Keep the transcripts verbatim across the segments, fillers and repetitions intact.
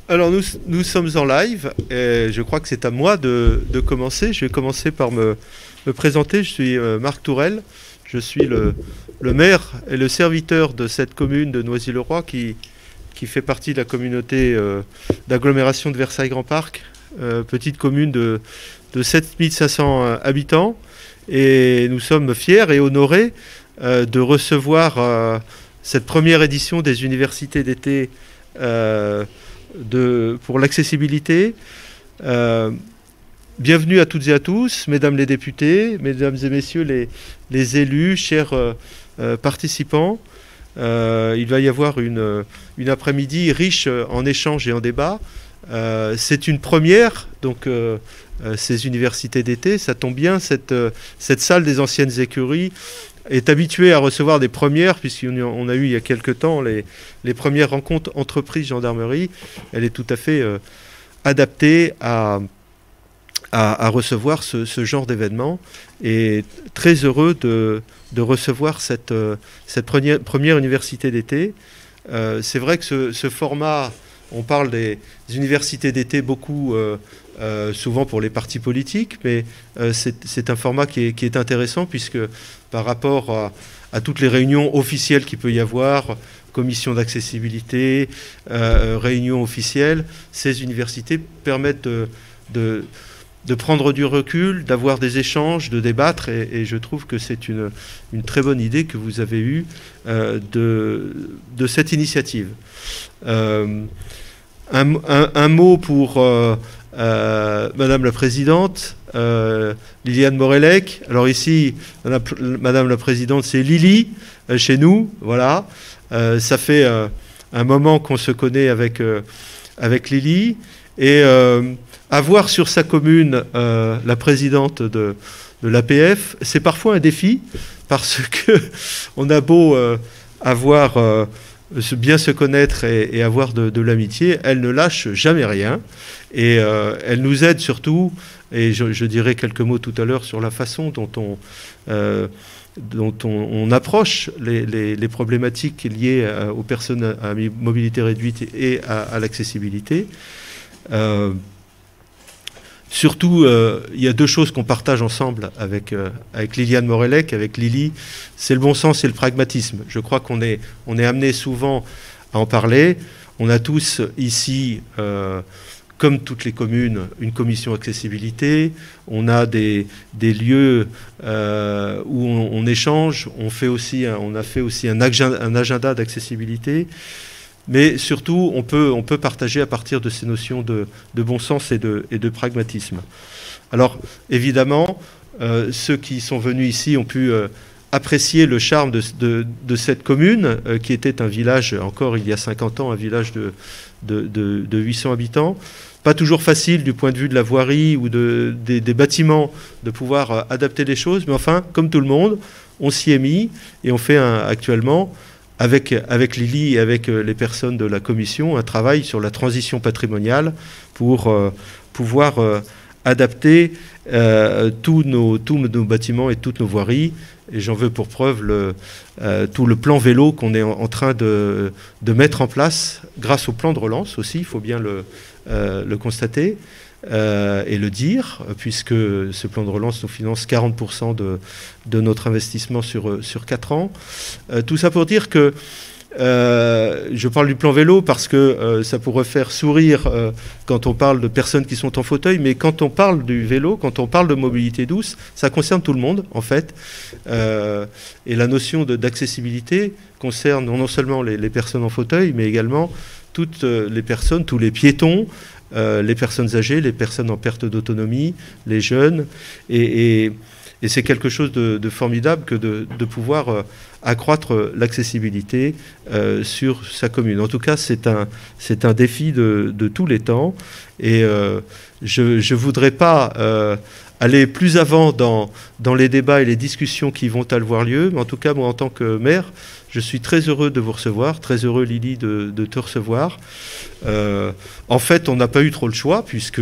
Alors nous, nous sommes en live et je crois que c'est à moi de, de commencer. Je vais commencer par me, me présenter. Je suis euh, Marc Tourelle. Je suis le, le maire et le serviteur de cette commune de Noisy-le-Roi qui, qui fait partie de la communauté euh, d'agglomération de Versailles-Grand Parc, euh, petite commune de, de sept mille cinq cents habitants. Et nous sommes fiers et honorés euh, de recevoir euh, cette première édition des universités d'été euh, De, pour l'accessibilité. Euh, bienvenue à toutes et à tous, mesdames les députés, mesdames et messieurs les, les élus, chers euh, euh, participants. Euh, il va y avoir une, une après-midi riche en échanges et en débats. Euh, c'est une première, donc euh, euh, ces universités d'été, ça tombe bien, cette, euh, cette salle des anciennes écuries est habitué à recevoir des premières, puisqu'on a eu il y a quelques temps les, les premières rencontres entreprises-gendarmerie. Elle est tout à fait euh, adaptée à, à, à recevoir ce, ce genre d'événement. Et très heureux de, de recevoir cette, euh, cette première, première université d'été. Euh, C'est vrai que ce, ce format, on parle des, des universités d'été beaucoup... Euh, Euh, souvent pour les partis politiques, mais euh, c'est un format qui est, qui est intéressant puisque par rapport à, à toutes les réunions officielles qu'il peut y avoir, commission d'accessibilité, euh, réunions officielles, ces universités permettent de, de, de prendre du recul, d'avoir des échanges, de débattre, et, et je trouve que c'est une, une très bonne idée que vous avez eue euh, de, de cette initiative. Euh, un, un, un mot pour... Euh, Euh, Madame la Présidente, euh, Liliane Morellec. Alors ici, Madame, Madame la Présidente, c'est Lily, euh, chez nous, voilà. Euh, ça fait euh, un moment qu'on se connaît avec, euh, avec Lily. Et euh, avoir sur sa commune euh, la présidente de, de l'A P F, c'est parfois un défi, parce qu'on a beau euh, avoir... Euh, bien se connaître et, et avoir de, de l'amitié, elle ne lâche jamais rien. Et euh, elle nous aide surtout, et je, je dirai quelques mots tout à l'heure sur la façon dont on, euh, dont on, on approche les, les, les problématiques liées à, aux personnes à mobilité réduite et à, à l'accessibilité. Euh, Surtout, euh, il y a deux choses qu'on partage ensemble avec, euh, avec Liliane Morellec, avec Lily, c'est le bon sens et le pragmatisme. Je crois qu'on est, on est amené souvent à en parler. On a tous ici, euh, comme toutes les communes, une commission accessibilité. On a des, des lieux euh, où on, on échange. On, fait aussi un, on a fait aussi un agenda, un agenda d'accessibilité. Mais surtout, on peut, on peut partager à partir de ces notions de, de bon sens et de, et de pragmatisme. Alors, évidemment, euh, ceux qui sont venus ici ont pu euh, apprécier le charme de, de, de cette commune, euh, qui était un village, encore il y a cinquante ans, un village de, de, de, de huit cents habitants. Pas toujours facile du point de vue de la voirie ou de, des, des bâtiments de pouvoir euh, adapter les choses, mais enfin, comme tout le monde, on s'y est mis et on fait un, actuellement... Avec, avec Lily et avec les personnes de la commission, un travail sur la transition patrimoniale pour euh, pouvoir euh, adapter euh, tous, nos, tous nos bâtiments et toutes nos voiries. Et j'en veux pour preuve le, euh, tout le plan vélo qu'on est en, en train de, de mettre en place grâce au plan de relance aussi, il faut bien le, euh, le constater. Euh, et le dire, puisque ce plan de relance nous finance quarante pour cent de, de notre investissement sur, sur quatre ans. Euh, tout ça pour dire que euh, je parle du plan vélo parce que euh, ça pourrait faire sourire euh, quand on parle de personnes qui sont en fauteuil, mais quand on parle du vélo, quand on parle de mobilité douce, ça concerne tout le monde en fait. Euh, et la notion d'accessibilité concerne non seulement les, les personnes en fauteuil, mais également toutes les personnes, tous les piétons, Euh, les personnes âgées, les personnes en perte d'autonomie, les jeunes. Et, et, et c'est quelque chose de, de formidable que de, de pouvoir euh, accroître l'accessibilité euh, sur sa commune. En tout cas, c'est un, c'est un défi de, de tous les temps. Et euh, je ne voudrais pas, euh, aller plus avant dans, dans les débats et les discussions qui vont avoir lieu. Mais en tout cas, moi, en tant que maire, je suis très heureux de vous recevoir, très heureux, Lily, de, de te recevoir. Euh, en fait, on n'a pas eu trop le choix, puisque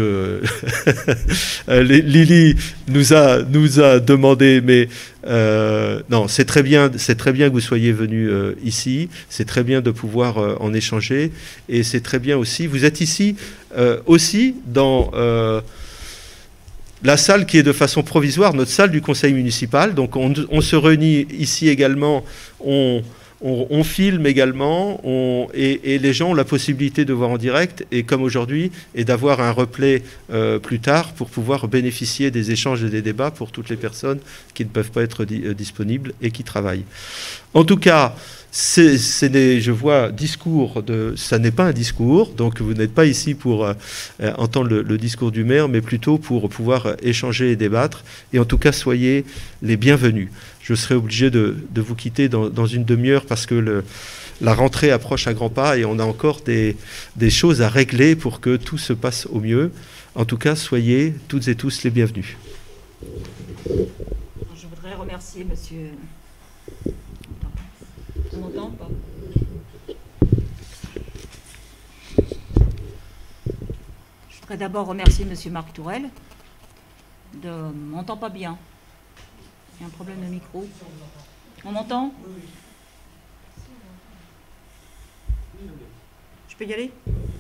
Lily nous a, nous a demandé, mais euh, non, c'est très bien, c'est très bien que vous soyez venus euh, ici, c'est très bien de pouvoir euh, en échanger, et c'est très bien aussi, vous êtes ici euh, aussi dans... Euh, la salle qui est de façon provisoire, notre salle du conseil municipal. Donc on, on se réunit ici également, on, on, on filme également, on, et, et les gens ont la possibilité de voir en direct, et comme aujourd'hui, et d'avoir un replay euh, plus tard pour pouvoir bénéficier des échanges et des débats pour toutes les personnes qui ne peuvent pas être di- disponibles et qui travaillent. En tout cas, c'est, c'est des, je vois, discours de, ça n'est pas un discours, donc vous n'êtes pas ici pour euh, entendre le, le discours du maire, mais plutôt pour pouvoir échanger et débattre. Et en tout cas, soyez les bienvenus. Je serai obligé de, de vous quitter dans, dans une demi-heure parce que le, la rentrée approche à grands pas et on a encore des, des choses à régler pour que tout se passe au mieux. En tout cas, soyez toutes et tous les bienvenus. Je voudrais remercier monsieur... On m'entend pas? Je voudrais d'abord remercier monsieur Marc Tourelle. De... On m'entend pas bien. Il y a un problème de micro. On m'entend? Je peux y aller?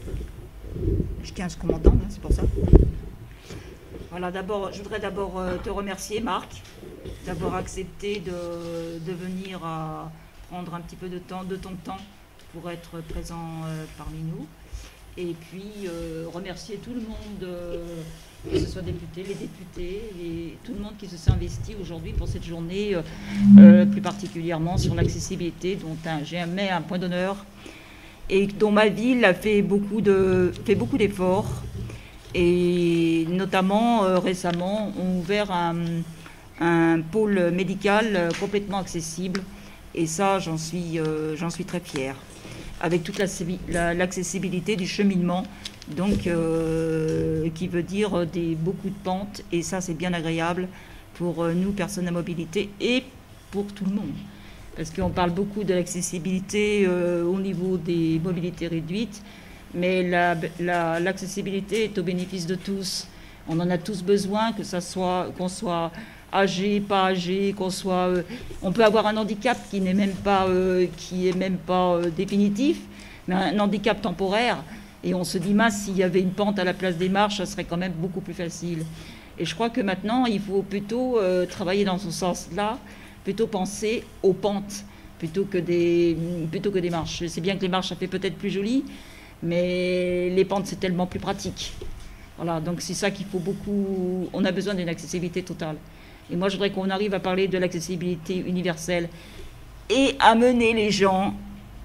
Je tiens à ce qu'on m'entende, hein, c'est pour ça. Voilà, d'abord, je voudrais d'abord euh, te remercier, Marc, d'avoir accepté de, de venir à prendre un petit peu de temps, de ton temps pour être présent euh, parmi nous. Et puis euh, remercier tout le monde, euh, que ce soit députés, les députés, et tout le monde qui se s'est investi aujourd'hui pour cette journée, euh, euh, plus particulièrement sur l'accessibilité, dont un, j'ai mis un point d'honneur, et dont ma ville a fait beaucoup de, fait beaucoup d'efforts. Et notamment, euh, récemment, on a ouvert un, un pôle médical complètement accessible. Et ça, j'en suis, euh, j'en suis très fière. Avec toute la, l'accessibilité du cheminement, donc, euh, qui veut dire des, beaucoup de pentes. Et ça, c'est bien agréable pour nous, personnes à mobilité, et pour tout le monde. Parce qu'on parle beaucoup de l'accessibilité euh, au niveau des mobilités réduites. Mais la, la, l'accessibilité est au bénéfice de tous. On en a tous besoin, que ça soit, qu'on soit âgé, pas âgé, qu'on soit... Euh, on peut avoir un handicap qui n'est même pas, euh, qui est même pas euh, définitif, mais un handicap temporaire. Et on se dit, mince, s'il y avait une pente à la place des marches, ça serait quand même beaucoup plus facile. Et je crois que maintenant, il faut plutôt euh, travailler dans ce sens-là, plutôt penser aux pentes, plutôt que des, plutôt que des marches. Je sais bien que les marches, ça fait peut-être plus joli, mais les pentes, c'est tellement plus pratique. Voilà, donc c'est ça qu'il faut beaucoup... On a besoin d'une accessibilité totale. Et moi, je voudrais qu'on arrive à parler de l'accessibilité universelle et amener les gens,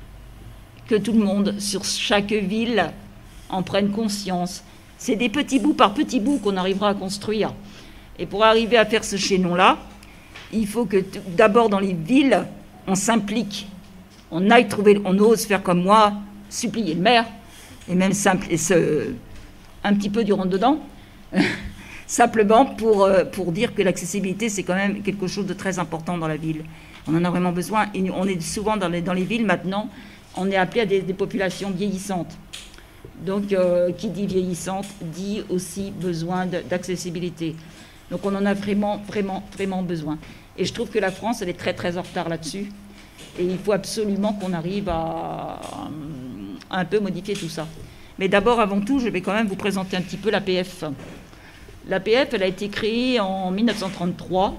que tout le monde, sur chaque ville, en prenne conscience. C'est des petits bouts par petits bouts qu'on arrivera à construire. Et pour arriver à faire ce chaînon-là, il faut que, d'abord, dans les villes, on s'implique. On aille trouver... On ose faire comme moi, supplier le maire, et même simple, et se, un petit peu du rentre-dedans, simplement pour, pour dire que l'accessibilité, c'est quand même quelque chose de très important dans la ville. On en a vraiment besoin. Et on est souvent dans les, dans les villes, maintenant, on est appelé à des, des populations vieillissantes. Donc, euh, qui dit vieillissante, dit aussi besoin de, d'accessibilité. Donc, on en a vraiment, vraiment, vraiment besoin. Et je trouve que la France, elle est très, très en retard là-dessus. Et il faut absolument qu'on arrive à, à un peu modifier tout ça. Mais d'abord, avant tout, je vais quand même vous présenter un petit peu l'A P F. L'A P F, elle a été créée en mille neuf cent trente-trois.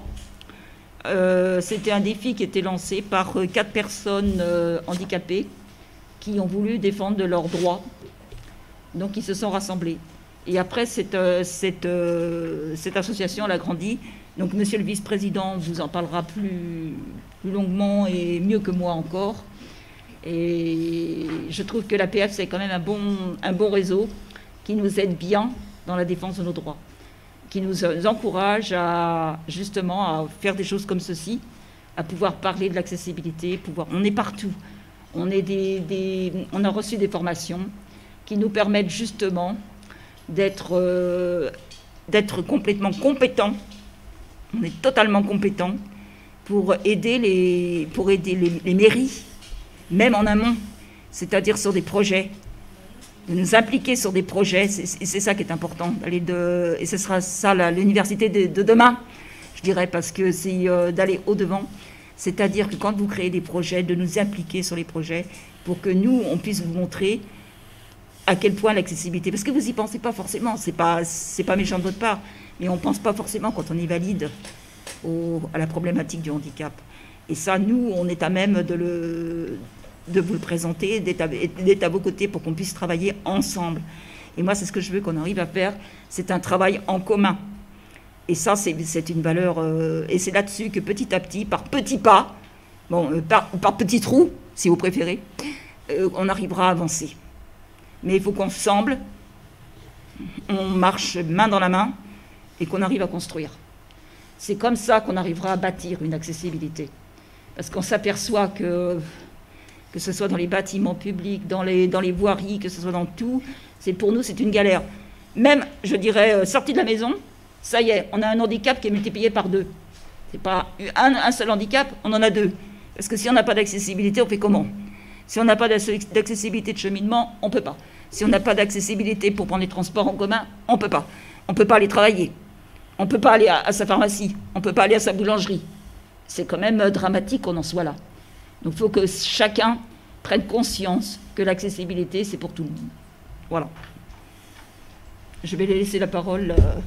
Euh, c'était un défi qui était lancé par quatre personnes euh, handicapées qui ont voulu défendre leurs droits. Donc, ils se sont rassemblés. Et après, cette, euh, cette, euh, cette association, elle a grandi. Donc, monsieur le vice-président vous en parlera plus, plus longuement et mieux que moi encore. Et je trouve que l'A P F, c'est quand même un bon, un bon réseau qui nous aide bien dans la défense de nos droits, qui nous encourage à, justement, à faire des choses comme ceci, à pouvoir parler de l'accessibilité. Pouvoir... On est partout. On, est des, des... On a reçu des formations qui nous permettent justement d'être... Euh, d'être complètement compétent. On est totalement compétent pour aider les, pour aider les, les mairies, même en amont, c'est-à-dire sur des projets, de nous impliquer sur des projets. C'est ça qui est important, d'aller de, et ce sera ça l'université de, de demain, je dirais, parce que c'est euh, d'aller au-devant. C'est-à-dire que quand vous créez des projets, de nous impliquer sur les projets pour que nous, on puisse vous montrer à quel point l'accessibilité... Parce que vous n'y pensez pas forcément, c'est pas, c'est pas méchant de votre part, mais on ne pense pas forcément quand on est valide au, à la problématique du handicap. Et ça, nous, on est à même de, le, de vous le présenter, d'être à, à vos côtés pour qu'on puisse travailler ensemble. Et moi, c'est ce que je veux qu'on arrive à faire, c'est un travail en commun. Et ça, c'est une valeur... Euh, et c'est là-dessus que petit à petit, par petits pas, bon, euh, par, par petits trous, si vous préférez, euh, on arrivera à avancer. Mais il faut qu'ensemble, on marche main dans la main et qu'on arrive à construire. C'est comme ça qu'on arrivera à bâtir une accessibilité. Parce qu'on s'aperçoit que, que ce soit dans les bâtiments publics, dans les, dans les voiries, que ce soit dans tout, c'est pour nous, c'est une galère. Même, je dirais, euh, sorti de la maison, ça y est, on a un handicap qui est multiplié par deux. C'est pas un, un seul handicap, on en a deux. Parce que si on n'a pas d'accessibilité, on fait comment? Si on n'a pas d'accessibilité de cheminement, on ne peut pas. Si on n'a pas d'accessibilité pour prendre les transports en commun, on ne peut pas. On ne peut pas aller travailler. On ne peut pas aller à, à sa pharmacie. On ne peut pas aller à sa boulangerie. C'est quand même dramatique qu'on en soit là. Donc il faut que chacun prenne conscience que l'accessibilité, c'est pour tout le monde. Voilà. Je vais laisser la parole... Euh,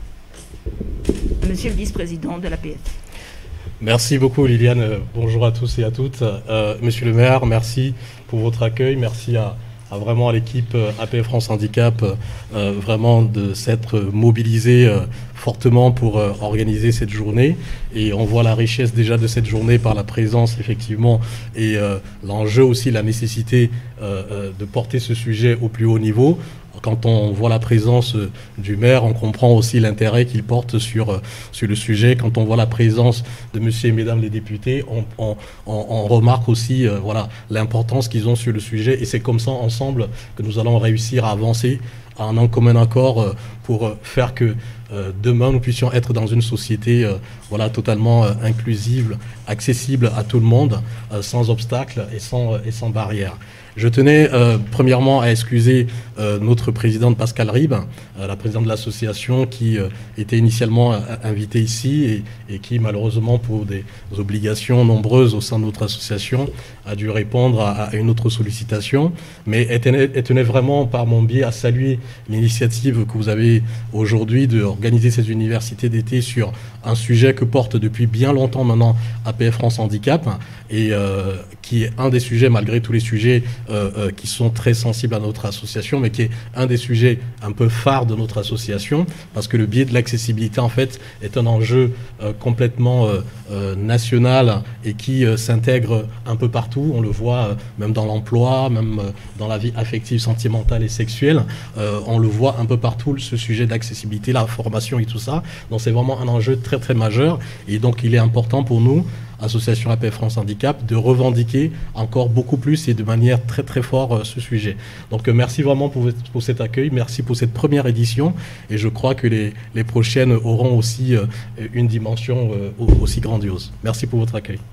Monsieur le vice-président de l'A P F. Merci beaucoup Liliane, bonjour à tous et à toutes. Euh, Monsieur le maire, merci pour votre accueil, merci à, à vraiment à l'équipe A P F France Handicap euh, vraiment de s'être mobilisé euh, fortement pour euh, organiser cette journée. Et on voit la richesse déjà de cette journée par la présence effectivement et euh, l'enjeu aussi, la nécessité euh, euh, de porter ce sujet au plus haut niveau. Quand on voit la présence du maire, on comprend aussi l'intérêt qu'il porte sur, sur le sujet. Quand on voit la présence de monsieur et mesdames les députés, on, on, on, on remarque aussi euh, voilà, l'importance qu'ils ont sur le sujet. Et c'est comme ça, ensemble, que nous allons réussir à avancer à un commun accord euh, pour faire que euh, demain, nous puissions être dans une société euh, voilà, totalement euh, inclusive, accessible à tout le monde, euh, sans obstacles et sans, et sans barrières. Je tenais euh, premièrement à excuser euh, notre présidente Pascale Ribes, euh, la présidente de l'association qui euh, était initialement euh, invitée ici et, et qui malheureusement pour des obligations nombreuses au sein de notre association a dû répondre à, à une autre sollicitation. Mais elle tenait, elle tenait vraiment par mon biais à saluer l'initiative que vous avez aujourd'hui d'organiser ces universités d'été sur un sujet que porte depuis bien longtemps maintenant A P F France Handicap et euh, qui est un des sujets, malgré tous les sujets euh, euh, qui sont très sensibles à notre association, mais qui est un des sujets un peu phares de notre association, parce que le biais de l'accessibilité, en fait, est un enjeu euh, complètement euh, euh, national et qui euh, s'intègre un peu partout. On le voit euh, même dans l'emploi, même euh, dans la vie affective, sentimentale et sexuelle. Euh, on le voit un peu partout, ce sujet d'accessibilité, la formation et tout ça. Donc c'est vraiment un enjeu très très majeur. Et donc il est important pour nous, Association A P F France Handicap, de revendiquer encore beaucoup plus et de manière très très forte euh, ce sujet. Donc euh, merci vraiment pour, pour cet accueil, merci pour cette première édition et je crois que les, les prochaines auront aussi euh, une dimension euh, aussi grandiose. Merci pour votre accueil.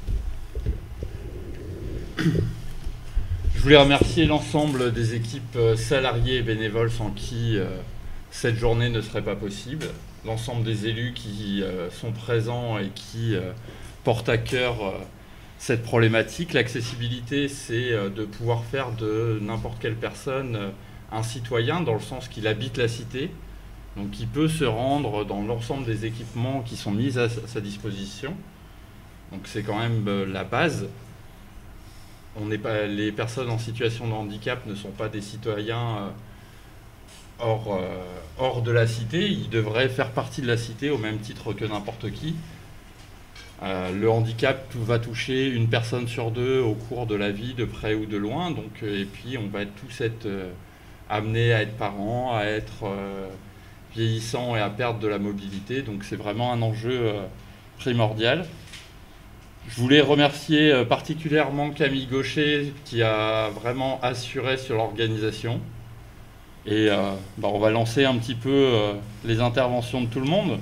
Je voulais remercier l'ensemble des équipes salariées et bénévoles sans qui euh, cette journée ne serait pas possible, l'ensemble des élus qui euh, sont présents et qui euh, portent à cœur euh, cette problématique. L'accessibilité, c'est euh, de pouvoir faire de n'importe quelle personne euh, un citoyen, dans le sens qu'il habite la cité, donc il peut se rendre dans l'ensemble des équipements qui sont mis à sa disposition. Donc c'est quand même euh, la base. On n'est pas, les personnes en situation de handicap ne sont pas des citoyens euh, hors, euh, hors de la cité. Ils devraient faire partie de la cité au même titre que n'importe qui. Euh, le handicap va toucher une personne sur deux au cours de la vie, de près ou de loin. Donc, euh, et puis on va être tous être euh, amenés à être parents, à être euh, vieillissants et à perdre de la mobilité. Donc c'est vraiment un enjeu euh, primordial. Je voulais remercier particulièrement Camille Gaucher qui a vraiment assuré sur l'organisation Et euh, bah, on va lancer un petit peu euh, les interventions de tout le monde.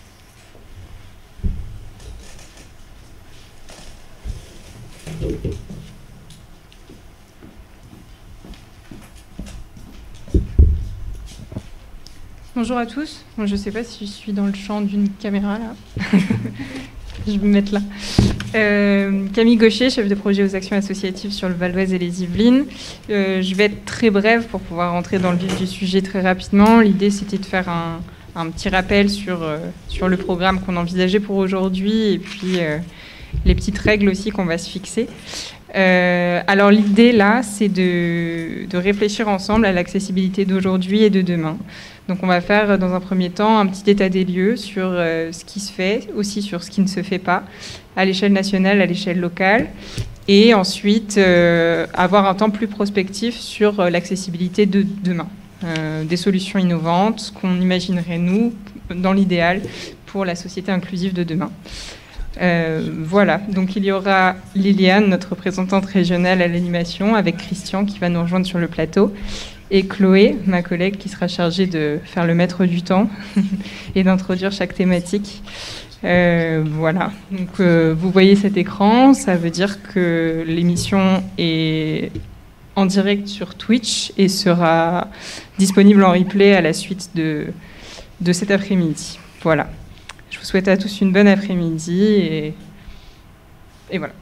Bonjour à tous. Bon, je ne sais pas si je suis dans le champ d'une caméra là. Je vais me mettre là. Euh, Camille Gaucher, chef de projet aux actions associatives sur le Val d'Oise et les Yvelines. Euh, je vais être très brève pour pouvoir rentrer dans le vif du sujet très rapidement. L'idée, c'était de faire un, un petit rappel sur, euh, sur le programme qu'on envisageait pour aujourd'hui et puis euh, les petites règles aussi qu'on va se fixer. Euh, alors l'idée là, c'est de, de réfléchir ensemble à l'accessibilité d'aujourd'hui et de demain. Donc on va faire dans un premier temps un petit état des lieux sur euh, ce qui se fait, aussi sur ce qui ne se fait pas, à l'échelle nationale, à l'échelle locale, et ensuite euh, avoir un temps plus prospectif sur euh, l'accessibilité de demain. Euh, des solutions innovantes, ce qu'on imaginerait nous, dans l'idéal, pour la société inclusive de demain. Euh, voilà, donc il y aura Liliane, notre représentante régionale à l'animation, avec Christian qui va nous rejoindre sur le plateau, et Chloé, ma collègue, qui sera chargée de faire le maître du temps et d'introduire chaque thématique. Euh, voilà, donc euh, vous voyez cet écran, ça veut dire que l'émission est en direct sur Twitch et sera disponible en replay à la suite de, de cet après-midi. Voilà. Je vous souhaite à tous une bonne après-midi et, et voilà.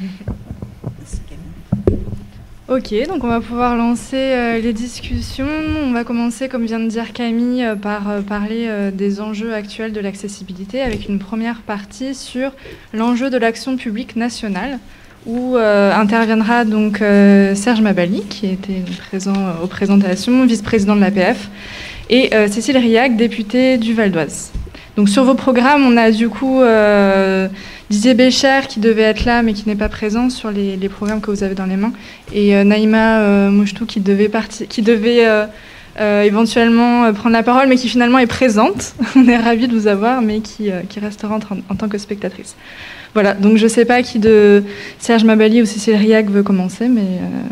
Ok, donc on va pouvoir lancer euh, les discussions. On va commencer, comme vient de dire Camille, euh, par euh, parler euh, des enjeux actuels de l'accessibilité avec une première partie sur l'enjeu de l'action publique nationale où euh, interviendra donc euh, Serge Mabali, qui était présent euh, aux présentations, vice-président de l'A P F, et euh, Cécile Riac, députée du Val d'Oise. Donc sur vos programmes, on a du coup euh, Didier Bécher qui devait être là mais qui n'est pas présent sur les, les programmes que vous avez dans les mains, et euh, Naïma euh, Mouchtou qui devait, parti- qui devait euh, euh, éventuellement euh, prendre la parole mais qui finalement est présente. On est ravis de vous avoir mais qui, euh, qui restera en, tra- en tant que spectatrice. Voilà, donc je ne sais pas qui de Serge Mabali ou Cécile Riac veut commencer, mais... Euh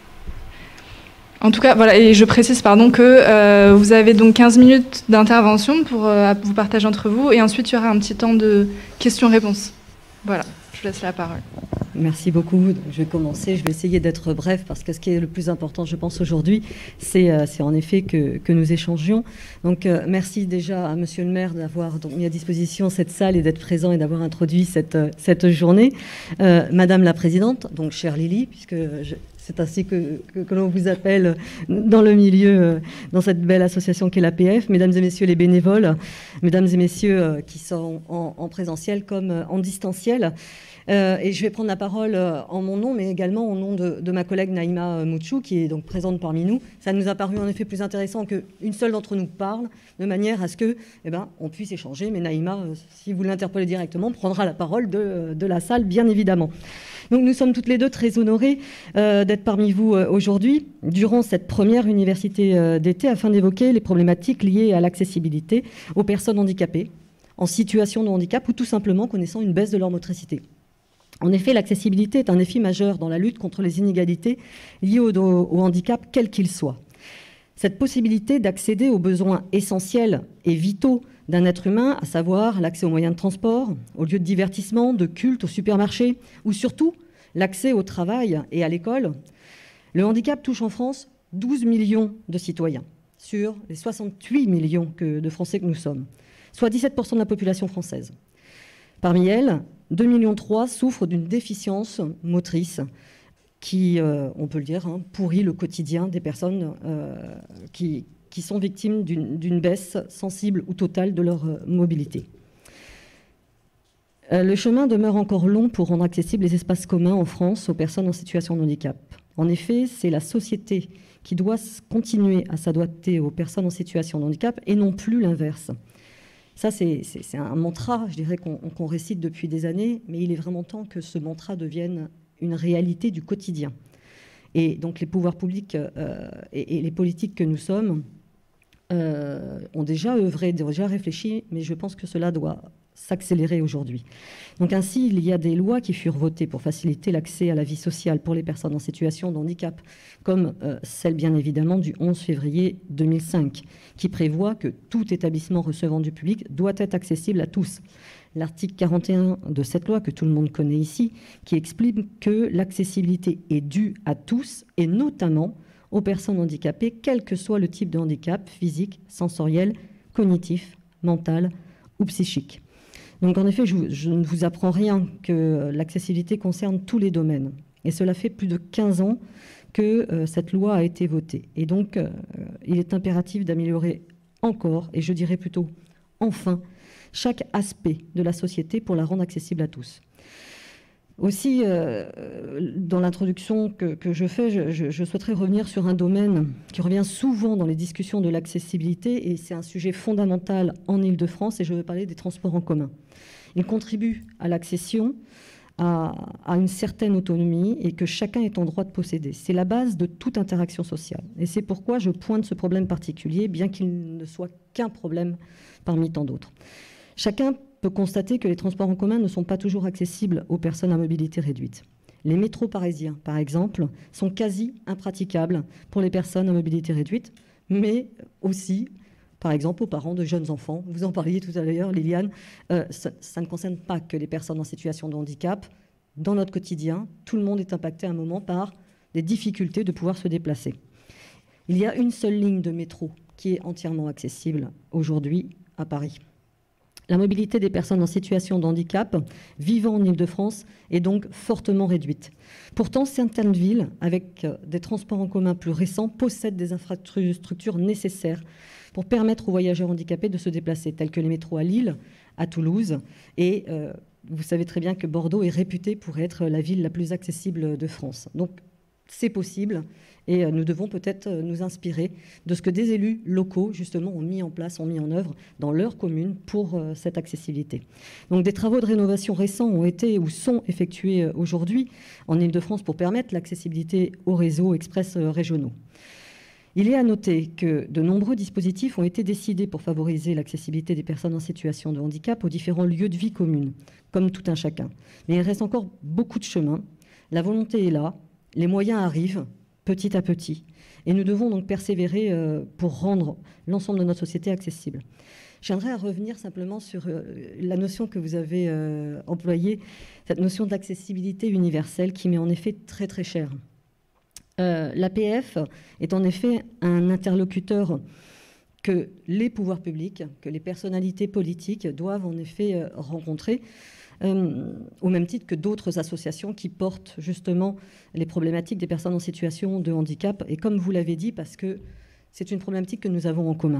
En tout cas, voilà, et je précise pardon, que euh, vous avez donc quinze minutes d'intervention pour euh, vous partager entre vous, et ensuite il y aura un petit temps de questions-réponses. Voilà, je vous laisse la parole. Merci beaucoup. Je vais commencer, je vais essayer d'être bref, parce que ce qui est le plus important, je pense, aujourd'hui, c'est, euh, c'est en effet que, que nous échangions. Donc euh, merci déjà à Monsieur le maire d'avoir donc, mis à disposition cette salle et d'être présent et d'avoir introduit cette, cette journée. Euh, Madame la Présidente, donc chère Lily, puisque... Je, c'est ainsi que, que, que l'on vous appelle dans le milieu, dans cette belle association qu'est l'A P F. Mesdames et messieurs les bénévoles, mesdames et messieurs qui sont en, en présentiel comme en distanciel. Euh, et je vais prendre la parole en mon nom, mais également au nom de, de ma collègue Naïma Mouchtou, qui est donc présente parmi nous. Ça nous a paru en effet plus intéressant qu'une seule d'entre nous parle, de manière à ce que, eh ben, on puisse échanger. Mais Naïma, si vous l'interpellez directement, prendra la parole de, de la salle, bien évidemment. Donc nous sommes toutes les deux très honorées euh, d'être parmi vous euh, aujourd'hui, durant cette première université euh, d'été, afin d'évoquer les problématiques liées à l'accessibilité aux personnes handicapées, en situation de handicap ou tout simplement connaissant une baisse de leur motricité. En effet, l'accessibilité est un défi majeur dans la lutte contre les inégalités liées au, au handicap, quel qu'il soit. Cette possibilité d'accéder aux besoins essentiels et vitaux d'un être humain, à savoir l'accès aux moyens de transport, aux lieux de divertissement, de culte, au supermarché, ou surtout l'accès au travail et à l'école. Le handicap touche en France douze millions de citoyens sur les soixante-huit millions que, de Français que nous sommes, soit dix-sept pour cent de la population française. Parmi elles, deux virgule trois millions souffrent d'une déficience motrice qui, euh, on peut le dire, hein, pourrit le quotidien des personnes euh, qui... qui sont victimes d'une, d'une baisse sensible ou totale de leur euh, mobilité. Euh, le chemin demeure encore long pour rendre accessibles les espaces communs en France aux personnes en situation de handicap. En effet, c'est la société qui doit continuer à s'adapter aux personnes en situation de handicap et non plus l'inverse. Ça, c'est, c'est, c'est un mantra, je dirais, qu'on, qu'on récite depuis des années, mais il est vraiment temps que ce mantra devienne une réalité du quotidien. Et donc les pouvoirs publics euh, et, et les politiques que nous sommes Euh, ont déjà œuvré, déjà réfléchi, mais je pense que cela doit s'accélérer aujourd'hui. Donc ainsi, il y a des lois qui furent votées pour faciliter l'accès à la vie sociale pour les personnes en situation de handicap, comme euh, celle bien évidemment du onze février deux mille cinq, qui prévoit que tout établissement recevant du public doit être accessible à tous. L'article quarante et un de cette loi, que tout le monde connaît ici, qui explique que l'accessibilité est due à tous, et notamment aux personnes handicapées, quel que soit le type de handicap, physique, sensoriel, cognitif, mental ou psychique. Donc en effet, je, je ne vous apprends rien que l'accessibilité concerne tous les domaines. Et cela fait plus de quinze ans que euh, cette loi a été votée. Et donc, euh, il est impératif d'améliorer encore, et je dirais plutôt enfin, chaque aspect de la société pour la rendre accessible à tous. Aussi, euh, dans l'introduction que, que je fais, je, je, je souhaiterais revenir sur un domaine qui revient souvent dans les discussions de l'accessibilité, et c'est un sujet fondamental en Île-de-France, et je veux parler des transports en commun. Ils contribuent à l'accession, à, à une certaine autonomie, et que chacun est en droit de posséder. C'est la base de toute interaction sociale. Et c'est pourquoi je pointe ce problème particulier, bien qu'il ne soit qu'un problème parmi tant d'autres. Chacun peut constater que les transports en commun ne sont pas toujours accessibles aux personnes à mobilité réduite. Les métros parisiens, par exemple, sont quasi impraticables pour les personnes à mobilité réduite, mais aussi, par exemple, aux parents de jeunes enfants. Vous en parliez tout à l'heure, Liliane. Euh, ça, ça ne concerne pas que les personnes en situation de handicap. Dans notre quotidien, tout le monde est impacté à un moment par des difficultés de pouvoir se déplacer. Il y a une seule ligne de métro qui est entièrement accessible aujourd'hui à Paris. La mobilité des personnes en situation de handicap vivant en Île-de-France est donc fortement réduite. Pourtant, certaines villes, avec des transports en commun plus récents, possèdent des infrastructures nécessaires pour permettre aux voyageurs handicapés de se déplacer, tels que les métros à Lille, à Toulouse. Et euh, vous savez très bien que Bordeaux est réputée pour être la ville la plus accessible de France. Donc, c'est possible, et nous devons peut-être nous inspirer de ce que des élus locaux, justement, ont mis en place, ont mis en œuvre dans leur commune pour cette accessibilité. Donc des travaux de rénovation récents ont été ou sont effectués aujourd'hui en Île-de-France pour permettre l'accessibilité aux réseaux express régionaux. Il est à noter que de nombreux dispositifs ont été décidés pour favoriser l'accessibilité des personnes en situation de handicap aux différents lieux de vie communes, comme tout un chacun. Mais il reste encore beaucoup de chemin. La volonté est là. Les moyens arrivent petit à petit, et nous devons donc persévérer euh, pour rendre l'ensemble de notre société accessible. J'aimerais à revenir simplement sur euh, la notion que vous avez euh, employée, cette notion d'accessibilité universelle qui m'est en effet très très chère. Euh, L'A P F est en effet un interlocuteur que les pouvoirs publics, que les personnalités politiques doivent en effet euh, rencontrer, Euh, au même titre que d'autres associations qui portent justement les problématiques des personnes en situation de handicap. Et comme vous l'avez dit, parce que c'est une problématique que nous avons en commun.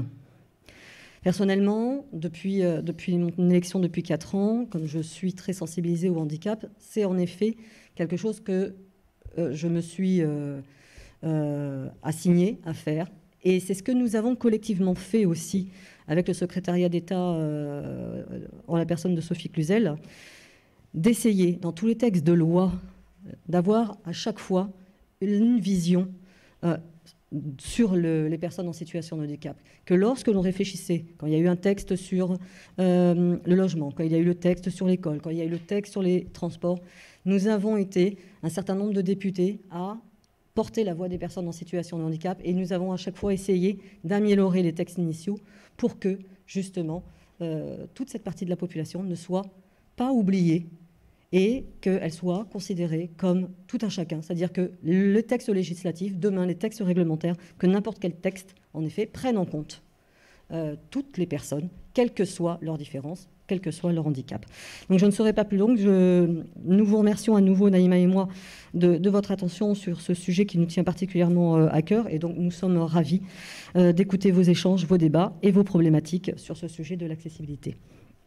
Personnellement, depuis, euh, depuis mon élection depuis quatre ans, comme je suis très sensibilisée au handicap, c'est en effet quelque chose que euh, je me suis euh, euh, assignée à faire. Et c'est ce que nous avons collectivement fait aussi avec le secrétariat d'État euh, en la personne de Sophie Cluzel, d'essayer, dans tous les textes de loi, d'avoir à chaque fois une vision euh, sur le, les personnes en situation de handicap. Que lorsque l'on réfléchissait, quand il y a eu un texte sur euh, le logement, quand il y a eu le texte sur l'école, quand il y a eu le texte sur les transports, nous avons été un certain nombre de députés à porter la voix des personnes en situation de handicap, et nous avons à chaque fois essayé d'améliorer les textes initiaux pour que, justement, euh, toute cette partie de la population ne soit pas oubliée et qu'elle soit considérée comme tout un chacun. C'est-à-dire que le texte législatif, demain les textes réglementaires, que n'importe quel texte, en effet, prenne en compte euh, toutes les personnes, quelles que soient leurs différences, quel que soit leur handicap. Donc je ne serai pas plus longue. Je, nous vous remercions à nouveau, Naïma et moi, de, de votre attention sur ce sujet qui nous tient particulièrement euh, à cœur. Et donc nous sommes ravis euh, d'écouter vos échanges, vos débats et vos problématiques sur ce sujet de l'accessibilité.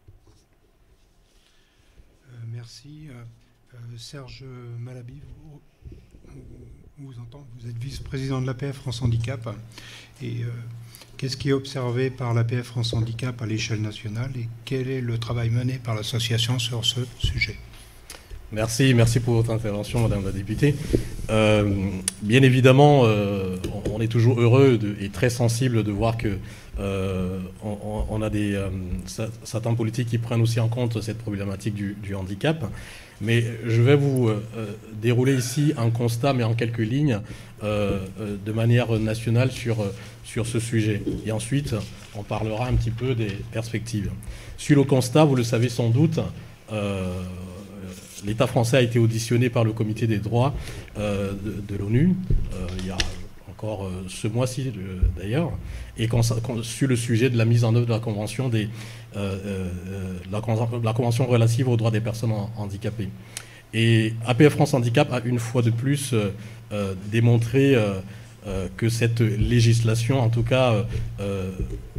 Euh, merci. Euh, euh, Serge Malaby, vous, vous, vous entend, vous êtes vice-président de l'A P F France Handicap. Et euh, qu'est-ce qui est observé par l'A P F France Handicap à l'échelle nationale et quel est le travail mené par l'association sur ce sujet ? Merci, merci pour votre intervention, Madame la députée. Euh, bien évidemment, euh, on est toujours heureux de, et très sensible de voir que euh, on, on a des euh, certains politiques qui prennent aussi en compte cette problématique du, du handicap. Mais je vais vous euh, dérouler ici un constat, mais en quelques lignes, euh, euh, de manière nationale sur, euh, sur ce sujet. Et ensuite, on parlera un petit peu des perspectives. Sur le constat, vous le savez sans doute, euh, l'État français a été auditionné par le Comité des droits euh, de, de l'ONU, euh, il y a encore euh, ce mois-ci euh, d'ailleurs, et quand, quand, sur le sujet de la mise en œuvre de la Convention, des, euh, euh, la, la Convention relative aux droits des personnes handicapées. Et A P F France Handicap a une fois de plus euh, euh, démontré euh, euh, que cette législation, en tout cas, euh, euh,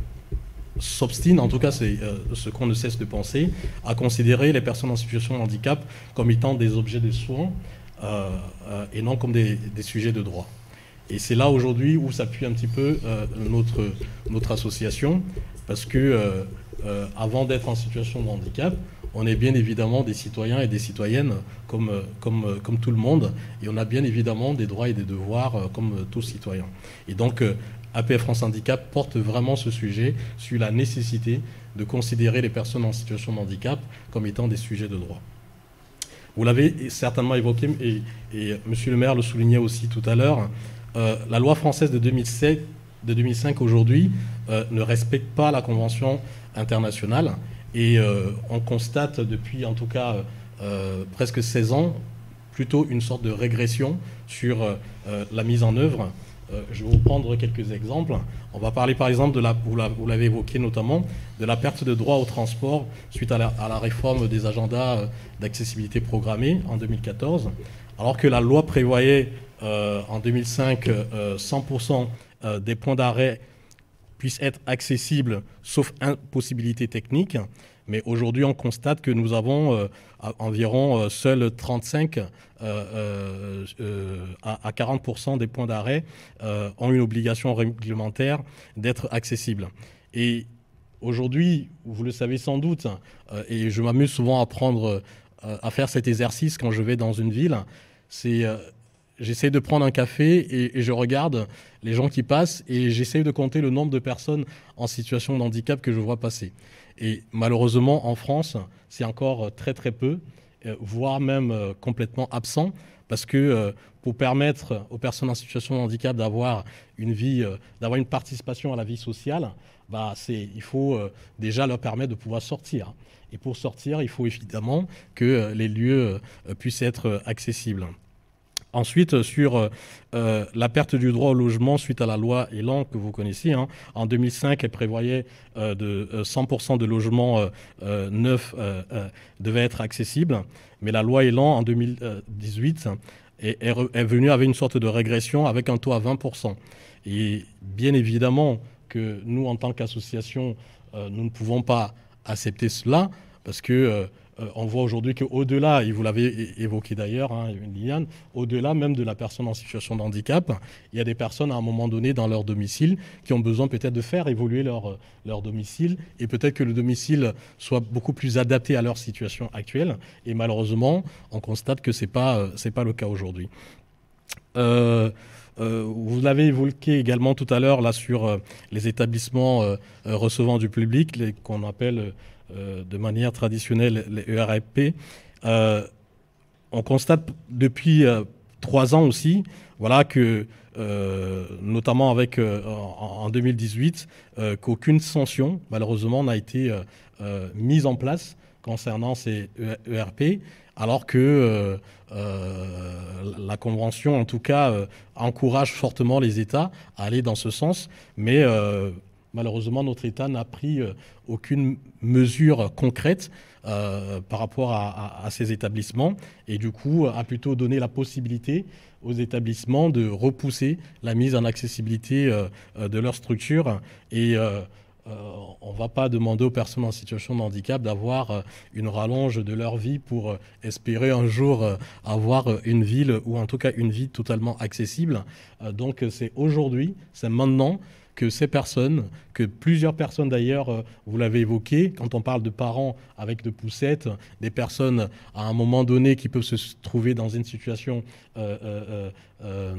s'obstine, en tout cas c'est euh, ce qu'on ne cesse de penser, à considérer les personnes en situation de handicap comme étant des objets de soins euh, euh, et non comme des, des sujets de droit. Et c'est là aujourd'hui où s'appuie un petit peu euh, notre, notre association, parce que euh, euh, avant d'être en situation de handicap, on est bien évidemment des citoyens et des citoyennes comme, comme, comme tout le monde, et on a bien évidemment des droits et des devoirs euh, comme tous citoyens. Et donc euh, A P F France Handicap porte vraiment ce sujet sur la nécessité de considérer les personnes en situation de handicap comme étant des sujets de droit. Vous l'avez certainement évoqué, et, et Monsieur le maire le soulignait aussi tout à l'heure, euh, la loi française de deux mille sept, de deux mille cinq aujourd'hui euh, ne respecte pas la Convention internationale, et euh, on constate depuis en tout cas euh, presque seize ans plutôt une sorte de régression sur euh, la mise en œuvre. Euh, je vais vous prendre quelques exemples. On va parler par exemple, de la, vous l'avez évoqué notamment, de la perte de droit au transport suite à la, à la réforme des agendas d'accessibilité programmée en deux mille quatorze, alors que la loi prévoyait euh, en deux mille cinq euh, cent pour cent des points d'arrêt puissent être accessibles sauf impossibilité technique. Mais aujourd'hui, on constate que nous avons euh, environ euh, seuls trente-cinq euh, euh, euh, à quarante pour cent des points d'arrêt euh, ont une obligation réglementaire d'être accessibles. Et aujourd'hui, vous le savez sans doute, euh, et je m'amuse souvent à prendre, euh, à faire cet exercice quand je vais dans une ville, c'est euh, j'essaie de prendre un café et, et je regarde les gens qui passent et j'essaie de compter le nombre de personnes en situation de handicap que je vois passer. Et malheureusement, en France, c'est encore très très peu, euh, voire même euh, complètement absent, parce que euh, pour permettre aux personnes en situation de handicap d'avoir une vie, euh, d'avoir une participation à la vie sociale, bah, c'est, il faut euh, déjà leur permettre de pouvoir sortir. Et pour sortir, il faut évidemment que euh, les lieux euh, puissent être euh, accessibles. Ensuite, sur euh, la perte du droit au logement suite à la loi Elan que vous connaissez, hein, en deux mille cinq, elle prévoyait euh, de euh, cent pour cent de logements euh, euh, neufs euh, euh, devaient être accessibles, mais la loi Elan en deux mille dix-huit est, est, est venue avec une sorte de régression avec un taux à vingt pour cent. Et bien évidemment que nous, en tant qu'association, euh, nous ne pouvons pas accepter cela, parce que euh, on voit aujourd'hui qu'au-delà, et vous l'avez évoqué d'ailleurs, hein, Liliane, au-delà même de la personne en situation de handicap, il y a des personnes à un moment donné dans leur domicile qui ont besoin peut-être de faire évoluer leur, leur domicile, et peut-être que le domicile soit beaucoup plus adapté à leur situation actuelle. Et malheureusement, on constate que ce n'est pas, c'est pas le cas aujourd'hui. Euh, Euh, vous l'avez évoqué également tout à l'heure là sur euh, les établissements euh, recevant du public, les, qu'on appelle euh, de manière traditionnelle les E R P. Euh, on constate depuis euh, trois ans aussi, voilà que euh, notamment avec euh, en, en deux mille dix-huit, euh, qu'aucune sanction malheureusement n'a été euh, euh, mise en place concernant ces E R P. Alors que euh, euh, la Convention, en tout cas, euh, encourage fortement les États à aller dans ce sens. Mais euh, malheureusement, notre État n'a pris euh, aucune mesure concrète euh, par rapport à, à, à ces établissements. Et du coup, a plutôt donné la possibilité aux établissements de repousser la mise en accessibilité euh, de leur structure. Et euh, Euh, on ne va pas demander aux personnes en situation de handicap d'avoir euh, une rallonge de leur vie pour euh, espérer un jour euh, avoir euh, une ville ou en tout cas une vie totalement accessible. Euh, donc c'est aujourd'hui, c'est maintenant que ces personnes, que plusieurs personnes d'ailleurs, euh, vous l'avez évoqué, quand on parle de parents avec de poussettes, des personnes à un moment donné qui peuvent se trouver dans une situation euh, euh, euh,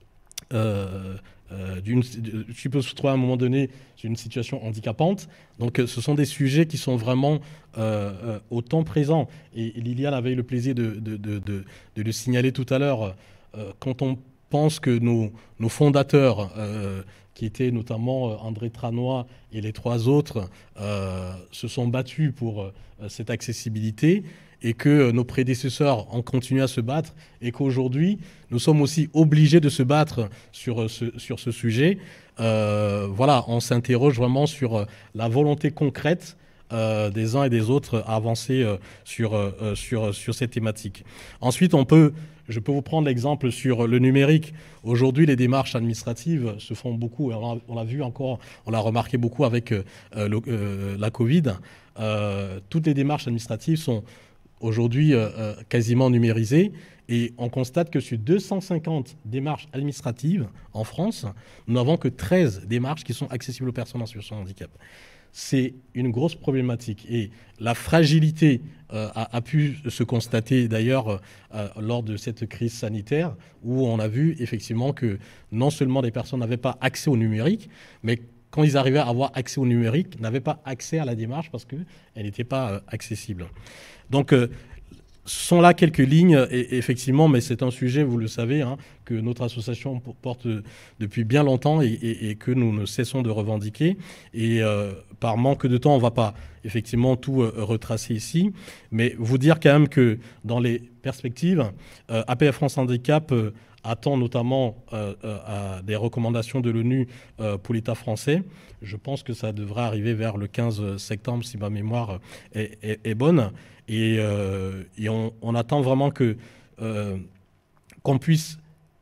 euh, euh, d'une, qui peuvent se trouver à un moment donné dans une situation handicapante. Donc euh, ce sont des sujets qui sont vraiment euh, euh, autant présents. Et, et Liliane avait eu le plaisir de, de, de, de, de le signaler tout à l'heure. Euh, quand on pense que nos, nos fondateurs, euh, qui étaient notamment euh, André Tranois et les trois autres, euh, se sont battus pour euh, cette accessibilité, et que euh, nos prédécesseurs ont continué à se battre, et qu'aujourd'hui, nous sommes aussi obligés de se battre sur ce, sur ce sujet. Euh, voilà, on s'interroge vraiment sur euh, la volonté concrète euh, des uns et des autres à avancer euh, sur, euh, sur, sur ces thématiques. Ensuite, on peut... Je peux vous prendre l'exemple sur le numérique. Aujourd'hui, les démarches administratives se font beaucoup. On l'a vu encore, on l'a remarqué beaucoup avec euh, le, euh, la Covid. Euh, toutes les démarches administratives sont aujourd'hui euh, quasiment numérisées. Et on constate que sur deux cent cinquante démarches administratives en France, nous n'avons que treize démarches qui sont accessibles aux personnes en situation de handicap. C'est une grosse problématique. Et la fragilité euh, a, a pu se constater d'ailleurs euh, lors de cette crise sanitaire, où on a vu effectivement que non seulement les personnes n'avaient pas accès au numérique, mais quand ils arrivaient à avoir accès au numérique, n'avaient pas accès à la démarche parce qu'elle n'était pas euh, accessible. Donc, euh, ce sont là quelques lignes, et, effectivement, mais c'est un sujet, vous le savez, hein, que notre association porte depuis bien longtemps et, et, et que nous ne cessons de revendiquer. Et euh, par manque de temps, on ne va pas effectivement tout euh, retracer ici, mais vous dire quand même que dans les perspectives, euh, A P F France Handicap euh, attend notamment euh, euh, à des recommandations de l'ONU euh, pour l'État français. Je pense que ça devrait arriver vers le quinze septembre, si ma mémoire est, est, est bonne. Et, euh, et on, on attend vraiment que, euh, qu'on puisse,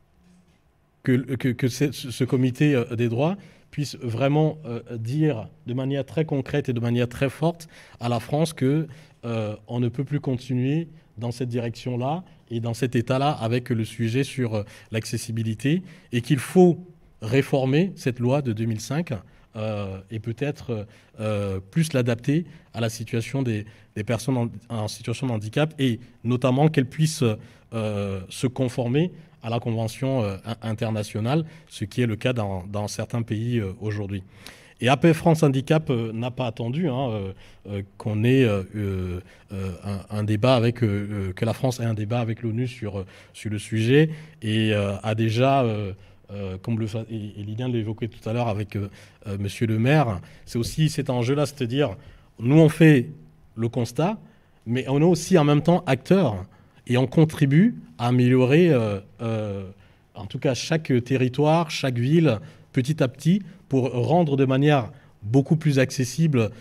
que, que, que ce, ce comité des droits puisse vraiment euh, dire de manière très concrète et de manière très forte à la France que euh, on ne peut plus continuer dans cette direction-là et dans cet état-là avec le sujet sur euh, l'accessibilité, et qu'il faut réformer cette loi de deux mille cinq euh, et peut-être euh, plus l'adapter à la situation des, des personnes en, en situation de handicap, et notamment qu'elles puissent euh, se conformer à la Convention euh, internationale, ce qui est le cas dans, dans certains pays euh, aujourd'hui. Et A P F France Handicap euh, n'a pas attendu hein, euh, euh, qu'on ait euh, euh, un, un débat avec, euh, que la France ait un débat avec l'ONU sur, sur le sujet, et euh, a déjà, euh, euh, comme le, et, et Liliane l'a évoqué tout à l'heure avec euh, euh, Monsieur le maire, c'est aussi cet enjeu-là, c'est-à-dire, nous on fait le constat, mais on est aussi en même temps acteurs, et on contribue à améliorer, euh, euh, en tout cas, chaque territoire, chaque ville, petit à petit, pour rendre de manière beaucoup plus accessible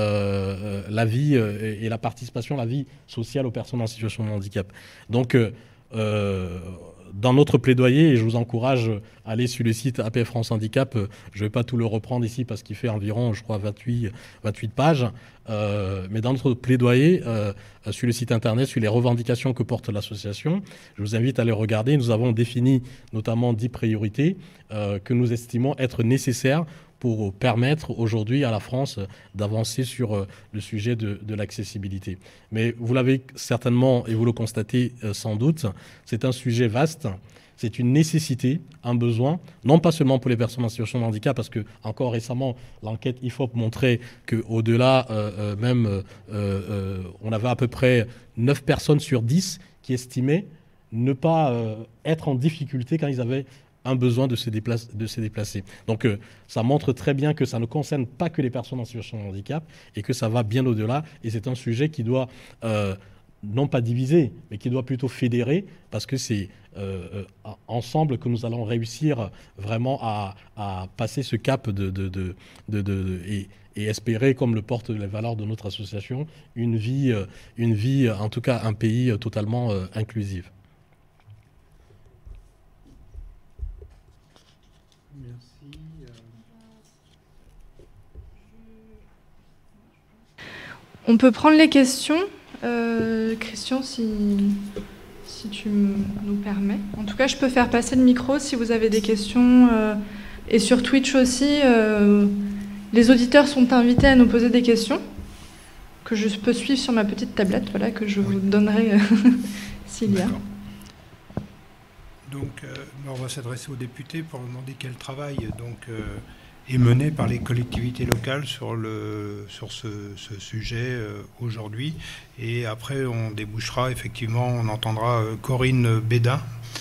euh, la vie euh, et la participation, la vie sociale aux personnes en situation de handicap. Donc, euh, dans notre plaidoyer, et je vous encourage à aller sur le site A P F France Handicap, je ne vais pas tout le reprendre ici parce qu'il fait environ, je crois, vingt-huit, vingt-huit pages, euh, mais dans notre plaidoyer, euh, sur le site internet, sur les revendications que porte l'association, je vous invite à les regarder. Nous avons défini notamment dix priorités euh, que nous estimons être nécessaires pour permettre aujourd'hui à la France d'avancer sur euh, le sujet de, de l'accessibilité. Mais vous l'avez certainement, et vous le constatez euh, sans doute, c'est un sujet vaste, c'est une nécessité, un besoin, non pas seulement pour les personnes en situation de handicap, parce que encore récemment, l'enquête I F O P montrait qu'au-delà, euh, euh, même, euh, euh, on avait à peu près neuf personnes sur dix qui estimaient ne pas euh, être en difficulté quand ils avaient un besoin de se déplacer. De se déplacer. Donc euh, ça montre très bien que ça ne concerne pas que les personnes en situation de handicap et que ça va bien au-delà. Et c'est un sujet qui doit, euh, non pas diviser, mais qui doit plutôt fédérer, parce que c'est euh, euh, ensemble que nous allons réussir vraiment à, à passer ce cap de, de, de, de, de, de et, et espérer, comme le portent les valeurs de notre association, une vie, euh, une vie, en tout cas un pays euh, totalement euh, inclusif. Merci. On peut prendre les questions. Euh, Christian, si, si tu nous permets. En tout cas, je peux faire passer le micro si vous avez des questions euh, Et sur Twitch aussi, euh, les auditeurs sont invités à nous poser des questions que je peux suivre sur ma petite tablette, voilà, que je oui. vous donnerai euh, s'il y a. Donc, euh, on va s'adresser aux députés pour demander quel travail donc, euh, est mené par les collectivités locales sur, le, sur ce, ce sujet euh, aujourd'hui. Et après, on débouchera, effectivement, on entendra euh, Corinne Bédin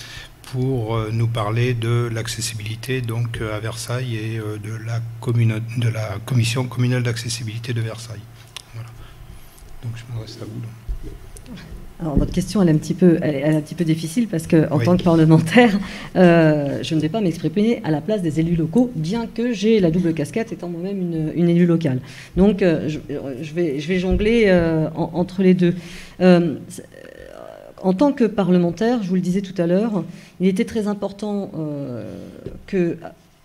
pour euh, nous parler de l'accessibilité donc, à Versailles et euh, de, la commune, de la commission communale d'accessibilité de Versailles. Voilà. Donc, je m'adresse à vous. Donc. Alors, votre question, elle est un petit peu, elle est, elle est un petit peu difficile parce qu'en oui. tant que parlementaire, euh, je ne vais pas m'exprimer à la place des élus locaux, bien que j'ai la double casquette étant moi-même une, une élue locale. Donc, euh, je, je, vais, je vais jongler euh, en, entre les deux. Euh, en tant que parlementaire, je vous le disais tout à l'heure, il était très important euh, qu'il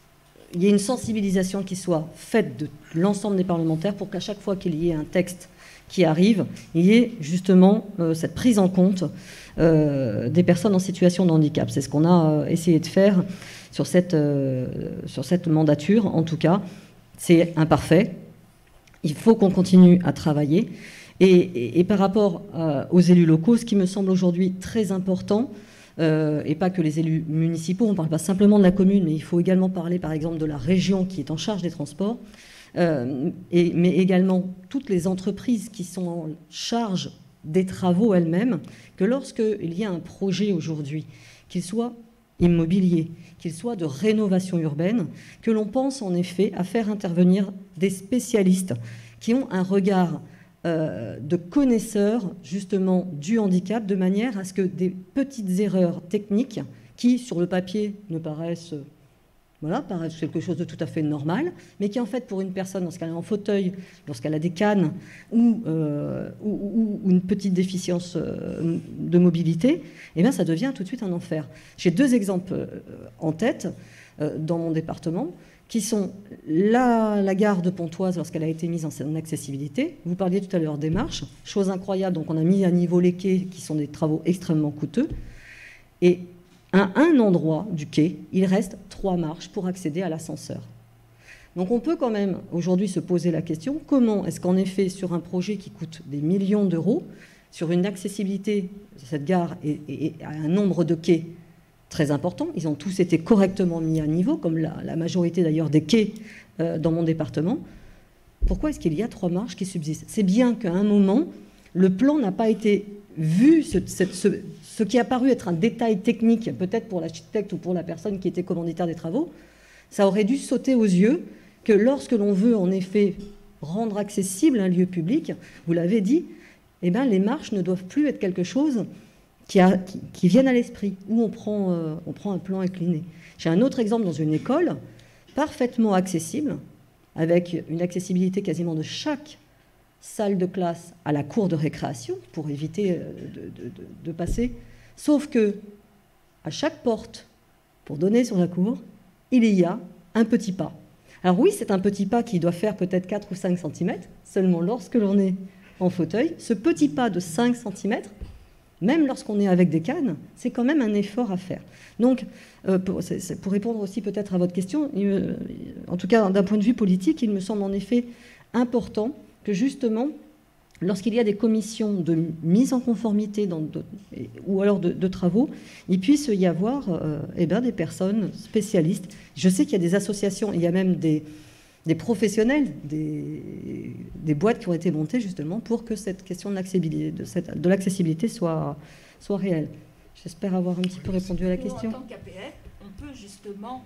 y ait une sensibilisation qui soit faite de l'ensemble des parlementaires pour qu'à chaque fois qu'il y ait un texte qui arrive, il y ait justement euh, cette prise en compte euh, des personnes en situation de handicap. C'est ce qu'on a euh, essayé de faire sur cette, euh, sur cette mandature, en tout cas. C'est imparfait. Il faut qu'on continue à travailler. Et, et, et par rapport euh, aux élus locaux, ce qui me semble aujourd'hui très important, euh, et pas que les élus municipaux, on ne parle pas simplement de la commune, mais il faut également parler par exemple de la région qui est en charge des transports, Euh, et, mais également toutes les entreprises qui sont en charge des travaux elles-mêmes, que lorsqu'il y a un projet aujourd'hui, qu'il soit immobilier, qu'il soit de rénovation urbaine, que l'on pense en effet à faire intervenir des spécialistes qui ont un regard euh, de connaisseurs justement du handicap, de manière à ce que des petites erreurs techniques qui, sur le papier, ne paraissent... Voilà, paraît quelque chose de tout à fait normal, mais qui en fait pour une personne, lorsqu'elle est en fauteuil, lorsqu'elle a des cannes ou, euh, ou, ou, ou une petite déficience euh, de mobilité, eh bien ça devient tout de suite un enfer. J'ai deux exemples euh, en tête euh, dans mon département, qui sont la, la gare de Pontoise lorsqu'elle a été mise en, en accessibilité. Vous parliez tout à l'heure des marches, chose incroyable, donc on a mis à niveau les quais qui sont des travaux extrêmement coûteux, et à un endroit du quai, il reste trois marches pour accéder à l'ascenseur. Donc on peut quand même aujourd'hui se poser la question, comment est-ce qu'en effet, sur un projet qui coûte des millions d'euros, sur une accessibilité de cette gare et, et, et un nombre de quais très important, ils ont tous été correctement mis à niveau, comme la, la majorité d'ailleurs des quais euh, dans mon département, pourquoi est-ce qu'il y a trois marches qui subsistent? C'est bien qu'à un moment, le plan n'a pas été vu, ce, cette, ce, ce qui a paru être un détail technique, peut-être pour l'architecte ou pour la personne qui était commanditaire des travaux, ça aurait dû sauter aux yeux que lorsque l'on veut en effet rendre accessible un lieu public, vous l'avez dit, eh bien, les marches ne doivent plus être quelque chose qui, a, qui, qui vienne à l'esprit, où on prend, euh, on prend un plan incliné. J'ai un autre exemple dans une école, parfaitement accessible, avec une accessibilité quasiment de chaque salle de classe à la cour de récréation pour éviter de, de, de, de passer. Sauf que à chaque porte, pour donner sur la cour, il y a un petit pas. Alors oui, c'est un petit pas qui doit faire peut-être quatre ou cinq centimètres, seulement lorsque l'on est en fauteuil. Ce petit pas de cinq centimètres, même lorsqu'on est avec des cannes, c'est quand même un effort à faire. Donc, euh, pour, c'est, c'est pour répondre aussi peut-être à votre question, il, en tout cas d'un point de vue politique, il me semble en effet important que justement, lorsqu'il y a des commissions de mise en conformité dans de, ou alors de, de travaux, il puisse y avoir euh, eh bien, des personnes spécialistes. Je sais qu'il y a des associations, il y a même des, des professionnels, des, des boîtes qui ont été montées justement pour que cette question de l'accessibilité, de, cette, de l'accessibilité soit, soit réelle. J'espère avoir un petit peu répondu à la question. Nous, en tant qu'A P F, on peut justement,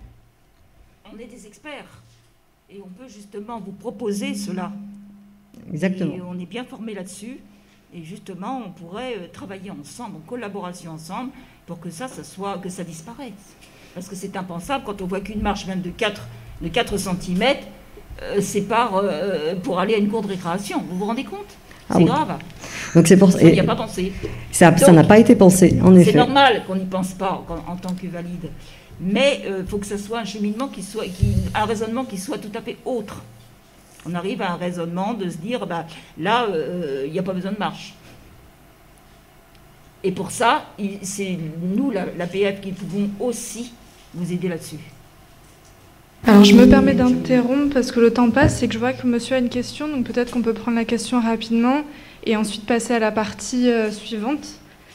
on est des experts, et on peut justement vous proposer cela. Exactement. Et on est bien formé là-dessus. Et justement, on pourrait travailler ensemble, en collaboration ensemble, pour que ça, ça soit, que ça disparaisse. Parce que c'est impensable, quand on voit qu'une marche même de quatre, de quatre centimètres euh, sépare euh, pour aller à une cour de récréation. Vous vous rendez compte? C'est ah oui. grave. Donc c'est pour ça. Il n'y a pas pensé. Ça n'a pas été pensé, en effet. C'est normal qu'on n'y pense pas en, en tant que valide. Mais il euh, faut que ce soit un cheminement qui soit, qui, un raisonnement qui soit tout à fait autre. On arrive à un raisonnement de se dire, bah, là, il euh, n'y a pas besoin de marche. Et pour ça, c'est nous, la, la P F, qui pouvons aussi vous aider là-dessus. Alors je me permets d'interrompre parce que le temps passe et que je vois que monsieur a une question, donc peut-être qu'on peut prendre la question rapidement et ensuite passer à la partie euh, suivante.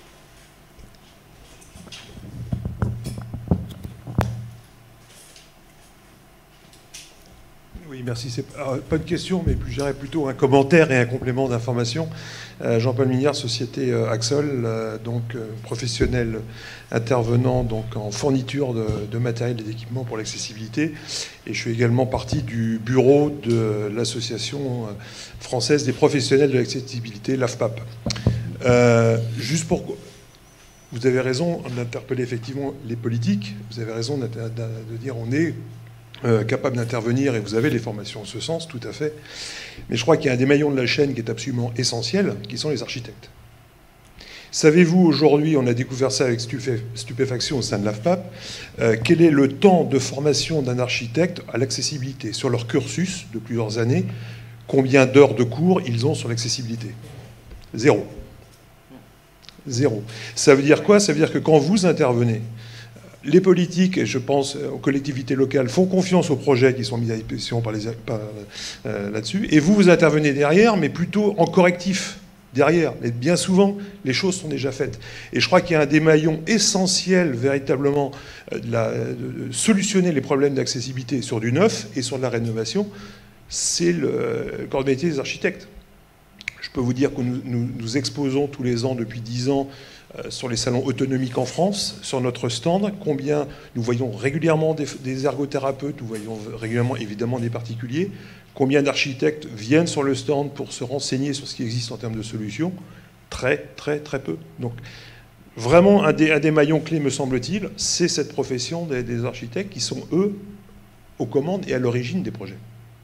Oui, merci. C'est pas une question, mais je dirais plutôt un commentaire et un complément d'information. Euh, Jean-Paul Mignard, société euh, Axol, euh, donc euh, professionnel intervenant donc en fourniture de, de matériel et d'équipement pour l'accessibilité. Et je suis également partie du bureau de l'association française des professionnels de l'accessibilité, l'A F P A P. Euh, juste pour... Vous avez raison d'interpeller effectivement les politiques. Vous avez raison de, de, de dire on est euh, capable d'intervenir et vous avez les formations en ce sens, tout à fait. Mais je crois qu'il y a un des maillons de la chaîne qui est absolument essentiel, qui sont les architectes. Savez-vous, aujourd'hui, on a découvert ça avec stupé, stupéfaction au sein de l'A F P A P, euh, quel est le temps de formation d'un architecte à l'accessibilité sur leur cursus de plusieurs années? Combien d'heures de cours ils ont sur l'accessibilité? Zéro. Zéro. Ça veut dire quoi? Ça veut dire que quand vous intervenez, les politiques, et je pense aux collectivités locales, font confiance aux projets qui sont mis à disposition par les, par, euh, là-dessus, et vous, vous intervenez derrière, mais plutôt en correctif derrière. Mais bien souvent, les choses sont déjà faites. Et je crois qu'il y a un des maillons essentiels, véritablement, de, la, de solutionner les problèmes d'accessibilité sur du neuf et sur de la rénovation, c'est le corps de métier des architectes. Je peux vous dire que nous, nous, nous exposons tous les ans, depuis dix ans, euh, sur les salons autonomiques en France, sur notre stand, combien nous voyons régulièrement des, des ergothérapeutes, nous voyons régulièrement évidemment des particuliers, combien d'architectes viennent sur le stand pour se renseigner sur ce qui existe en termes de solutions? Très, très, très peu. Donc, vraiment, un des, un des maillons clés, me semble-t-il, c'est cette profession des, des architectes qui sont, eux, aux commandes et à l'origine des projets.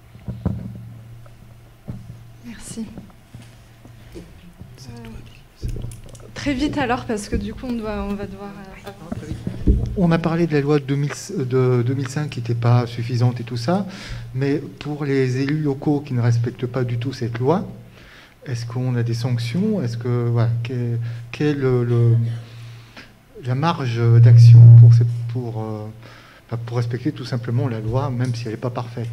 Merci. Très vite alors, parce que du coup, on, doit, on va devoir... Euh... On a parlé de la loi de, deux mille, de deux mille cinq qui n'était pas suffisante et tout ça, mais pour les élus locaux qui ne respectent pas du tout cette loi, est-ce qu'on a des sanctions? Est-ce que, voilà, quelle est le, le, la marge d'action pour, pour, euh, pour respecter tout simplement la loi, même si elle n'est pas parfaite?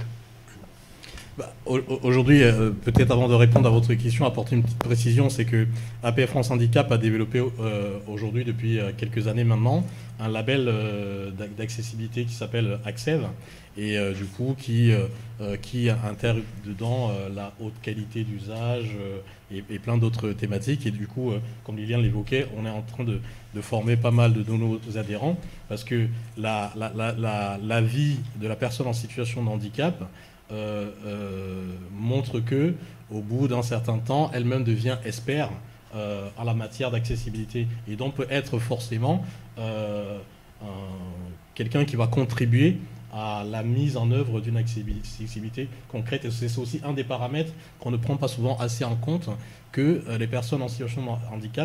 Bah, aujourd'hui, euh, peut-être avant de répondre à votre question, apporter une petite précision, c'est que A P F France Handicap a développé euh, aujourd'hui, depuis euh, quelques années maintenant, un label euh, d'accessibilité qui s'appelle Accève, et euh, du coup qui, euh, qui intègre dedans euh, la haute qualité d'usage euh, et, et plein d'autres thématiques. Et du coup, euh, comme Liliane l'évoquait, on est en train de, de former pas mal de, de nos adhérents, parce que la, la, la, la, la vie de la personne en situation de handicap Euh, euh, montre que, au bout d'un certain temps, elle-même devient expert euh, en la matière d'accessibilité, et donc peut être forcément euh, quelqu'un qui va contribuer à la mise en œuvre d'une accessibilité concrète. Et c'est aussi un des paramètres qu'on ne prend pas souvent assez en compte, que euh, les personnes en situation de handicap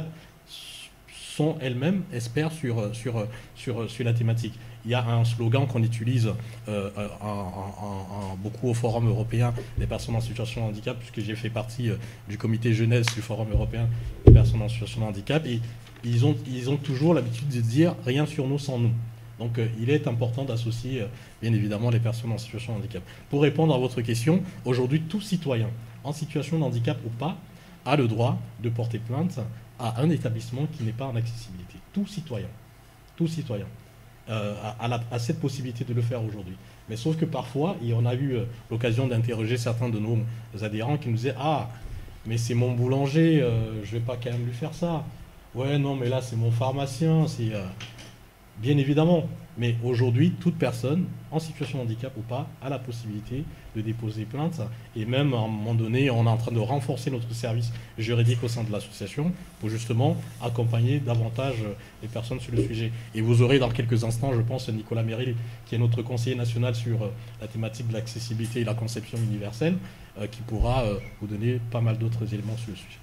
sont elles-mêmes experts sur, sur, sur, sur la thématique. Il y a un slogan qu'on utilise euh, en, en, en, beaucoup au Forum européen des personnes en situation de handicap, puisque j'ai fait partie euh, du comité jeunesse du Forum européen des personnes en situation de handicap, et ils ont, ils ont toujours l'habitude de dire « rien sur nous sans nous ». Donc euh, il est important d'associer euh, bien évidemment les personnes en situation de handicap. Pour répondre à votre question, aujourd'hui tout citoyen en situation de handicap ou pas a le droit de porter plainte à un établissement qui n'est pas en accessibilité. Tout citoyen. Tout citoyen. Euh, à, la, à cette possibilité de le faire aujourd'hui. Mais sauf que parfois, et on a eu euh, l'occasion d'interroger certains de nos adhérents qui nous disaient « Ah, mais c'est mon boulanger, euh, je ne vais pas quand même lui faire ça. Ouais, non, mais là, c'est mon pharmacien. c'est euh... » Bien évidemment, mais aujourd'hui, toute personne, en situation de handicap ou pas, a la possibilité de déposer plainte. Et même, à un moment donné, on est en train de renforcer notre service juridique au sein de l'association pour justement accompagner davantage les personnes sur le sujet. Et vous aurez dans quelques instants, je pense, Nicolas Méril, qui est notre conseiller national sur la thématique de l'accessibilité et la conception universelle, euh, qui pourra euh, vous donner pas mal d'autres éléments sur le sujet.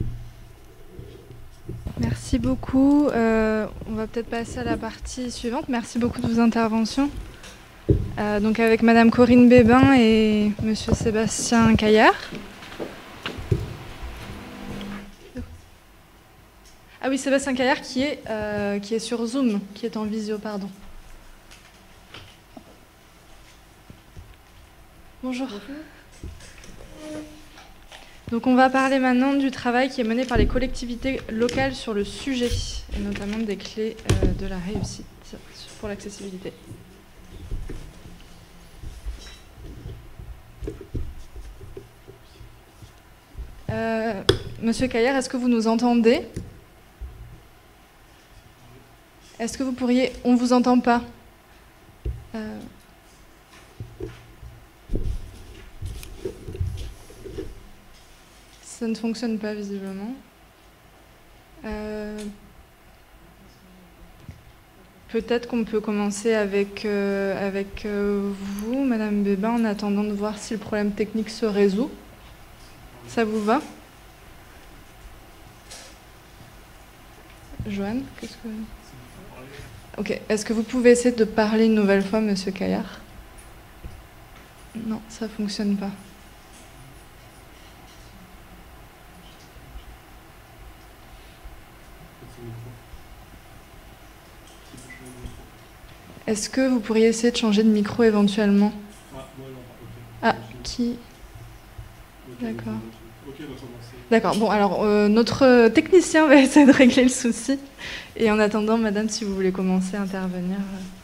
Merci beaucoup. Euh, on va peut-être passer à la partie suivante. Merci beaucoup de vos interventions. Euh, donc avec Madame Corinne Bébin et Monsieur Sébastien Caillard. Ah oui, Sébastien Caillard qui est, euh, qui est sur Zoom, qui est en visio, pardon. Bonjour. Donc on va parler maintenant du travail qui est mené par les collectivités locales sur le sujet, et notamment des clés euh, de la réussite pour l'accessibilité. Euh, Monsieur Caillard, est-ce que vous nous entendez? Est-ce que vous pourriez... On ne vous entend pas. Euh... Ça ne fonctionne pas visiblement. Euh... Peut-être qu'on peut commencer avec, euh, avec euh, vous, Madame Bébin, en attendant de voir si le problème technique se résout. Ça vous va? Joanne, qu'est-ce que... Ok, est-ce que vous pouvez essayer de parler une nouvelle fois, Monsieur Caillard? Non, ça ne fonctionne pas. Est-ce que vous pourriez essayer de changer de micro éventuellement? Ah, qui? D'accord. D'accord, bon, alors euh, notre technicien va essayer de régler le souci. Et en attendant, madame, si vous voulez commencer à intervenir.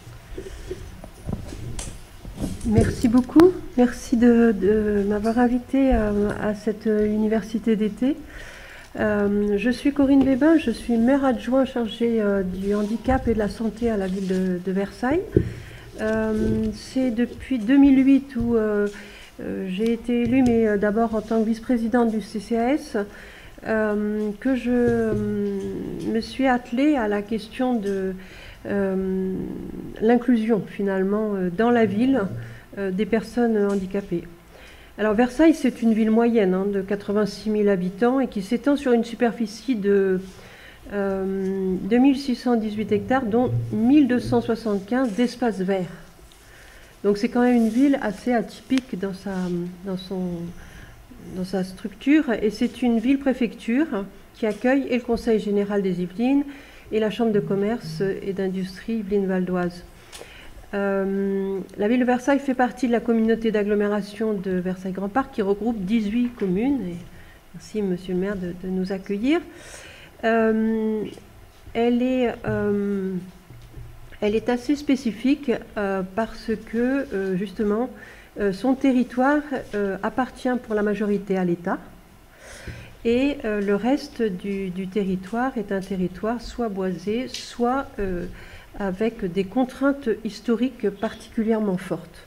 Merci beaucoup. Merci de, de m'avoir invité à, à cette université d'été. Euh, je suis Corinne Bébin, je suis maire adjoint chargée euh, du handicap et de la santé à la ville de, de Versailles. Euh, C'est depuis deux mille huit où euh, euh, j'ai été élue, mais euh, d'abord en tant que vice-présidente du C C A S, euh, que je euh, me suis attelée à la question de euh, l'inclusion finalement euh, dans la ville euh, des personnes handicapées. Alors Versailles, c'est une ville moyenne hein, de quatre-vingt-six mille habitants et qui s'étend sur une superficie de euh, deux mille six cent dix-huit hectares, dont mille deux cent soixante-quinze d'espaces verts. Donc c'est quand même une ville assez atypique dans sa, dans son, dans sa structure, et c'est une ville-préfecture qui accueille et le Conseil général des Yvelines et la Chambre de commerce et d'industrie Yvelines-Val d'Oise. Euh, la ville de Versailles fait partie de la communauté d'agglomération de Versailles-Grand Parc qui regroupe dix-huit communes. Et merci Monsieur le maire de, de nous accueillir. Euh, elle, est, euh, elle est assez spécifique euh, parce que euh, justement euh, son territoire euh, appartient pour la majorité à l'État et euh, le reste du, du territoire est un territoire soit boisé, soit euh, avec des contraintes historiques particulièrement fortes.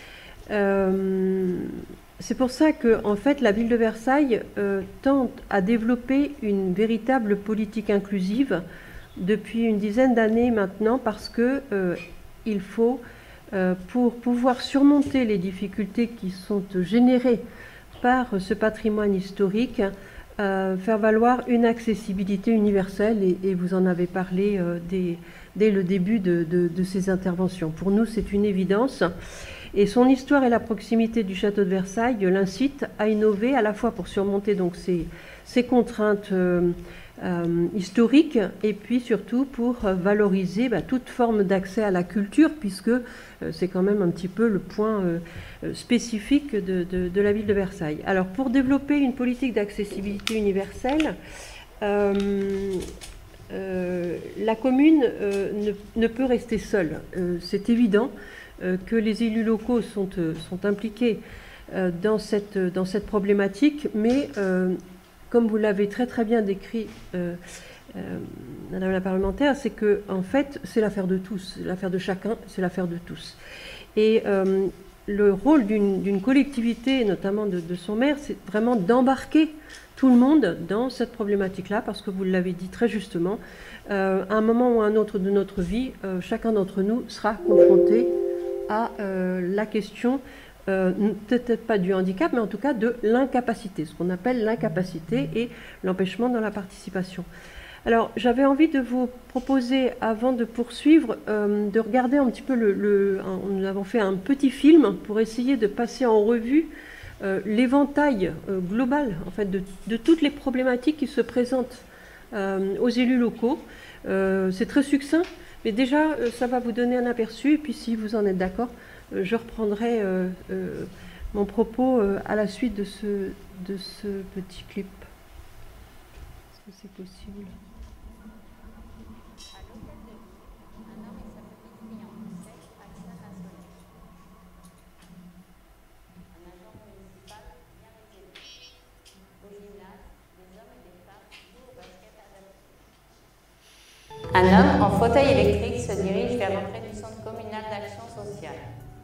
Euh, c'est pour ça que, en fait, la ville de Versailles euh, tente à développer une véritable politique inclusive depuis une dizaine d'années maintenant, parce que euh, il faut, euh, pour pouvoir surmonter les difficultés qui sont générées par ce patrimoine historique, euh, faire valoir une accessibilité universelle, et, et vous en avez parlé euh, des dès le début de, de, de ces interventions. Pour nous, c'est une évidence. Et son histoire et la proximité du château de Versailles l'incitent à innover, à la fois pour surmonter donc ces, ces contraintes euh, euh, historiques, et puis surtout pour valoriser bah, toute forme d'accès à la culture, puisque euh, c'est quand même un petit peu le point euh, spécifique de, de, de la ville de Versailles. Alors, pour développer une politique d'accessibilité universelle, euh, Euh, la commune euh, ne, ne peut rester seule. Euh, c'est évident euh, que les élus locaux sont, euh, sont impliqués euh, dans, cette, dans cette problématique, mais euh, comme vous l'avez très très bien décrit, euh, euh, Madame la parlementaire, c'est que en fait c'est l'affaire de tous, c'est l'affaire de chacun, c'est l'affaire de tous. Et euh, le rôle d'une collectivité, notamment de, de son maire, c'est vraiment d'embarquer tout le monde dans cette problématique-là, parce que vous l'avez dit très justement, euh, à un moment ou à un autre de notre vie, euh, chacun d'entre nous sera confronté à euh, la question, euh, peut-être pas du handicap, mais en tout cas de l'incapacité, ce qu'on appelle l'incapacité et l'empêchement dans la participation. Alors, j'avais envie de vous proposer, avant de poursuivre, euh, de regarder un petit peu le, le... Nous avons fait un petit film pour essayer de passer en revue Euh, l'éventail euh, global en fait, de, de toutes les problématiques qui se présentent euh, aux élus locaux. Euh, c'est très succinct, mais déjà euh, ça va vous donner un aperçu, et puis si vous en êtes d'accord, euh, je reprendrai euh, euh, mon propos euh, à la suite de ce, de ce petit clip. Est-ce que c'est possible ? Un homme en fauteuil électrique se dirige vers l'entrée du centre communal d'action sociale.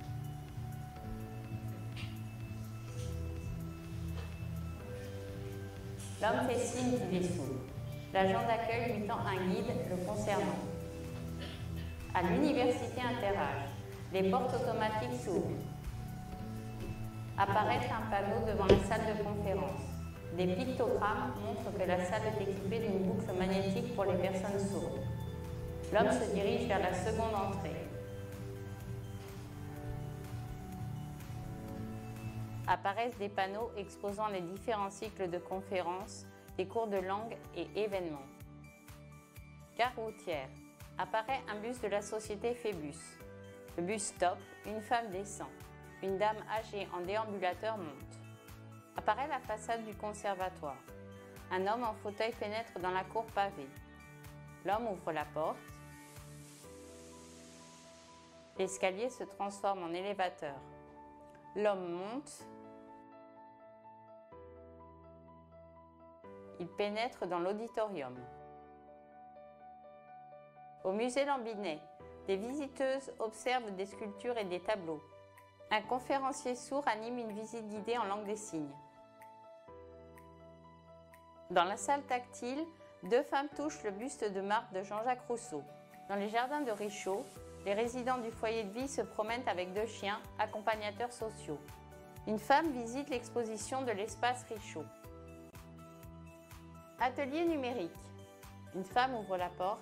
L'homme fait signe qu'il est sourd. L'agent d'accueil lui tend un guide le concernant. À l'université Interage, les portes automatiques s'ouvrent. Apparaît un panneau devant la salle de conférence. Des pictogrammes montrent que la salle est équipée d'une boucle magnétique pour les personnes sourdes. L'homme se dirige vers la seconde entrée. Apparaissent des panneaux exposant les différents cycles de conférences, des cours de langue et événements. Gare routière. Apparaît un bus de la société Phébus. Le bus stoppe, une femme descend. Une dame âgée en déambulateur monte. Apparaît la façade du conservatoire. Un homme en fauteuil pénètre dans la cour pavée. L'homme ouvre la porte. L'escalier se transforme en élévateur. L'homme monte. Il pénètre dans l'auditorium. Au musée Lambinet, des visiteuses observent des sculptures et des tableaux. Un conférencier sourd anime une visite guidée en langue des signes. Dans la salle tactile, deux femmes touchent le buste de marbre de Jean-Jacques Rousseau. Dans les jardins de Richaud, les résidents du foyer de vie se promènent avec deux chiens, accompagnateurs sociaux. Une femme visite l'exposition de l'espace Richaud. Atelier numérique. Une femme ouvre la porte.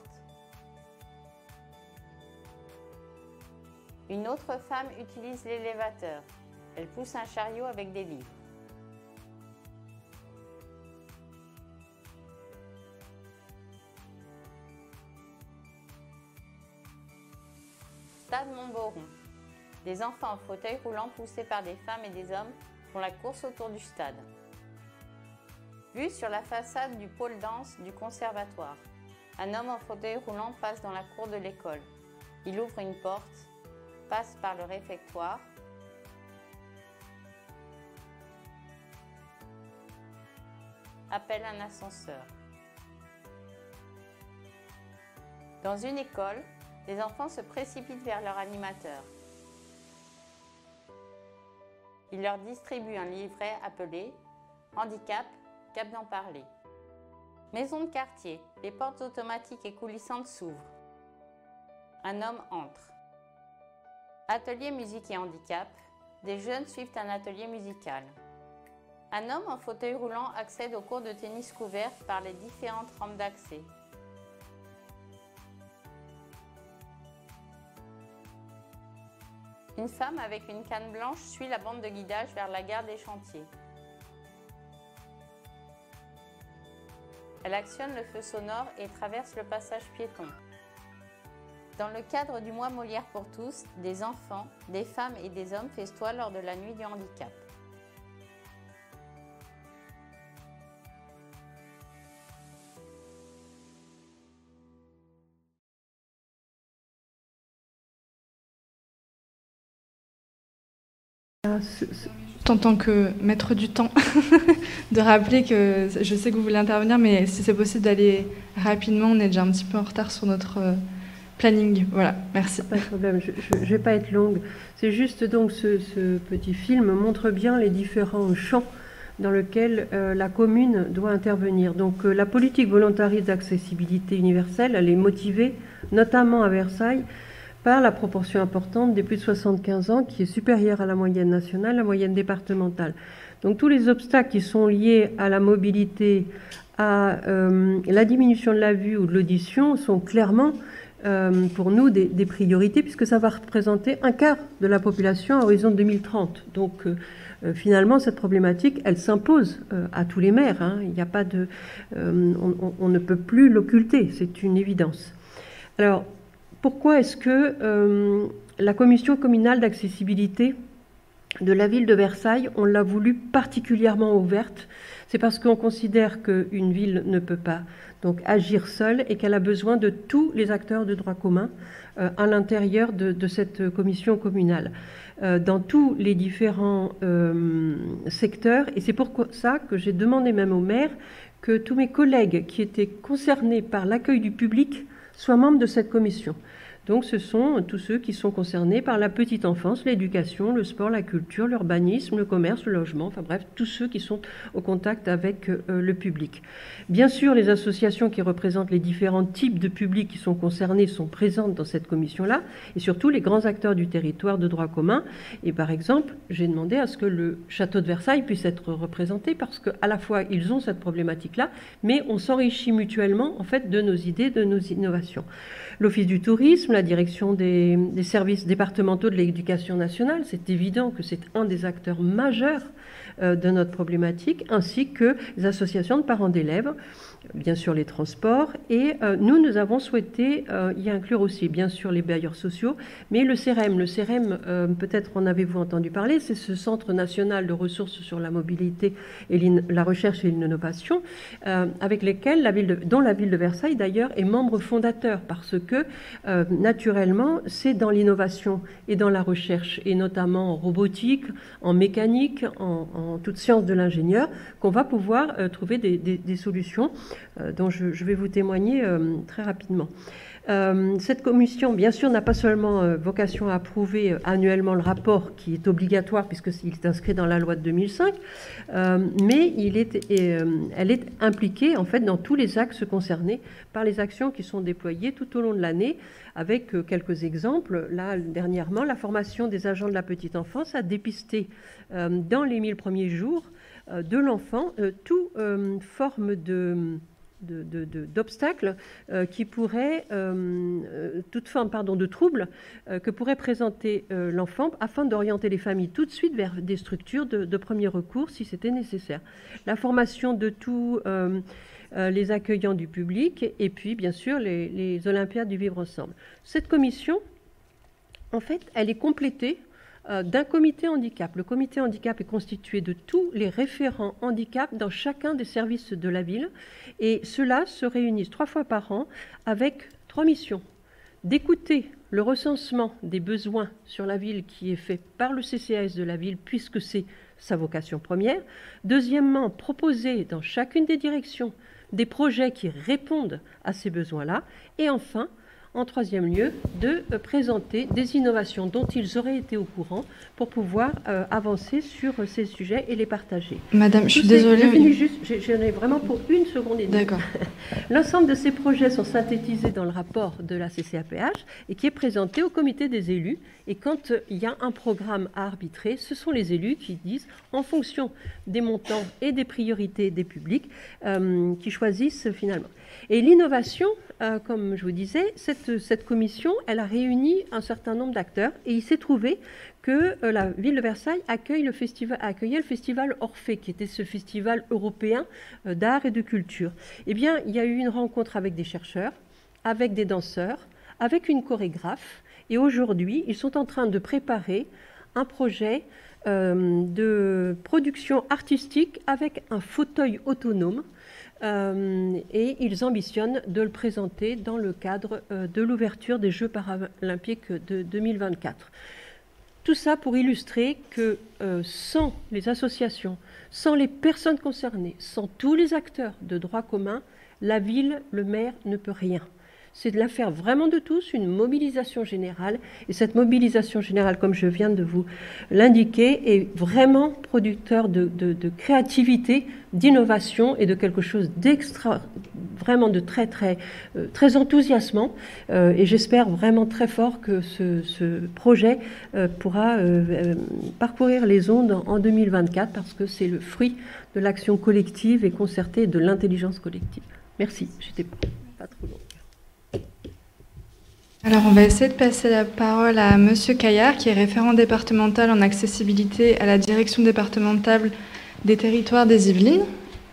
Une autre femme utilise l'élévateur. Elle pousse un chariot avec des livres. Stade Montboron. Des enfants en fauteuil roulant poussés par des femmes et des hommes font la course autour du stade. Vue sur la façade du pôle danse du conservatoire. Un homme en fauteuil roulant passe dans la cour de l'école. Il ouvre une porte, passe par le réfectoire, appelle un ascenseur. Dans une école, les enfants se précipitent vers leur animateur. Il leur distribue un livret appelé « Handicap, cap d'en parler ». Maison de quartier, les portes automatiques et coulissantes s'ouvrent. Un homme entre. Atelier musique et handicap, des jeunes suivent un atelier musical. Un homme en fauteuil roulant accède aux cours de tennis couverts par les différentes rampes d'accès. Une femme avec une canne blanche suit la bande de guidage vers la gare des Chantiers. Elle actionne le feu sonore et traverse le passage piéton. Dans le cadre du mois Molière pour tous, des enfants, des femmes et des hommes festoient lors de la nuit du handicap. En tant que maître du temps, de rappeler que je sais que vous voulez intervenir, mais si c'est possible d'aller rapidement, on est déjà un petit peu en retard sur notre planning. Voilà, merci. Pas de problème, je ne vais pas être longue. C'est juste donc ce, ce petit film montre bien les différents champs dans lesquels euh, la commune doit intervenir. Donc euh, la politique volontariste d'accessibilité universelle, elle est motivée, notamment à Versailles, par la proportion importante des plus de soixante-quinze ans qui est supérieure à la moyenne nationale, la moyenne départementale. Donc tous les obstacles qui sont liés à la mobilité, à euh, la diminution de la vue ou de l'audition sont clairement euh, pour nous des, des priorités puisque ça va représenter un quart de la population à horizon deux mille trente. Donc euh, euh, finalement cette problématique, elle s'impose euh, à tous les maires. Hein. Il n'y a pas de, euh, on, on ne peut plus l'occulter, c'est une évidence. Alors pourquoi est-ce que euh, la commission communale d'accessibilité de la ville de Versailles, on l'a voulu particulièrement ouverte. C'est parce qu'on considère qu'une ville ne peut pas donc agir seule et qu'elle a besoin de tous les acteurs de droit commun euh, à l'intérieur de, de cette commission communale, euh, dans tous les différents euh, secteurs. Et c'est pour ça que j'ai demandé même au maire que tous mes collègues qui étaient concernés par l'accueil du public soient membres de cette commission. Donc ce sont tous ceux qui sont concernés par la petite enfance, l'éducation, le sport, la culture, l'urbanisme, le commerce, le logement, enfin bref, tous ceux qui sont au contact avec euh, le public. Bien sûr, les associations qui représentent les différents types de publics qui sont concernés sont présentes dans cette commission-là, et surtout les grands acteurs du territoire de droit commun. Et par exemple, j'ai demandé à ce que le château de Versailles puisse être représenté, parce qu'à la fois, ils ont cette problématique-là, mais on s'enrichit mutuellement, en fait, de nos idées, de nos innovations. L'Office du tourisme, la direction des, des services départementaux de l'éducation nationale, c'est évident que c'est un des acteurs majeurs euh, de notre problématique, ainsi que les associations de parents d'élèves, bien sûr les transports, et euh, nous, nous avons souhaité euh, y inclure aussi, bien sûr, les bailleurs sociaux, mais le C R E M. Le C R E M, euh, peut-être en avez-vous entendu parler, c'est ce Centre national de ressources sur la mobilité et la recherche et l'innovation, euh, avec lesquels la ville de, dont la ville de Versailles, d'ailleurs, est membre fondateur, parce que, euh, naturellement, c'est dans l'innovation et dans la recherche, et notamment en robotique, en mécanique, en, en toute science de l'ingénieur, qu'on va pouvoir euh, trouver des, des, des solutions euh, dont je, je vais vous témoigner euh, très rapidement. Euh, cette commission, bien sûr, n'a pas seulement euh, vocation à approuver euh, annuellement le rapport, qui est obligatoire puisqu'il est inscrit dans la loi de deux mille cinq, euh, mais il est, et, euh, elle est impliquée en fait dans tous les axes concernés par les actions qui sont déployées tout au long de l'année, avec euh, quelques exemples. Là, dernièrement, la formation des agents de la petite enfance a dépisté euh, dans les mille premiers jours euh, de l'enfant euh, toute euh, forme de De, de, de, d'obstacles euh, qui pourraient, euh, toute forme pardon, de troubles euh, que pourrait présenter euh, l'enfant, afin d'orienter les familles tout de suite vers des structures de, de premier recours si c'était nécessaire. La formation de tous euh, euh, les accueillants du public, et puis bien sûr les, les Olympiades du vivre ensemble. Cette commission, en fait, elle est complétée d'un comité handicap. Le comité handicap est constitué de tous les référents handicap dans chacun des services de la ville, et ceux-là se réunissent trois fois par an avec trois missions. D'écouter le recensement des besoins sur la ville qui est fait par le C C A S de la ville, puisque c'est sa vocation première. Deuxièmement, proposer dans chacune des directions des projets qui répondent à ces besoins-là. Et enfin, en troisième lieu, de euh, présenter des innovations dont ils auraient été au courant pour pouvoir euh, avancer sur euh, ces sujets et les partager. Madame, je suis ces, désolée. Je finis juste, j'en ai vraiment pour une seconde et demie. D'accord. L'ensemble de ces projets sont synthétisés dans le rapport de la C C A P H et qui est présenté au comité des élus. Et quand euh, il y a un programme à arbitrer, ce sont les élus qui disent, en fonction des montants et des priorités des publics, euh, qui choisissent euh, finalement. Et l'innovation, euh, comme je vous disais, cette, cette commission, elle a réuni un certain nombre d'acteurs, et il s'est trouvé que euh, la ville de Versailles accueille le festival, accueillait le festival Orphée, qui était ce festival européen euh, d'art et de culture. Eh bien, il y a eu une rencontre avec des chercheurs, avec des danseurs, avec une chorégraphe, et aujourd'hui, ils sont en train de préparer un projet euh, de production artistique avec un fauteuil autonome. Euh, et ils ambitionnent de le présenter dans le cadre euh, de l'ouverture des Jeux paralympiques de deux mille vingt-quatre. Tout ça pour illustrer que euh, sans les associations, sans les personnes concernées, sans tous les acteurs de droit commun, la ville, le maire ne peut rien. C'est de l'affaire vraiment de tous, une mobilisation générale. Et cette mobilisation générale, comme je viens de vous l'indiquer, est vraiment producteur de, de, de créativité, d'innovation et de quelque chose d'extra, vraiment de très, très, euh, très enthousiasmant. Euh, et j'espère vraiment très fort que ce, ce projet euh, pourra euh, euh, parcourir les ondes en, en deux mille vingt-quatre, parce que c'est le fruit de l'action collective et concertée, de l'intelligence collective. Merci, j'étais pas, pas trop long. Alors, on va essayer de passer la parole à Monsieur Caillard, qui est référent départemental en accessibilité à la direction départementale des territoires des Yvelines.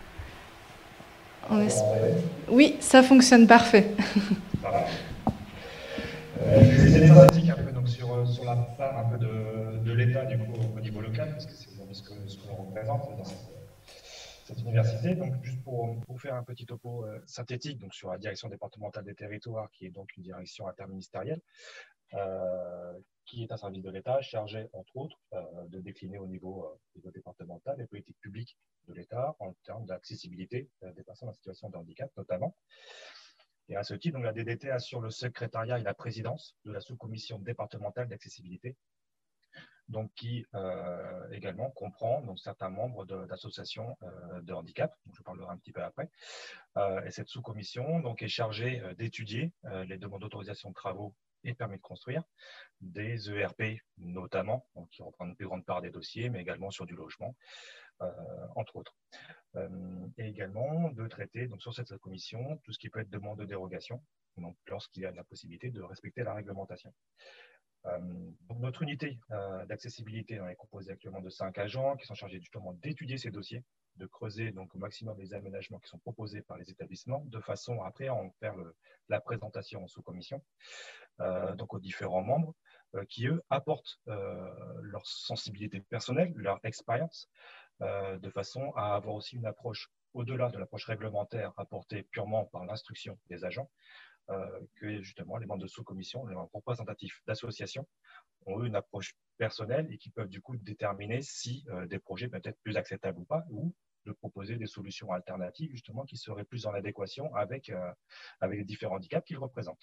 On est... Oui, ça fonctionne parfait. euh, je vais essayer de synthétique un peu donc, sur, sur la la part un peu de, de l'État du coup au niveau local, parce que c'est aujourd'hui ce que, ce que l'on représente dans cette, cette université. Donc juste pour, pour faire un petit topo euh, synthétique donc, sur la direction départementale des territoires, qui est donc une direction interministérielle, euh, qui est un service de l'État chargé, entre autres, euh, de décliner au niveau, euh, niveau départemental les politiques publiques de l'État en termes d'accessibilité euh, des personnes en situation de handicap, notamment. Et à ce titre, donc, la D D T assure le secrétariat et la présidence de la sous-commission départementale d'accessibilité, donc qui euh, également comprend donc, certains membres d'associations de, euh, de handicap, donc je parlerai un petit peu après. Euh, et cette sous-commission donc, est chargée euh, d'étudier euh, les demandes d'autorisation de travaux et permis de construire, des E R P notamment, donc, qui reprennent une plus grande part des dossiers, mais également sur du logement, euh, entre autres. Euh, et également de traiter donc, sur cette commission tout ce qui peut être demande de dérogation, donc lorsqu'il y a la possibilité de respecter la réglementation. Euh, donc notre unité euh, d'accessibilité est composée actuellement de cinq agents qui sont chargés justement d'étudier ces dossiers, de creuser donc au maximum les aménagements qui sont proposés par les établissements, de façon après à en faire le, la présentation en sous-commission, euh, donc aux différents membres, euh, qui eux apportent euh, leur sensibilité personnelle, leur expérience, euh, de façon à avoir aussi une approche au-delà de l'approche réglementaire apportée purement par l'instruction des agents, Euh, que justement les membres de sous-commission, les membres représentatifs d'associations ont eu une approche personnelle et qui peuvent du coup déterminer si euh, des projets peuvent être plus acceptables ou pas, ou de proposer des solutions alternatives justement qui seraient plus en adéquation avec, euh, avec les différents handicaps qu'ils représentent.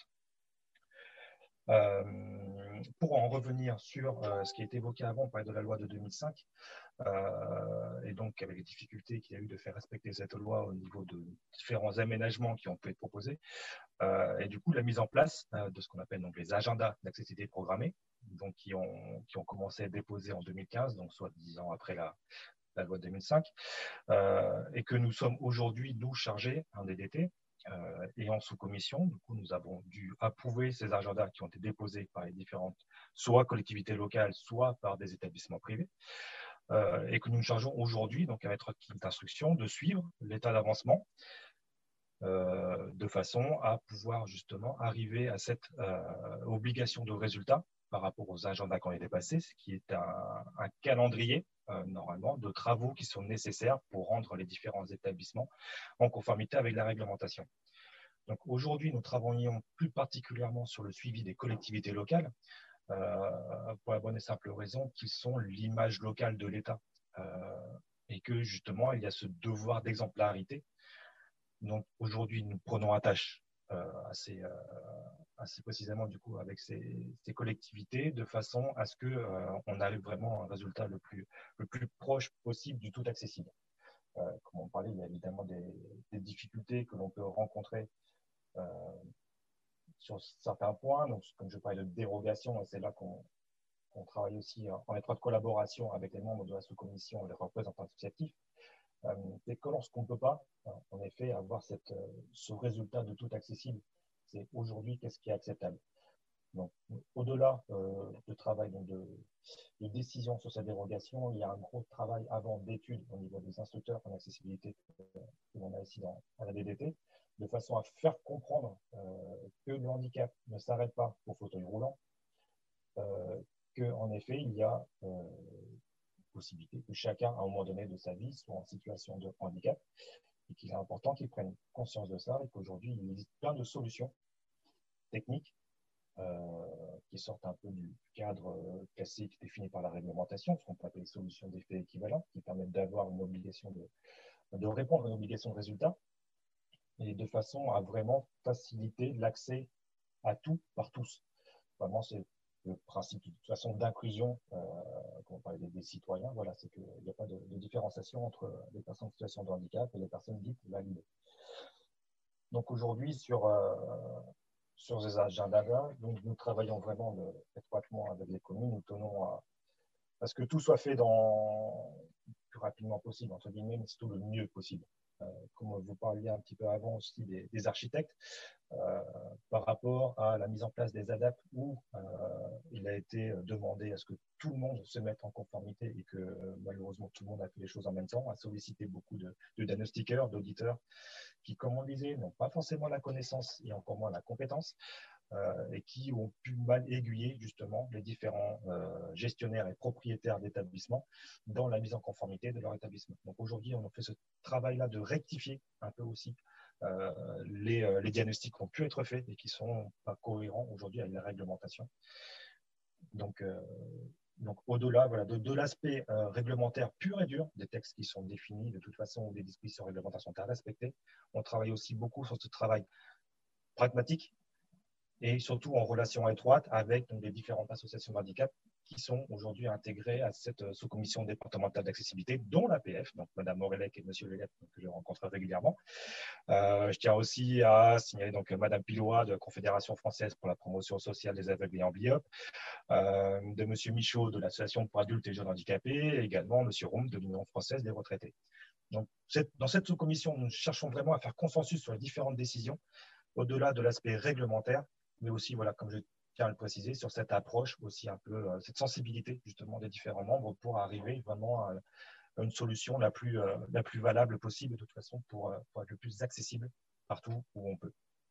Euh, pour en revenir sur euh, ce qui a été évoqué avant, on parlait de la loi de deux mille cinq, euh, et donc avec les difficultés qu'il y a eu de faire respecter cette loi au niveau de différents aménagements qui ont pu être proposés, euh, et du coup la mise en place euh, de ce qu'on appelle donc les agendas d'accessibilité programmée, donc qui ont, qui ont commencé à être déposés en deux mille quinze, donc soit dix ans après la, la loi de deux mille cinq, euh, et que nous sommes aujourd'hui, nous, chargés en D D T, Euh, et en sous-commission. Du coup, nous avons dû approuver ces agendas qui ont été déposés par les différentes, soit collectivités locales, soit par des établissements privés, euh, et que nous nous chargeons aujourd'hui, donc avec notre équipe d'instruction, de suivre l'état d'avancement, euh, de façon à pouvoir justement arriver à cette euh, obligation de résultat par rapport aux agendas qui ont été passés, ce qui est un, un calendrier Euh, normalement, de travaux qui sont nécessaires pour rendre les différents établissements en conformité avec la réglementation. Donc aujourd'hui, nous travaillons plus particulièrement sur le suivi des collectivités locales, euh, pour la bonne et simple raison qu'ils sont l'image locale de l'État, euh, et que justement, il y a ce devoir d'exemplarité. Donc aujourd'hui, nous prenons attache euh, assez, euh, assez précisément du coup avec ces, ces collectivités, de façon à ce que euh, on arrive vraiment à un résultat le plus, le plus proche possible du tout accessible. Euh, comme on parlait, il y a évidemment des, des difficultés que l'on peut rencontrer euh, sur certains points. Donc, comme je parlais de dérogation, et c'est là qu'on qu'on travaille aussi en étroite collaboration avec les membres de la sous-commission et les représentants associatifs. Euh, et que lorsqu'on ne peut pas, en effet, avoir cette, ce résultat de tout accessible, c'est aujourd'hui qu'est-ce qui est acceptable. Donc, au-delà euh, de travail donc de, de décision sur cette dérogation, il y a un gros travail avant d'études au niveau des instructeurs en accessibilité que l'on a ici dans, à la D D T, de façon à faire comprendre euh, que le handicap ne s'arrête pas au fauteuil roulant, euh, qu'en effet, il y a euh, possibilité que chacun, à un moment donné de sa vie, soit en situation de handicap, et qu'il est important qu'ils prennent conscience de ça, et qu'aujourd'hui, il existe plein de solutions techniques euh, qui sortent un peu du cadre classique défini par la réglementation, ce qu'on peut appeler solutions d'effet équivalent, qui permettent d'avoir une obligation de, de répondre à une obligation de résultat, et de façon à vraiment faciliter l'accès à tout par tous. Vraiment, c'est le principe de toute façon d'inclusion, euh, quand on parle des, des citoyens, voilà, c'est qu'il n'y a pas de, de différenciation entre les personnes en situation de handicap et les personnes dites validées. Donc aujourd'hui, sur, euh, sur ces agendas-là, nous travaillons vraiment de, étroitement avec les communes, nous tenons à, à ce que tout soit fait dans le plus rapidement possible, entre guillemets, mais surtout le mieux possible. Euh, comme vous parliez un petit peu avant aussi des, des architectes, euh, par rapport à la mise en place des A D A P où euh, il a été demandé à ce que tout le monde se mette en conformité et que euh, malheureusement tout le monde a fait les choses en même temps, a sollicité beaucoup de, de diagnostiqueurs, d'auditeurs qui, comme on le disait, n'ont pas forcément la connaissance et encore moins la compétence euh, et qui ont pu mal aiguiller justement les différents euh, gestionnaires et propriétaires d'établissements dans la mise en conformité de leur établissement. Donc aujourd'hui, on a fait ce travail-là de rectifier un peu aussi euh, les, euh, les diagnostics qui ont pu être faits et qui sont pas cohérents aujourd'hui avec la réglementation. Donc, euh, donc au-delà voilà, de, de l'aspect euh, réglementaire pur et dur, des textes qui sont définis de toute façon, des dispositions de réglementation à respecter, on travaille aussi beaucoup sur ce travail pragmatique et surtout en relation étroite avec donc, les différentes associations de handicap qui sont aujourd'hui intégrées à cette sous-commission départementale d'accessibilité, dont l'A P F, donc Mme Morelec et M. Lelette, que je rencontre régulièrement. Euh, je tiens aussi à signaler donc Mme Pilois de la Confédération française pour la promotion sociale des aveugles et amblyopes, euh, de M. Michaud de l'Association pour adultes et jeunes handicapés, et également M. Roum de l'Union française des retraités. Donc, cette, dans cette sous-commission, nous cherchons vraiment à faire consensus sur les différentes décisions, au-delà de l'aspect réglementaire, mais aussi, voilà, comme je tiens à le préciser, sur cette approche aussi un peu, euh, cette sensibilité justement des différents membres pour arriver vraiment à, à une solution la plus, euh, la plus valable possible de toute façon pour, euh, pour être le plus accessible partout où on peut.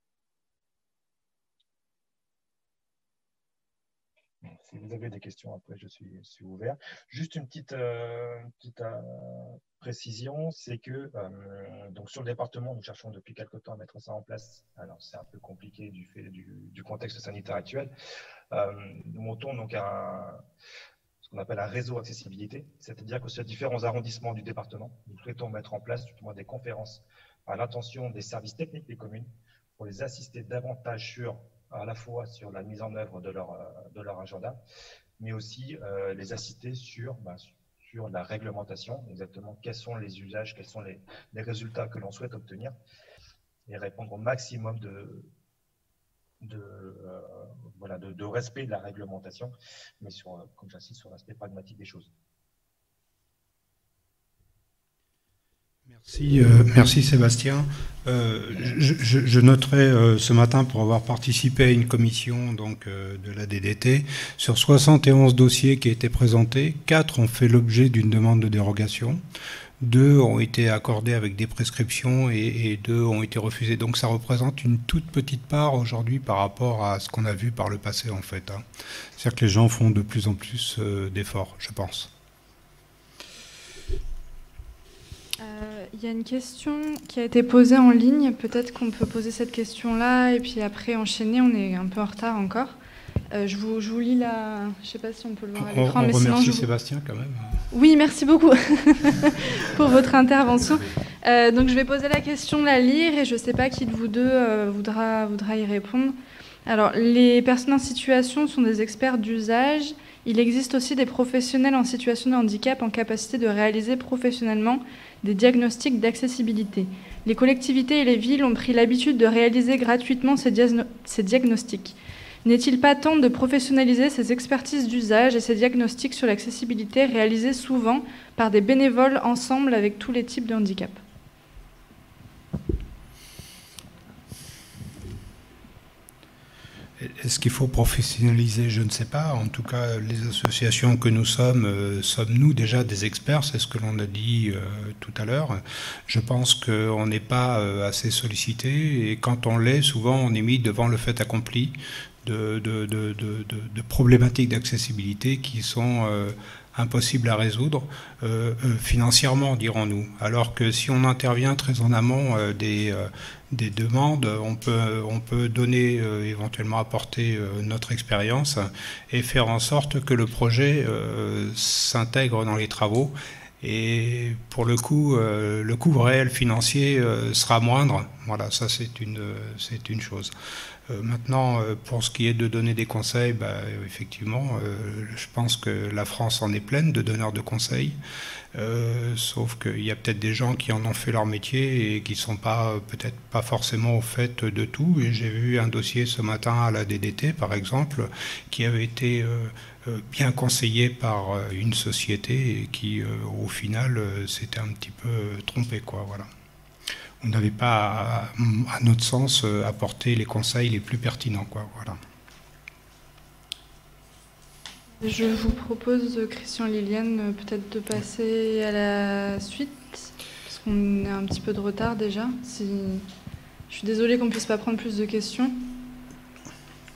Si vous avez des questions, après, je suis, je suis ouvert. Juste une petite, euh, une petite euh, précision, c'est que euh, donc sur le département, nous cherchons depuis quelque temps à mettre ça en place. Alors, c'est un peu compliqué du fait du, du contexte sanitaire actuel. Euh, nous montons donc un, ce qu'on appelle un réseau accessibilité, c'est-à-dire que sur différents arrondissements du département, nous souhaitons mettre en place justement des conférences à l'intention des services techniques des communes pour les assister davantage sur à la fois sur la mise en œuvre de leur, de leur agenda, mais aussi euh, les assister sur, ben, sur la réglementation, exactement quels sont les usages, quels sont les, les résultats que l'on souhaite obtenir, et répondre au maximum de, de, euh, voilà, de, de respect de la réglementation, mais sur, comme j'insiste, sur l'aspect pragmatique des choses. Merci, euh, merci Sébastien. Euh, je, je, je noterai euh, ce matin, pour avoir participé à une commission donc, euh, de la D D T, sur soixante et onze dossiers qui étaient présentés, quatre ont fait l'objet d'une demande de dérogation, deux ont été accordés avec des prescriptions et, et deux ont été refusés. Donc ça représente une toute petite part aujourd'hui par rapport à ce qu'on a vu par le passé en fait. Hein. C'est-à-dire que les gens font de plus en plus euh, d'efforts, je pense. Il euh, y a une question qui a été posée en ligne. Peut-être qu'on peut poser cette question-là et puis après enchaîner. On est un peu en retard encore. Euh, je, vous, je vous lis la... Je ne sais pas si on peut le voir à l'écran. On, on mais remercie sinon, je... Sébastien quand même. Oui, merci beaucoup pour votre intervention. Euh, donc je vais poser la question, la lire, et je ne sais pas qui de vous deux euh, voudra, voudra y répondre. Alors, les personnes en situation sont des experts d'usage. Il existe aussi des professionnels en situation de handicap en capacité de réaliser professionnellement des diagnostics d'accessibilité. Les collectivités et les villes ont pris l'habitude de réaliser gratuitement ces, diagno ces diagnostics. N'est-il pas temps de professionnaliser ces expertises d'usage et ces diagnostics sur l'accessibilité réalisés souvent par des bénévoles ensemble avec tous les types de handicap ? Est-ce qu'il faut professionnaliser? Je ne sais pas. En tout cas, les associations que nous sommes, euh, sommes-nous déjà des experts? C'est ce que l'on a dit euh, tout à l'heure. Je pense qu'on n'est pas euh, assez sollicité, et quand on l'est, souvent on est mis devant le fait accompli de, de, de, de, de, de problématiques d'accessibilité qui sont euh, impossibles à résoudre euh, euh, financièrement, dirons-nous. Alors que si on intervient très en amont euh, des... Euh, des demandes, on peut, on peut donner, euh, éventuellement apporter euh, notre expérience et faire en sorte que le projet euh, s'intègre dans les travaux. Et pour le coup, euh, le coût réel financier euh, sera moindre. Voilà, ça c'est une, c'est une chose. Euh, maintenant, euh, pour ce qui est de donner des conseils, bah, effectivement, euh, je pense que la France en est pleine de donneurs de conseils. Euh, sauf qu'il y a peut-être des gens qui en ont fait leur métier et qui ne sont pas peut-être pas forcément au fait de tout. Et j'ai vu un dossier ce matin à la D D T, par exemple, qui avait été euh, bien conseillé par une société et qui, euh, au final, euh, s'était un petit peu trompé, quoi. Voilà. On n'avait pas, à, à notre sens, apporté les conseils les plus pertinents, quoi. Voilà. Je vous propose, Christian, Liliane, peut-être de passer à la suite, parce qu'on est un petit peu de retard déjà. Si... Je suis désolée qu'on ne puisse pas prendre plus de questions.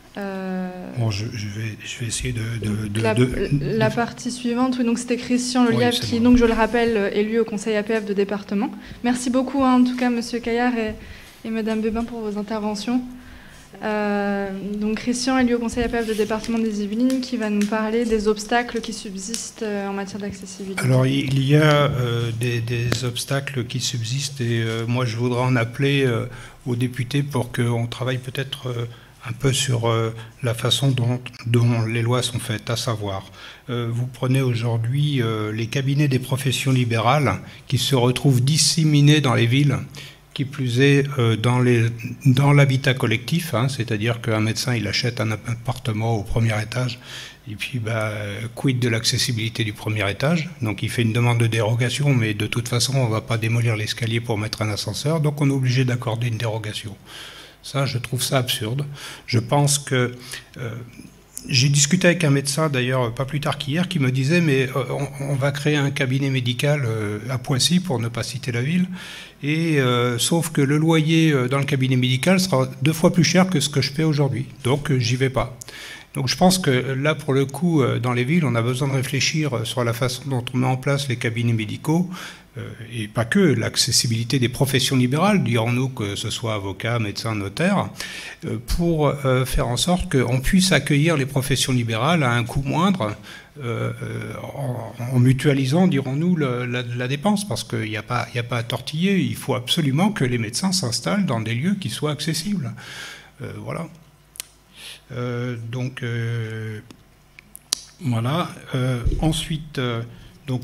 Euh, bon, je, je, vais, je vais essayer de... de, de, la, de... la partie suivante, oui, donc c'était Christian Lelièvre, oui, qui, bon. donc je le rappelle, élu au conseil A P F de département. Merci beaucoup, hein, en tout cas, monsieur Caillard et, et madame Bébin pour vos interventions. Euh, donc Christian, élu au conseil A P F de département des Yvelines, qui va nous parler des obstacles qui subsistent euh, en matière d'accessibilité. Alors il y a euh, des, des obstacles qui subsistent et euh, moi je voudrais en appeler euh, aux députés pour qu'on travaille peut-être euh, un peu sur euh, la façon dont, dont les lois sont faites, à savoir, euh, vous prenez aujourd'hui euh, les cabinets des professions libérales qui se retrouvent disséminés dans les villes, qui plus est euh, dans, les, dans l'habitat collectif, hein, c'est-à-dire qu'un médecin il achète un appartement au premier étage et puis bah, quid de l'accessibilité du premier étage, donc il fait une demande de dérogation, mais de toute façon on ne va pas démolir l'escalier pour mettre un ascenseur, donc on est obligé d'accorder une dérogation. Ça, je trouve ça absurde. Je pense que... Euh, j'ai discuté avec un médecin, d'ailleurs, pas plus tard qu'hier, qui me disait, mais euh, on, on va créer un cabinet médical euh, à Poissy, pour ne pas citer la ville, et euh, sauf que le loyer euh, dans le cabinet médical sera deux fois plus cher que ce que je paie aujourd'hui. Donc, euh, j'y vais pas. Donc, je pense que là, pour le coup, euh, dans les villes, on a besoin de réfléchir sur la façon dont on met en place les cabinets médicaux, Euh, et pas que, l'accessibilité des professions libérales, dirons-nous que ce soit avocat, médecin, notaire, euh, pour euh, faire en sorte qu'on puisse accueillir les professions libérales à un coût moindre, euh, en, en mutualisant, dirons-nous, le, la, la dépense, parce qu'il n'y a pas, il n'y a pas à tortiller, il faut absolument que les médecins s'installent dans des lieux qui soient accessibles. Euh, voilà. Euh, donc, euh, voilà. Euh, ensuite, euh, donc,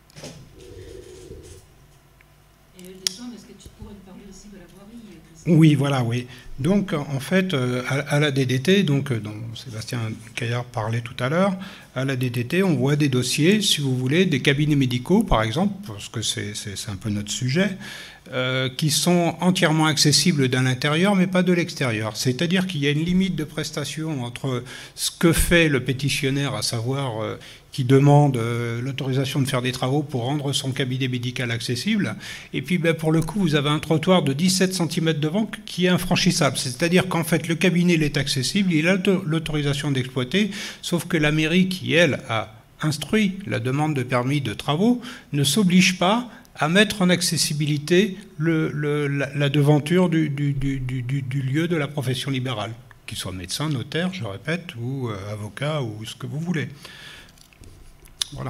oui, voilà, oui. Donc, en fait, à, à la D D T, donc, dont Sébastien Caillard parlait tout à l'heure, à la D D T, on voit des dossiers, si vous voulez, des cabinets médicaux, par exemple, parce que c'est, c'est, c'est un peu notre sujet, euh, qui sont entièrement accessibles d'un l'intérieur, mais pas de l'extérieur. C'est-à-dire qu'il y a une limite de prestation entre ce que fait le pétitionnaire, à savoir... Euh, qui demande euh, l'autorisation de faire des travaux pour rendre son cabinet médical accessible. Et puis, ben, pour le coup, vous avez un trottoir de dix-sept centimètres devant qui est infranchissable. C'est-à-dire qu'en fait, le cabinet, il est accessible, il a l'autorisation d'exploiter, sauf que la mairie, qui, elle, a instruit la demande de permis de travaux, ne s'oblige pas à mettre en accessibilité le, le, la, la devanture du, du, du, du, du lieu de la profession libérale, qu'il soit médecin, notaire, je répète, ou euh, avocat, ou ce que vous voulez. Voilà.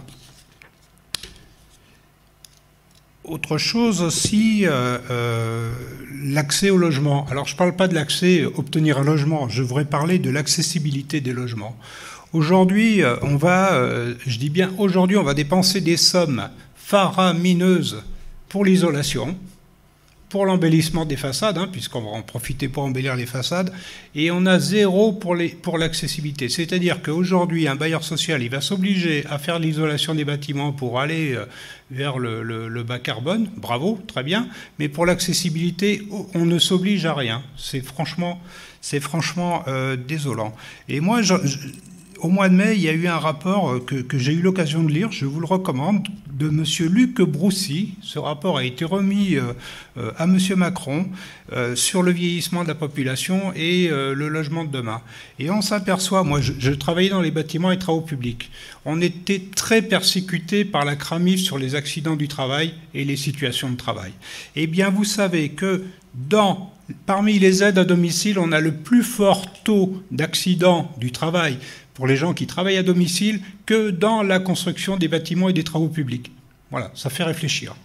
Autre chose aussi, euh, euh, l'accès au logement. Alors, je ne parle pas de l'accès, obtenir un logement, je voudrais parler de l'accessibilité des logements. Aujourd'hui, on va, euh, je dis bien aujourd'hui, on va dépenser des sommes faramineuses pour l'isolation, pour l'embellissement des façades, hein, puisqu'on va en profiter pour embellir les façades, et on a zéro pour, les, pour l'accessibilité. C'est-à-dire qu'aujourd'hui, un bailleur social, il va s'obliger à faire l'isolation des bâtiments pour aller euh, vers le, le, le bas carbone, bravo, très bien, mais pour l'accessibilité, on ne s'oblige à rien. C'est franchement, c'est franchement euh, désolant. Et moi, je, je, au mois de mai, il y a eu un rapport que, que j'ai eu l'occasion de lire, je vous le recommande, de M. Luc Broussy. Ce rapport a été remis euh, à M. Macron euh, sur le vieillissement de la population et euh, le logement de demain. Et on s'aperçoit, moi je, je travaillais dans les bâtiments et travaux publics, on était très persécutés par la CRAMIF sur les accidents du travail et les situations de travail. Eh bien vous savez que dans, parmi les aides à domicile, on a le plus fort taux d'accidents du travail pour les gens qui travaillent à domicile que dans la construction des bâtiments et des travaux publics. Voilà, ça fait réfléchir.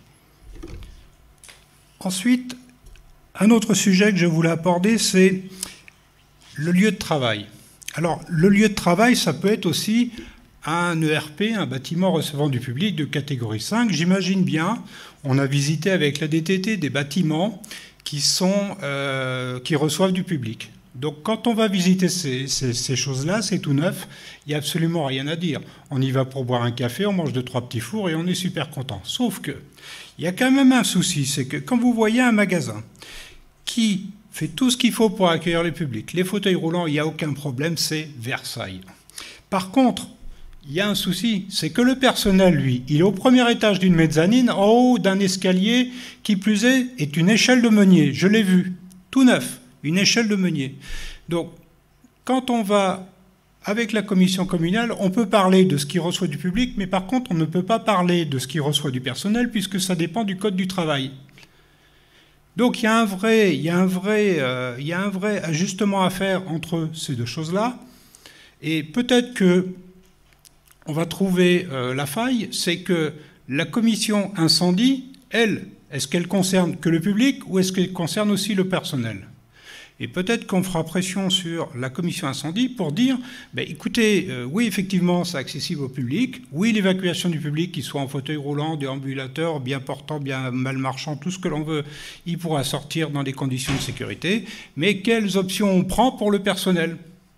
Ensuite, un autre sujet que je voulais aborder, c'est le lieu de travail. Alors, le lieu de travail, ça peut être aussi un E R P, un bâtiment recevant du public de catégorie cinq. J'imagine bien, on a visité avec la D T T des bâtiments qui, sont, euh, qui reçoivent du public. Donc quand on va visiter ces, ces, ces choses-là, c'est tout neuf, il n'y a absolument rien à dire. On y va pour boire un café, on mange deux, trois petits fours et on est super content. Sauf que, il y a quand même un souci, c'est que quand vous voyez un magasin qui fait tout ce qu'il faut pour accueillir le public, les fauteuils roulants, il n'y a aucun problème, c'est Versailles. Par contre, il y a un souci, c'est que le personnel, lui, il est au premier étage d'une mezzanine, en haut d'un escalier, qui plus est, est une échelle de meunier. Je l'ai vu, tout neuf. Une échelle de meunier. Donc, quand on va avec la commission communale, on peut parler de ce qui reçoit du public, mais par contre, on ne peut pas parler de ce qui reçoit du personnel, puisque ça dépend du code du travail. Donc il y a un vrai, il y a un vrai, euh, il y a un vrai ajustement à faire entre ces deux choses-là. Et peut-être que on va trouver euh, la faille, c'est que la commission incendie, elle, est-ce qu'elle concerne que le public ou est-ce qu'elle concerne aussi le personnel ? Et peut-être qu'on fera pression sur la commission incendie pour dire, ben, écoutez, euh, oui, effectivement, c'est accessible au public. Oui, l'évacuation du public, qu'il soit en fauteuil roulant, déambulateur, bien portant, bien mal marchant, tout ce que l'on veut, il pourra sortir dans des conditions de sécurité. Mais quelles options on prend pour le personnel ?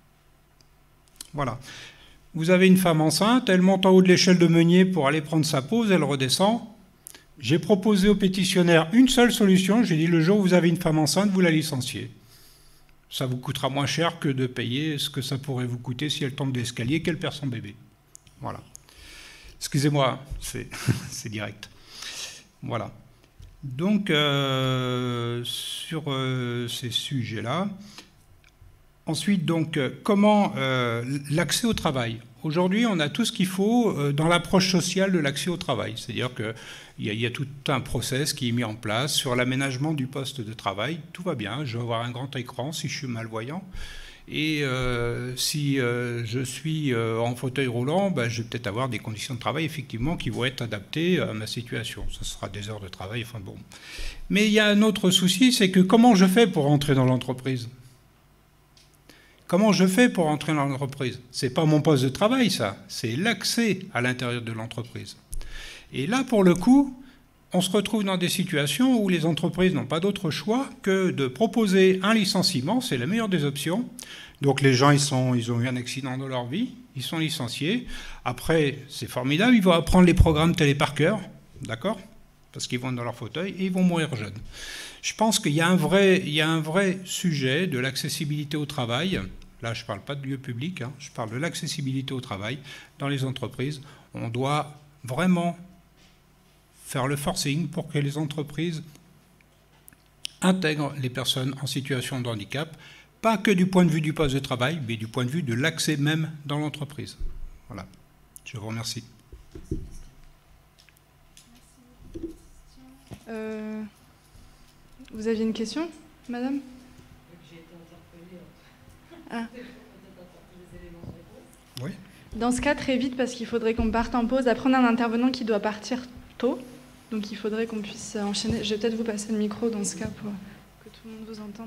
Voilà. Vous avez une femme enceinte, elle monte en haut de l'échelle de meunier pour aller prendre sa pause, elle redescend. J'ai proposé au pétitionnaire une seule solution. J'ai dit, le jour où vous avez une femme enceinte, vous la licenciez. Ça vous coûtera moins cher que de payer ce que ça pourrait vous coûter si elle tombe d'escalier et qu'elle perd son bébé. Voilà. Excusez-moi, c'est direct. Voilà. Donc, euh, sur euh, ces sujets-là. Ensuite, donc, comment euh, l'accès au travail. Aujourd'hui, on a tout ce qu'il faut euh, dans l'approche sociale de l'accès au travail. C'est-à-dire qu'il y, y a tout un process qui est mis en place sur l'aménagement du poste de travail. Tout va bien, je vais avoir un grand écran si je suis malvoyant. Et euh, si euh, je suis euh, en fauteuil roulant, ben, je vais peut-être avoir des conditions de travail, effectivement, qui vont être adaptées à ma situation. Ça sera des heures de travail, enfin bon. Mais il y a un autre souci, c'est que comment je fais pour entrer dans l'entreprise ? Comment je fais pour entrer dans l'entreprise ? Ce n'est pas mon poste de travail, ça. C'est l'accès à l'intérieur de l'entreprise. Et là, pour le coup, on se retrouve dans des situations où les entreprises n'ont pas d'autre choix que de proposer un licenciement. C'est la meilleure des options. Donc les gens, ils, sont, ils ont eu un accident dans leur vie, ils sont licenciés. Après, c'est formidable, ils vont apprendre les programmes télé par cœur, d'accord ? Parce qu'ils vont dans leur fauteuil et ils vont mourir jeunes. Je pense qu'il y a un vrai, il y a un vrai sujet de l'accessibilité au travail. Là, je ne parle pas de lieu public, hein, je parle de l'accessibilité au travail dans les entreprises. On doit vraiment faire le forcing pour que les entreprises intègrent les personnes en situation de handicap, pas que du point de vue du poste de travail, mais du point de vue de l'accès même dans l'entreprise. Voilà. Je vous remercie. Euh, vous aviez une question, madame ? Ah. Oui. Dans ce cas, très vite, parce qu'il faudrait qu'on parte en pause. Après, on a un intervenant qui doit partir tôt, donc il faudrait qu'on puisse enchaîner. Je vais peut-être vous passer le micro dans ce cas pour que tout le monde vous entende.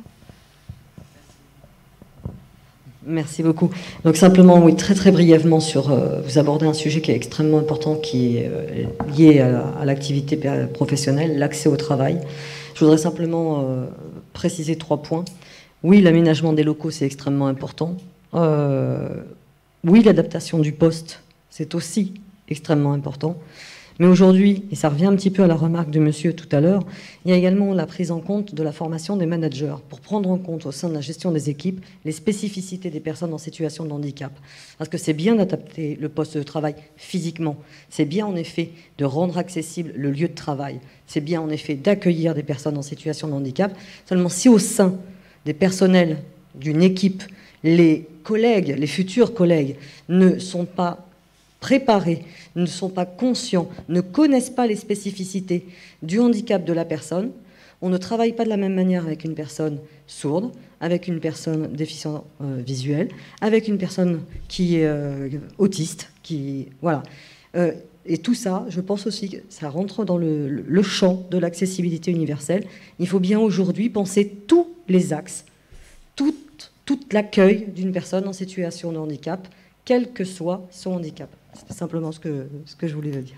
Merci beaucoup. Donc simplement, oui, très très brièvement, sur, euh, vous abordez un sujet qui est extrêmement important, qui est euh, lié à l'activité professionnelle, l'accès au travail. Je voudrais simplement euh, préciser trois points. Oui, l'aménagement des locaux, c'est extrêmement important. Euh, oui, l'adaptation du poste, c'est aussi extrêmement important. Mais aujourd'hui, et ça revient un petit peu à la remarque de monsieur tout à l'heure, il y a également la prise en compte de la formation des managers pour prendre en compte au sein de la gestion des équipes les spécificités des personnes en situation de handicap. Parce que c'est bien d'adapter le poste de travail physiquement, c'est bien en effet de rendre accessible le lieu de travail, c'est bien en effet d'accueillir des personnes en situation de handicap, seulement si au sein des personnels d'une équipe, les collègues, les futurs collègues ne sont pas préparés, ne sont pas conscients, ne connaissent pas les spécificités du handicap de la personne, on ne travaille pas de la même manière avec une personne sourde, avec une personne déficient euh, visuel, avec une personne qui est euh, autiste, qui voilà. Euh, et tout ça, je pense aussi que ça rentre dans le, le champ de l'accessibilité universelle. Il faut bien aujourd'hui penser tous les axes, tout, tout l'accueil d'une personne en situation de handicap, quel que soit son handicap. C'est simplement ce que, ce que je voulais dire.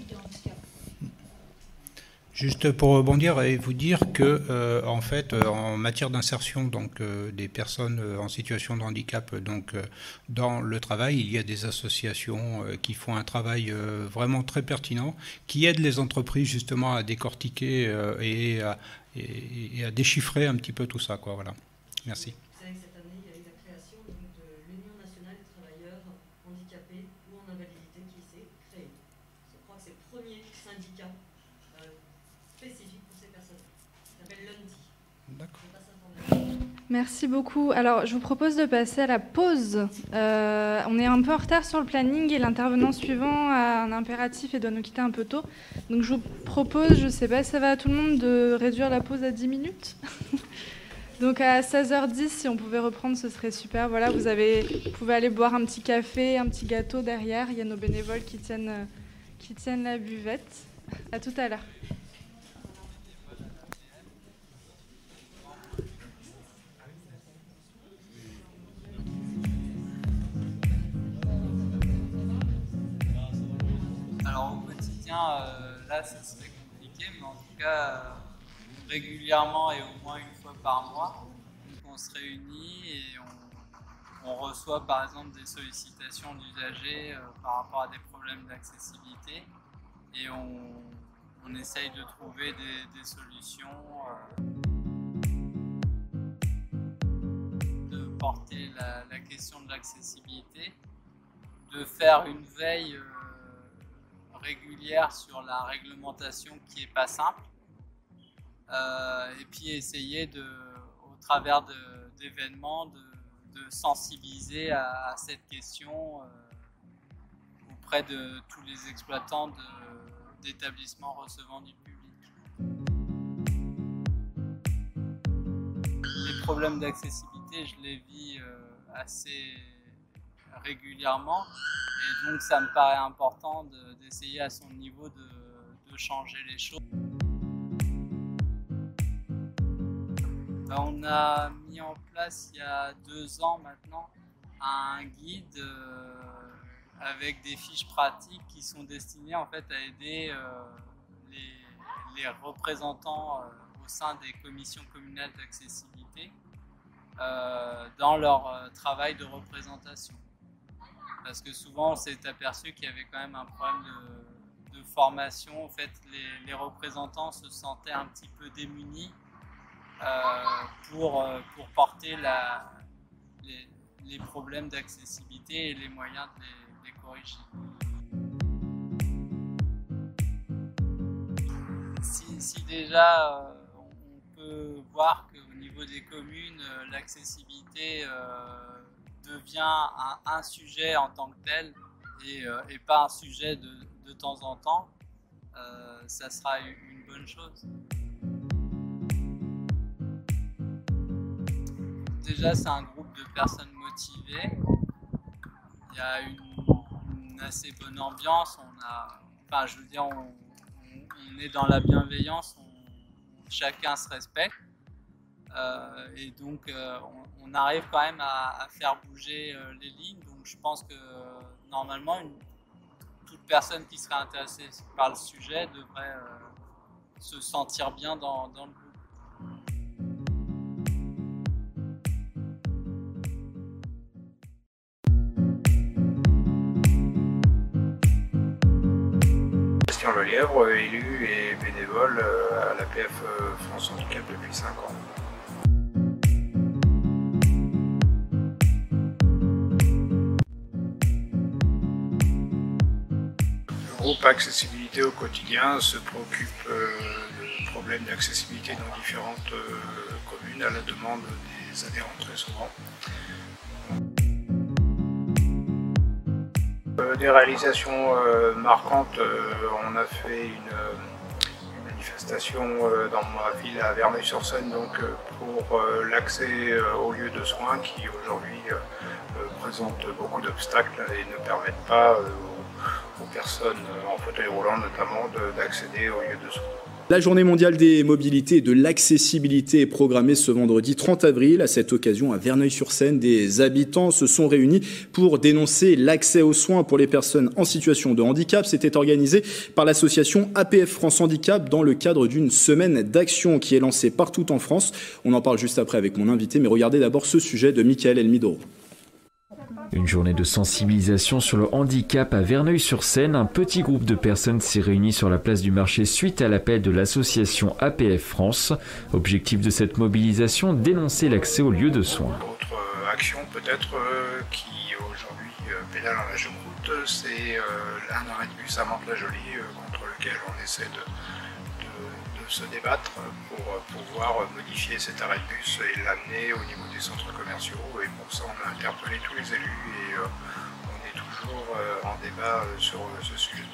Juste pour rebondir et vous dire que, euh, en fait, euh, en matière d'insertion donc euh, des personnes euh, en situation de handicap, donc euh, dans le travail, il y a des associations euh, qui font un travail euh, vraiment très pertinent, qui aident les entreprises justement à décortiquer euh, et, à, et, et à déchiffrer un petit peu tout ça, quoi. Voilà. Merci. Vous savez que cette année, il y a eu la création de l'Union nationale des travailleurs handicapés ou en invalidité qui s'est créée. Je crois que c'est le premier syndicat spécifique pour ces personnes. Ça s'appelle l'U N T I. D'accord. Je passe l'information. Merci beaucoup. Alors, je vous propose de passer à la pause. Euh, on est un peu en retard sur le planning et l'intervenant suivant a un impératif et doit nous quitter un peu tôt. Donc, je vous propose, je ne sais pas si ça va à tout le monde, de réduire la pause à dix minutes. Donc, à seize heures dix, si on pouvait reprendre, ce serait super. Voilà, vous, avez, vous pouvez aller boire un petit café, un petit gâteau derrière. Il y a nos bénévoles qui tiennent, qui tiennent la buvette. À tout à l'heure. Alors au quotidien, euh, là, ça serait compliqué, mais en tout cas, euh, régulièrement et au moins une fois par mois, donc on se réunit et on, on reçoit par exemple des sollicitations d'usagers euh, par rapport à des problèmes d'accessibilité et on, on essaye de trouver des, des solutions, euh, de porter la, la question de l'accessibilité, de faire une veille euh, régulière sur la réglementation qui n'est pas simple, euh, et puis essayer de, au travers d'événements de, de sensibiliser à, à cette question euh, auprès de tous les exploitants d'établissements recevant du public. Les problèmes d'accessibilité, je les vis euh, assez régulièrement. Et donc ça me paraît important d'essayer de, à son niveau de, de changer les choses. Ben, on a mis en place il y a deux ans maintenant un guide euh, avec des fiches pratiques qui sont destinées en fait à aider euh, les, les représentants euh, au sein des commissions communales d'accessibilité euh, dans leur euh, travail de représentation. Parce que souvent on s'est aperçu qu'il y avait quand même un problème de, de formation. En fait, les, les représentants se sentaient un petit peu démunis euh, pour, pour porter la, les, les problèmes d'accessibilité et les moyens de les, les corriger. Si, si déjà euh, on peut voir qu'au niveau des communes, euh, l'accessibilité euh, devient un, un sujet en tant que tel et, euh, et pas un sujet de, de temps en temps, euh, ça sera une bonne chose. Déjà, c'est un groupe de personnes motivées. Il y a une, une assez bonne ambiance. On a, enfin, je veux dire, on, on, on est dans la bienveillance. On, chacun se respecte. Euh, et donc euh, on, on arrive quand même à, à faire bouger euh, les lignes, donc je pense que euh, normalement une, toute personne qui serait intéressée par le sujet devrait euh, se sentir bien dans, dans le groupe. Christian Lelièvre, élu et bénévole à l'A P F France Handicap depuis cinq ans. Le groupe Accessibilité au quotidien se préoccupe euh, de problèmes d'accessibilité dans différentes euh, communes à la demande des adhérents très souvent. Euh, des réalisations euh, marquantes, euh, on a fait une, une manifestation euh, dans ma ville à Verneuil-sur-Seine donc euh, pour euh, l'accès euh, aux lieux de soins qui aujourd'hui euh, euh, présentent beaucoup d'obstacles et ne permettent pas euh, aux personnes en fauteuil roulant notamment d'accéder aux lieux de soins. La journée mondiale des mobilités et de l'accessibilité est programmée ce vendredi trente avril. À cette occasion, à Verneuil-sur-Seine, des habitants se sont réunis pour dénoncer l'accès aux soins pour les personnes en situation de handicap. C'était organisé par l'association A P F France Handicap dans le cadre d'une semaine d'action qui est lancée partout en France. On en parle juste après avec mon invité, mais regardez d'abord ce sujet de Michael Elmidoro. Une journée de sensibilisation sur le handicap à Verneuil-sur-Seine. Un petit groupe de personnes s'est réuni sur la place du marché suite à l'appel de l'association A P F France. Objectif de cette mobilisation, dénoncer l'accès aux lieux de soins. Autre euh, action peut-être euh, qui aujourd'hui euh, pédale en la choucroute, c'est euh, un arrêt de bus à Mantes-la-Jolie euh, contre lequel on essaie de, de, de se débattre pour pouvoir modifier cet arrêt de bus et l'amener au niveau des centres commerciaux. Et pour ça, on a interpellé tous les élus et euh, on est toujours euh, en débat euh, sur euh, ce sujet.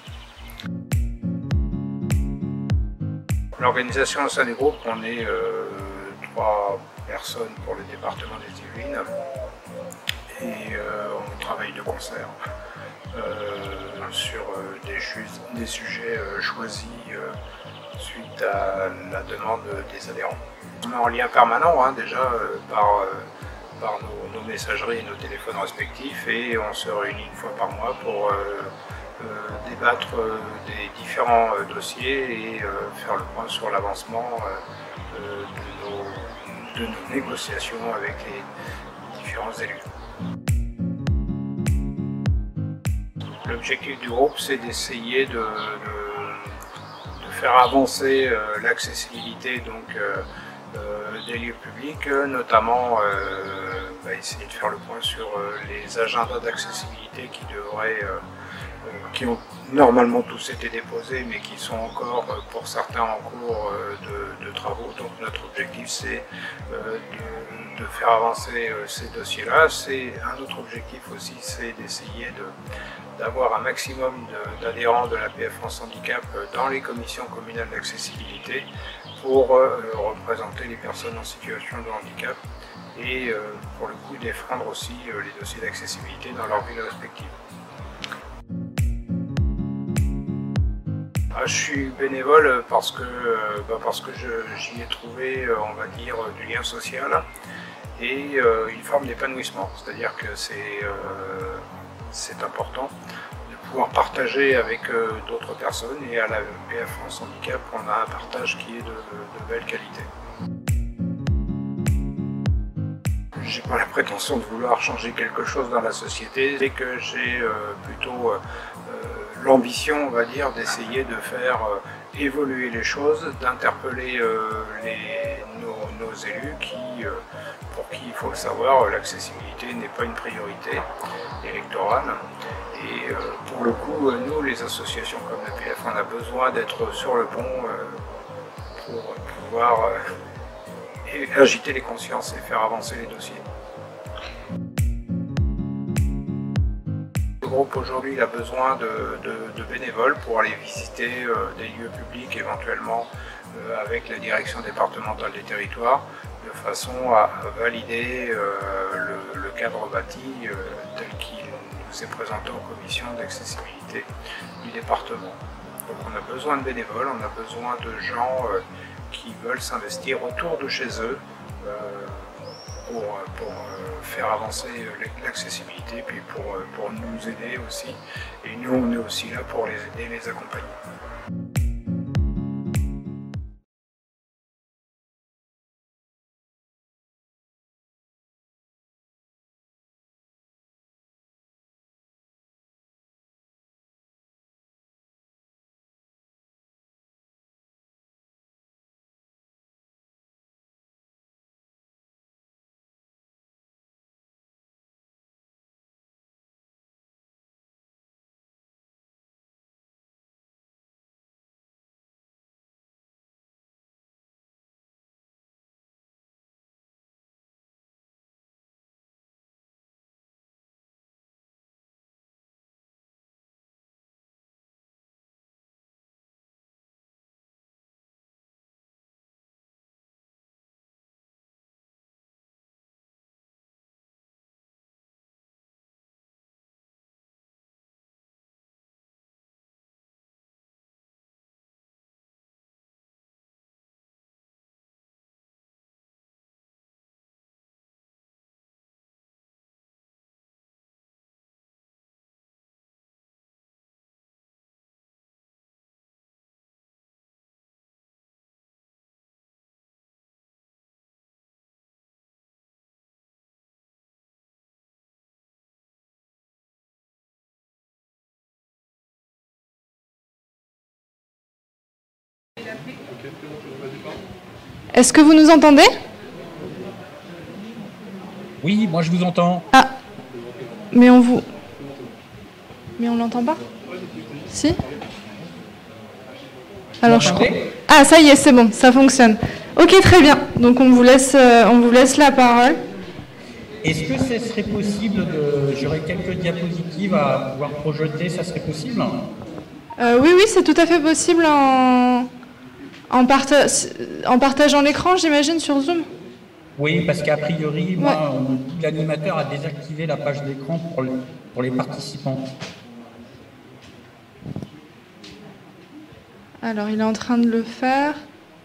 L'organisation au sein du groupe, on est euh, trois personnes pour le département des Yvelines et euh, on travaille de concert euh, sur euh, des, des sujets euh, choisis euh, suite à la demande des adhérents. On est en lien permanent hein, déjà euh, par, euh, par nos, nos messageries et nos téléphones respectifs et on se réunit une fois par mois pour euh, euh, débattre euh, des différents euh, dossiers et euh, faire le point sur l'avancement euh, de, nos, de nos négociations avec les différents élus. L'objectif du groupe, c'est d'essayer de, de, de faire avancer euh, l'accessibilité donc euh, euh, des lieux publics, notamment euh, bah, essayer de faire le point sur euh, les agendas d'accessibilité qui devraient, euh, euh, qui ont normalement tous été déposés, mais qui sont encore euh, pour certains en cours euh, de, de travaux. Donc notre objectif, c'est euh, de, de faire avancer euh, ces dossiers-là. C'est un autre objectif aussi, c'est d'essayer de d'avoir un maximum d'adhérents de, de l'A P F France Handicap dans les commissions communales d'accessibilité pour euh, représenter les personnes en situation de handicap et euh, pour le coup défendre aussi euh, les dossiers d'accessibilité dans leur ville respective. Ah, je suis bénévole parce que, euh, bah parce que j'y ai trouvé, euh, on va dire, du lien social et euh, une forme d'épanouissement, c'est-à-dire que c'est euh, c'est important de pouvoir partager avec euh, d'autres personnes et à la P F France Handicap, on a un partage qui est de, de belle qualité. J'ai pas la prétention de vouloir changer quelque chose dans la société, c'est que j'ai euh, plutôt euh, l'ambition, on va dire, d'essayer de faire euh, évoluer les choses, d'interpeller euh, nos, nos élus qui, euh, pour qui, il faut le savoir, l'accessibilité n'est pas une priorité électorale. Et euh, pour le coup, nous, les associations comme la P F, on a besoin d'être sur le pont euh, pour pouvoir euh, agiter les consciences et faire avancer les dossiers. Le groupe aujourd'hui a besoin de, de, de bénévoles pour aller visiter euh, des lieux publics éventuellement euh, avec la direction départementale des territoires de façon à valider euh, le, le cadre bâti euh, tel qu'il nous est présenté en commission d'accessibilité du département. Donc on a besoin de bénévoles, on a besoin de gens euh, qui veulent s'investir autour de chez eux euh, pour, pour euh, faire avancer l'accessibilité, puis pour, pour nous aider aussi. Et nous, on est aussi là pour les aider, les accompagner. Est-ce que vous nous entendez? Oui, moi je vous entends. Ah, mais on vous... Mais on l'entend pas? Si? Alors, je crois... Ah, ça y est, c'est bon, ça fonctionne. Ok, très bien. Donc, on vous laisse, euh, on vous laisse la parole. Est-ce que ce serait possible de... J'aurais quelques diapositives à pouvoir projeter, ça serait possible? euh, Oui, oui, c'est tout à fait possible en, en, parta... en partageant l'écran, j'imagine, sur Zoom. Oui, parce qu'a priori, moi, ouais. l'animateur a désactivé la page d'écran pour, le... pour les participants. Alors, il est en train de le faire.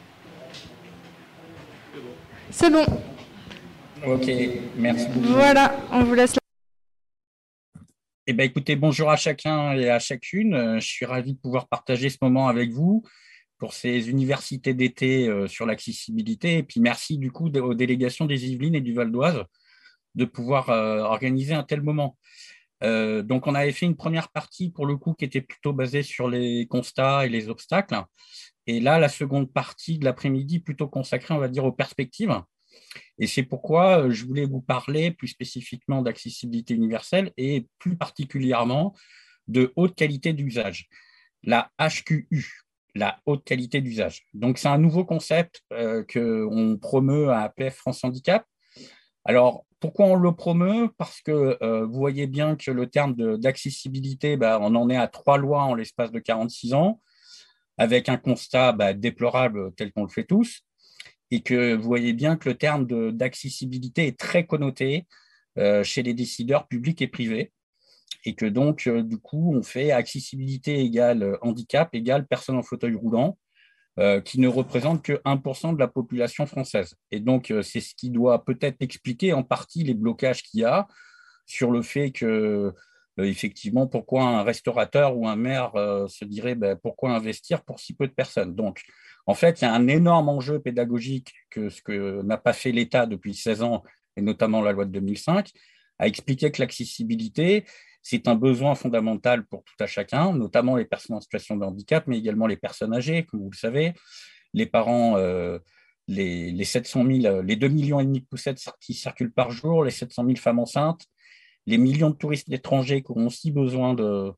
C'est bon. Ok, merci beaucoup. Voilà, on vous laisse la... Eh bien, écoutez, bonjour à chacun et à chacune. Je suis ravi de pouvoir partager ce moment avec vous pour ces universités d'été sur l'accessibilité. Et puis, merci du coup aux délégations des Yvelines et du Val d'Oise de pouvoir organiser un tel moment. Euh, donc, on avait fait une première partie, pour le coup, qui était plutôt basée sur les constats et les obstacles. Et là, la seconde partie de l'après-midi, plutôt consacrée, on va dire, aux perspectives. Et c'est pourquoi je voulais vous parler plus spécifiquement d'accessibilité universelle et plus particulièrement de haute qualité d'usage, la H Q U, la haute qualité d'usage. Donc, c'est un nouveau concept euh, qu'on promeut à A P F France Handicap. Alors, pourquoi on le promeut? Parce que euh, vous voyez bien que le terme d'accessibilité, bah, on en est à trois lois en l'espace de quarante-six ans, avec un constat bah, déplorable tel qu'on le fait tous, et que vous voyez bien que le terme d'accessibilité est très connoté euh, chez les décideurs publics et privés, et que donc, euh, du coup, on fait accessibilité égale handicap égale personne en fauteuil roulant, Euh, qui ne représente que un pour cent de la population française. Et donc, euh, c'est ce qui doit peut-être expliquer en partie les blocages qu'il y a sur le fait que, euh, effectivement, pourquoi un restaurateur ou un maire euh, se dirait ben, pourquoi investir pour si peu de personnes. Donc, en fait, il y a un énorme enjeu pédagogique que ce que n'a pas fait l'État depuis seize ans, et notamment la loi de deux mille cinq, à expliquer que l'accessibilité, c'est un besoin fondamental pour tout à chacun, notamment les personnes en situation de handicap, mais également les personnes âgées, comme vous le savez, les parents, euh, les, les sept cent mille, les deux millions et demi de poussettes qui circulent par jour, les sept cent mille femmes enceintes, les millions de touristes étrangers qui auront aussi besoin de,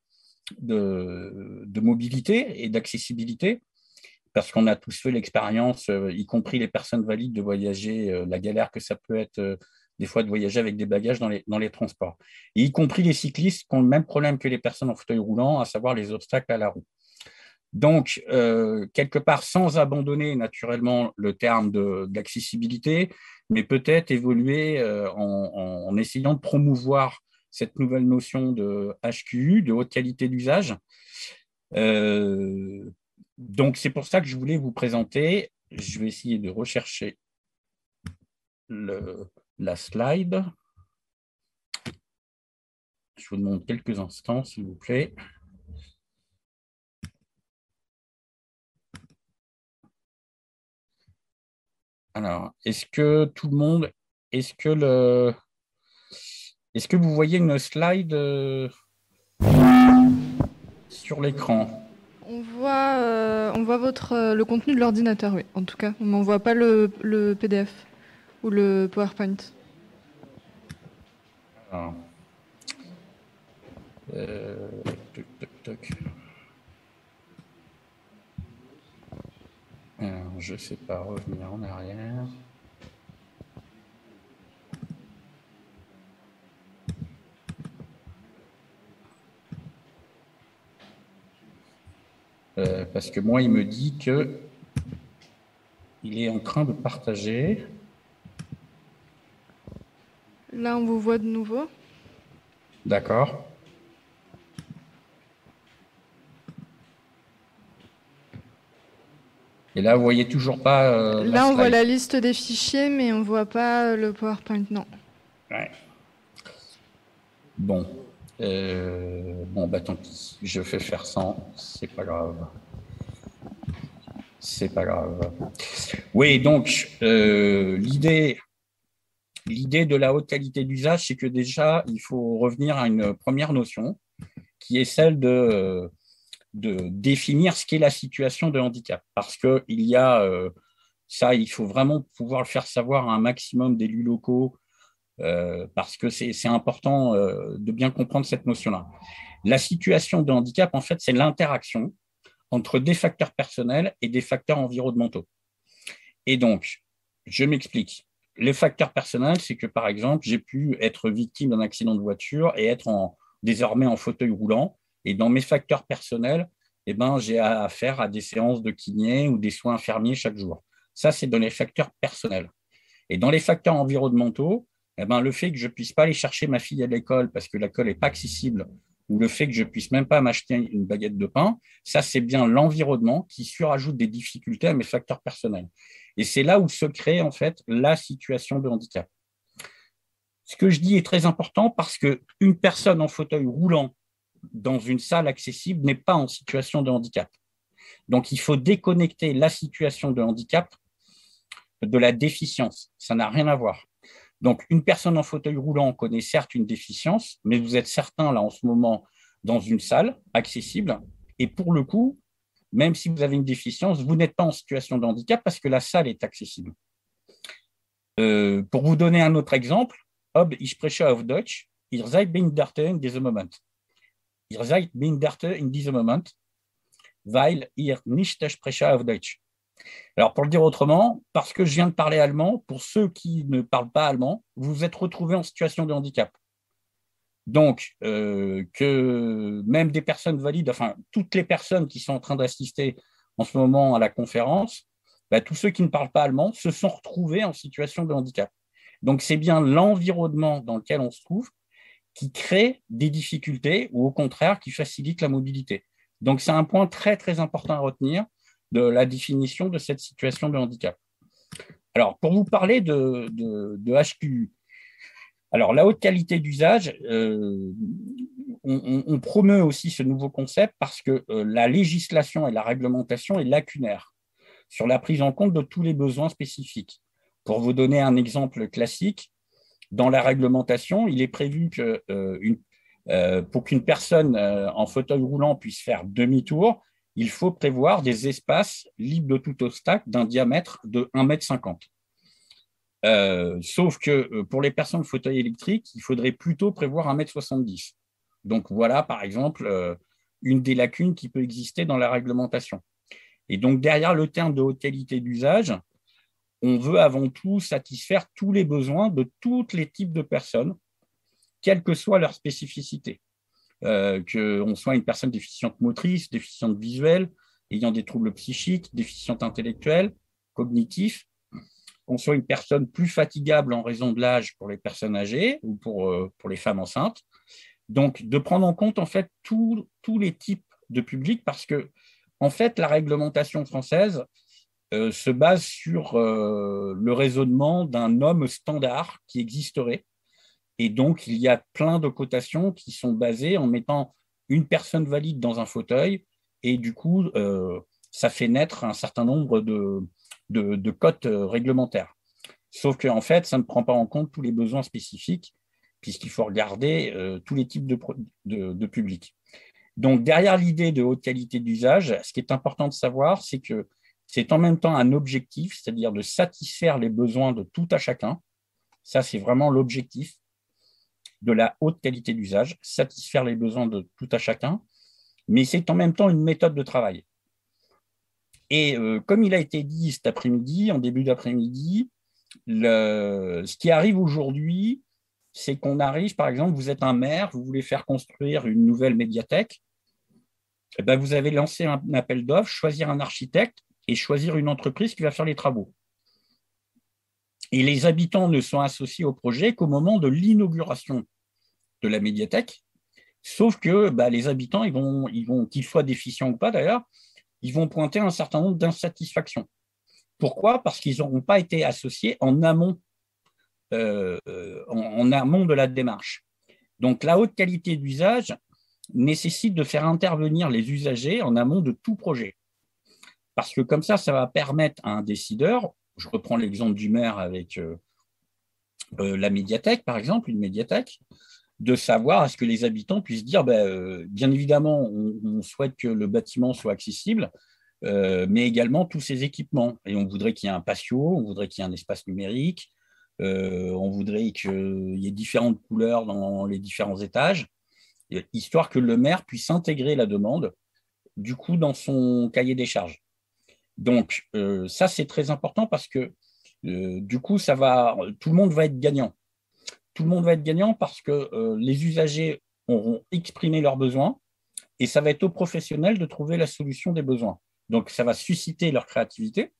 de, de mobilité et d'accessibilité, parce qu'on a tous fait l'expérience, euh, y compris les personnes valides, de voyager, euh, la galère que ça peut être euh, des fois de voyager avec des bagages dans les, dans les transports, et y compris les cyclistes qui ont le même problème que les personnes en fauteuil roulant, à savoir les obstacles à la roue. Donc, euh, quelque part, sans abandonner naturellement le terme d'accessibilité, mais peut-être évoluer euh, en, en essayant de promouvoir cette nouvelle notion de H Q U, de haute qualité d'usage. Euh, donc, c'est pour ça que je voulais vous présenter. Je vais essayer de rechercher le... la slide. Je vous demande quelques instants, s'il vous plaît. Alors, est-ce que tout le monde, est-ce que le, est-ce que vous voyez une slide euh, sur l'écran? On voit, euh, on voit votre, euh, le contenu de l'ordinateur, oui. En tout cas, on n'en voit pas le, le P D F. Ou le PowerPoint. Alors, euh, toc, toc, toc. Alors, je ne sais pas revenir en arrière. Euh, parce que moi, il me dit que il est en train de partager. Là, on vous voit de nouveau. D'accord. Et là, vous voyez toujours pas. Euh, là, on voit la liste des fichiers, mais on voit pas le PowerPoint, non. Ouais. Bon. Euh, bon, bah tant pis. Je fais faire sans. C'est pas grave. C'est pas grave. Oui, donc, euh, l'idée. L'idée de la haute qualité d'usage, c'est que déjà, il faut revenir à une première notion, qui est celle de, de définir ce qu'est la situation de handicap. Parce qu'il y a, euh, ça, il faut vraiment pouvoir le faire savoir à un maximum d'élus locaux, euh, parce que c'est important euh, de bien comprendre cette notion-là. La situation de handicap, en fait, c'est l'interaction entre des facteurs personnels et des facteurs environnementaux. Et donc, je m'explique. Les facteurs personnels, c'est que, par exemple, j'ai pu être victime d'un accident de voiture et être en, désormais en fauteuil roulant. Et dans mes facteurs personnels, eh ben, j'ai affaire à des séances de kiné ou des soins infirmiers chaque jour. Ça, c'est dans les facteurs personnels. Et dans les facteurs environnementaux, eh ben, le fait que je ne puisse pas aller chercher ma fille à l'école parce que l'école n'est pas accessible, ou le fait que je ne puisse même pas m'acheter une baguette de pain, ça, c'est bien l'environnement qui surajoute des difficultés à mes facteurs personnels. Et c'est là où se crée, en fait, la situation de handicap. Ce que je dis est très important parce qu'une personne en fauteuil roulant dans une salle accessible n'est pas en situation de handicap. Donc, il faut déconnecter la situation de handicap de la déficience. Ça n'a rien à voir. Donc, une personne en fauteuil roulant connaît certes une déficience, mais vous êtes certain, là, en ce moment, dans une salle accessible. Et pour le coup, même si vous avez une déficience, vous n'êtes pas en situation de handicap parce que la salle est accessible. Euh, pour vous donner un autre exemple, ob ich spreche auf Deutsch, ihr seid behinderte in diesem Moment. Ihr seid behinderte in diesem Moment, weil ihr nicht spreche auf Deutsch. Alors, pour le dire autrement, parce que je viens de parler allemand, pour ceux qui ne parlent pas allemand, vous vous êtes retrouvés en situation de handicap. Donc, euh, que même des personnes valides, enfin, toutes les personnes qui sont en train d'assister en ce moment à la conférence, bah, tous ceux qui ne parlent pas allemand se sont retrouvés en situation de handicap. Donc, c'est bien l'environnement dans lequel on se trouve qui crée des difficultés ou au contraire qui facilite la mobilité. Donc, c'est un point très, très important à retenir de la définition de cette situation de handicap. Alors, pour vous parler de, de, de H Q U, alors la haute qualité d'usage, euh, on, on promeut aussi ce nouveau concept parce que euh, la législation et la réglementation est lacunaire sur la prise en compte de tous les besoins spécifiques. Pour vous donner un exemple classique, dans la réglementation, il est prévu que euh, une, euh, pour qu'une personne euh, en fauteuil roulant puisse faire demi-tour, il faut prévoir des espaces libres de tout obstacle d'un diamètre de un mètre cinquante. Euh, sauf que pour les personnes en fauteuil électrique, il faudrait plutôt prévoir un mètre soixante-dix. Donc voilà, par exemple, euh, une des lacunes qui peut exister dans la réglementation. Et donc derrière le terme de haute qualité d'usage, on veut avant tout satisfaire tous les besoins de tous les types de personnes, quelle que soit leur spécificité. Euh, qu'on soit une personne déficiente motrice, déficiente visuelle, ayant des troubles psychiques, déficiente intellectuelle, cognitifs, qu'on soit une personne plus fatigable en raison de l'âge pour les personnes âgées ou pour, euh, pour les femmes enceintes. Donc, de prendre en compte en fait tous les types de publics parce que, en fait, la réglementation française euh, se base sur euh, le raisonnement d'un homme standard qui existerait. Et donc, il y a plein de cotations qui sont basées en mettant une personne valide dans un fauteuil. Et du coup, euh, ça fait naître un certain nombre de, de, de cotes réglementaires. Sauf qu'en fait, ça ne prend pas en compte tous les besoins spécifiques, puisqu'il faut regarder euh, tous les types de, de, de publics. Donc, derrière l'idée de haute qualité d'usage, ce qui est important de savoir, c'est que c'est en même temps un objectif, c'est-à-dire de satisfaire les besoins de tout à chacun. Ça, c'est vraiment l'objectif de la haute qualité d'usage, satisfaire les besoins de tout à chacun, mais c'est en même temps une méthode de travail. Et euh, comme il a été dit cet après-midi, en début d'après-midi, ce qui arrive aujourd'hui, c'est qu'on arrive, par exemple, vous êtes un maire, vous voulez faire construire une nouvelle médiathèque, et bien vous avez lancé un appel d'offres, choisir un architecte et choisir une entreprise qui va faire les travaux. Et les habitants ne sont associés au projet qu'au moment de l'inauguration de la médiathèque, sauf que bah, les habitants, ils vont, ils vont, qu'ils soient déficients ou pas d'ailleurs, ils vont pointer un certain nombre d'insatisfactions. Pourquoi ? Parce qu'ils n'auront pas été associés en amont, euh, en, en amont de la démarche. Donc la haute qualité d'usage nécessite de faire intervenir les usagers en amont de tout projet. Parce que comme ça, ça va permettre à un décideur, je reprends l'exemple du maire avec euh, euh, la médiathèque, par exemple, une médiathèque, de savoir à ce que les habitants puissent dire, ben, euh, bien évidemment, on, on souhaite que le bâtiment soit accessible, euh, mais également tous ses équipements. Et on voudrait qu'il y ait un patio, on voudrait qu'il y ait un espace numérique, euh, on voudrait qu'il y ait différentes couleurs dans les différents étages, histoire que le maire puisse intégrer la demande du coup, dans son cahier des charges. Donc, euh, ça, c'est très important parce que, euh, du coup, ça va, tout le monde va être gagnant. Tout le monde va être gagnant parce que euh, les usagers auront exprimé leurs besoins et ça va être aux professionnels de trouver la solution des besoins. Donc, ça va susciter leur créativité.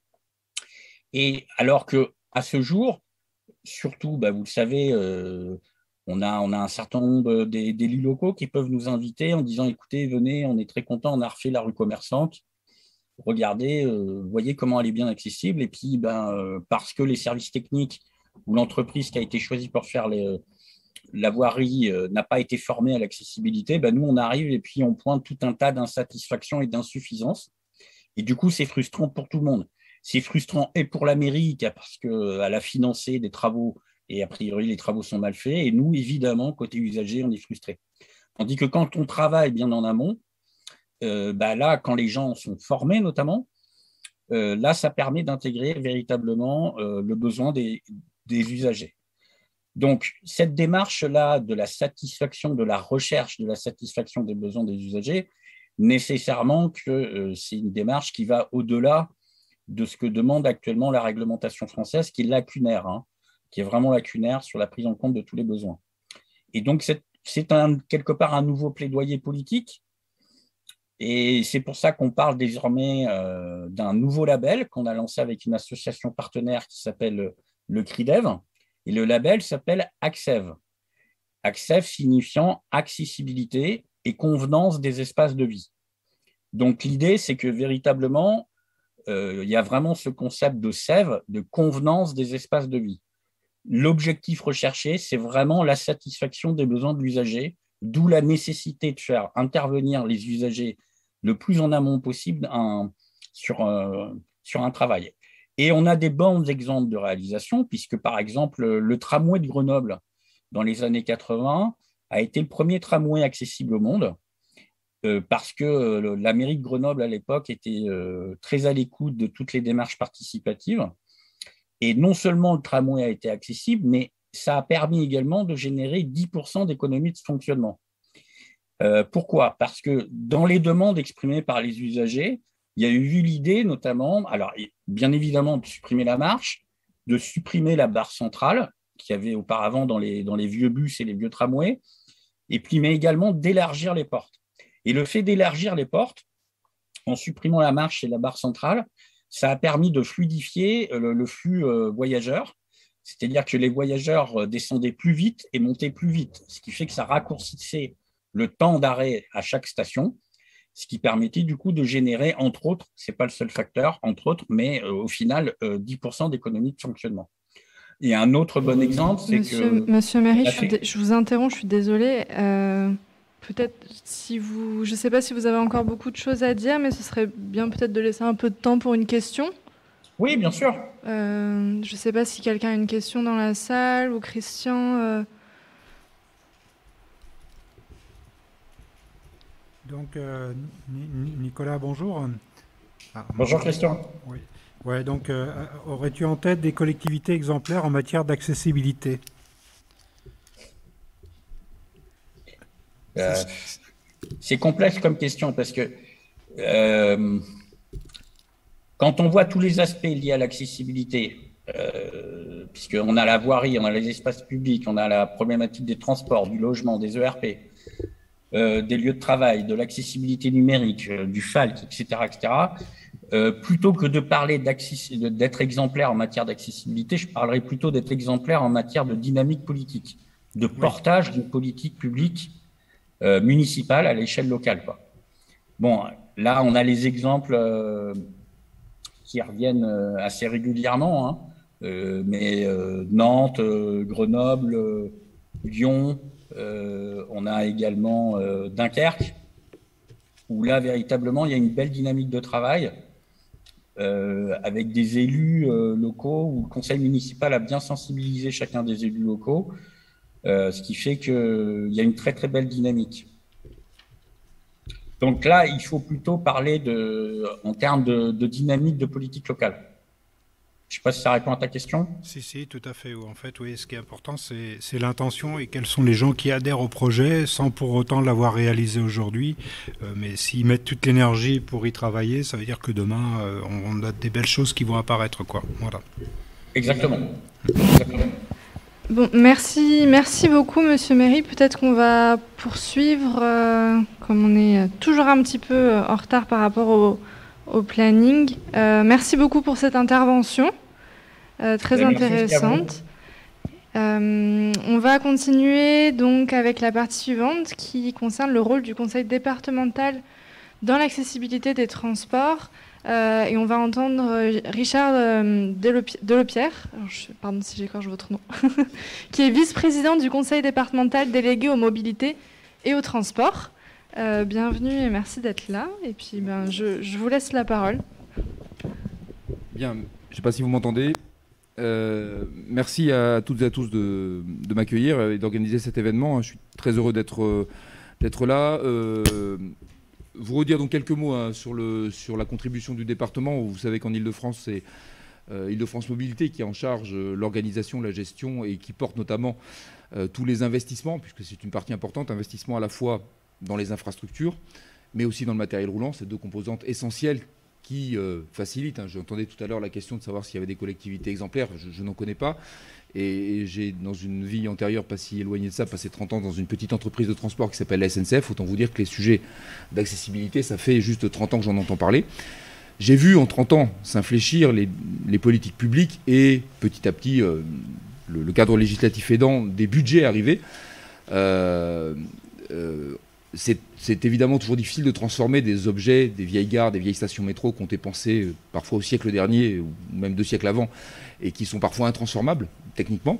Et alors qu'à ce jour, surtout, bah, vous le savez, euh, on, a, on a un certain nombre d'élus locaux qui peuvent nous inviter en disant « Écoutez, venez, on est très contents, on a refait la rue commerçante. Regardez, euh, voyez comment elle est bien accessible. » Et puis, ben, euh, parce que les services techniques ou l'entreprise qui a été choisie pour faire les, la voirie euh, n'a pas été formée à l'accessibilité, ben, nous, on arrive et puis on pointe tout un tas d'insatisfactions et d'insuffisances. Et du coup, c'est frustrant pour tout le monde. C'est frustrant et pour la mairie parce qu'elle a financé des travaux et a priori, les travaux sont mal faits. Et nous, évidemment, côté usager, on est frustrés. Tandis que quand on travaille bien en amont, euh, bah là, quand les gens sont formés notamment, euh, là, ça permet d'intégrer véritablement euh, le besoin des, des usagers. Donc, cette démarche-là de la satisfaction, de la recherche de la satisfaction des besoins des usagers, nécessairement que euh, c'est une démarche qui va au-delà de ce que demande actuellement la réglementation française, qui est lacunaire, hein, qui est vraiment lacunaire sur la prise en compte de tous les besoins. Et donc, c'est un, quelque part un nouveau plaidoyer politique. Et c'est pour ça qu'on parle désormais euh, d'un nouveau label qu'on a lancé avec une association partenaire qui s'appelle le CRIDEV. Et le label s'appelle ACCEV. ACCEV signifiant accessibilité et convenance des espaces de vie. Donc, l'idée, c'est que véritablement, euh, il y a vraiment ce concept de S E V, de convenance des espaces de vie. L'objectif recherché, c'est vraiment la satisfaction des besoins de l'usager, d'où la nécessité de faire intervenir les usagers le plus en amont possible un, sur, euh, sur un travail. Et on a des bons exemples de réalisation, puisque par exemple, le tramway de Grenoble, dans les années quatre-vingts, a été le premier tramway accessible au monde, euh, parce que euh, la mairie de Grenoble, à l'époque, était euh, très à l'écoute de toutes les démarches participatives. Et non seulement le tramway a été accessible, mais ça a permis également de générer dix pour cent d'économies de fonctionnement. Euh, pourquoi? Parce que dans les demandes exprimées par les usagers, il y a eu l'idée notamment, alors bien évidemment de supprimer la marche, de supprimer la barre centrale qu'il y avait auparavant dans les, dans les vieux bus et les vieux tramways, et puis mais également d'élargir les portes. Et le fait d'élargir les portes, en supprimant la marche et la barre centrale, ça a permis de fluidifier le, le flux euh, voyageurs, c'est-à-dire que les voyageurs descendaient plus vite et montaient plus vite, ce qui fait que ça raccourcissait le temps d'arrêt à chaque station, ce qui permettait du coup de générer, entre autres, ce n'est pas le seul facteur, entre autres, mais euh, au final, euh, dix pour cent d'économie de fonctionnement. Et un autre bon exemple, c'est que… Monsieur Méry, je, fait... je vous interromps, je suis désolée. Euh, peut-être si vous… Je ne sais pas si vous avez encore beaucoup de choses à dire, mais ce serait bien peut-être de laisser un peu de temps pour une question. Oui, bien sûr. Euh, je ne sais pas si quelqu'un a une question dans la salle ou Christian… Euh... Donc, euh, Nicolas, bonjour. Ah, bonjour, Christian. Oui. Ouais, donc, euh, aurais-tu en tête des collectivités exemplaires en matière d'accessibilité? euh, C'est complexe comme question parce que euh, quand on voit tous les aspects liés à l'accessibilité, euh, puisqu'on a la voirie, on a les espaces publics, on a la problématique des transports, du logement, des E R P, Euh, des lieux de travail, de l'accessibilité numérique, euh, du F A L C, et cetera, et cetera. Euh, plutôt que de parler d'être exemplaire en matière d'accessibilité, je parlerai plutôt d'être exemplaire en matière de dynamique politique, de portage oui. d'une politique publique euh, municipale à l'échelle locale, quoi. Bon, là, on a les exemples euh, qui reviennent euh, assez régulièrement, hein, euh, mais euh, Nantes, euh, Grenoble, euh, Lyon. Euh, on a également euh, Dunkerque, où là, véritablement, il y a une belle dynamique de travail euh, avec des élus euh, locaux, où le conseil municipal a bien sensibilisé chacun des élus locaux, euh, ce qui fait qu'il y a une très, très belle dynamique. Donc là, il faut plutôt parler de, en termes de, de dynamique de politique locale. Je ne sais pas si ça répond à ta question. Si, si, tout à fait. En fait, oui, ce qui est important, c'est l'intention et quels sont les gens qui adhèrent au projet sans pour autant l'avoir réalisé aujourd'hui. Euh, mais s'ils mettent toute l'énergie pour y travailler, ça veut dire que demain, euh, on a des belles choses qui vont apparaître, quoi. Voilà. Exactement. Exactement. Bon, merci, merci beaucoup, Monsieur Méry. Peut-être qu'on va poursuivre, euh, comme on est toujours un petit peu en retard par rapport au, au planning. Euh, merci beaucoup pour cette intervention. Euh, très Merci intéressante. Euh, on va continuer donc avec la partie suivante qui concerne le rôle du conseil départemental dans l'accessibilité des transports. Euh, et on va entendre Richard euh, Delopierre, alors je, pardon si j'écorche votre nom, qui est vice-président du conseil départemental délégué aux mobilités et aux transports. Euh, bienvenue et merci d'être là. Et puis ben, je, je vous laisse la parole. Bien, je ne sais pas si vous m'entendez. Euh, merci à toutes et à tous de, de m'accueillir et d'organiser cet événement. Je suis très heureux d'être d'être là. Euh, vous redire donc quelques mots hein, sur, le, sur la contribution du département. Vous savez qu'en Ile-de-France, c'est euh, Ile-de-France Mobilité qui est en charge euh, l'organisation, la gestion et qui porte notamment euh, tous les investissements, puisque c'est une partie importante, investissement à la fois dans les infrastructures, mais aussi dans le matériel roulant, ces deux composantes essentielles qui euh, facilite. Hein. J'entendais tout à l'heure la question de savoir s'il y avait des collectivités exemplaires. Je, je n'en connais pas. Et, et j'ai, dans une vie antérieure, pas si éloignée de ça, passé trente ans dans une petite entreprise de transport qui s'appelle la S N C F. Autant vous dire que les sujets d'accessibilité, ça fait juste trente ans que j'en entends parler. J'ai vu en trente ans s'infléchir les, les politiques publiques et petit à petit, euh, le, le cadre législatif aidant, des budgets arriver. Euh, euh, C'est évidemment toujours difficile de transformer des objets, des vieilles gares, des vieilles stations métro qui ont été pensées euh, parfois au siècle dernier ou même deux siècles avant et qui sont parfois intransformables techniquement.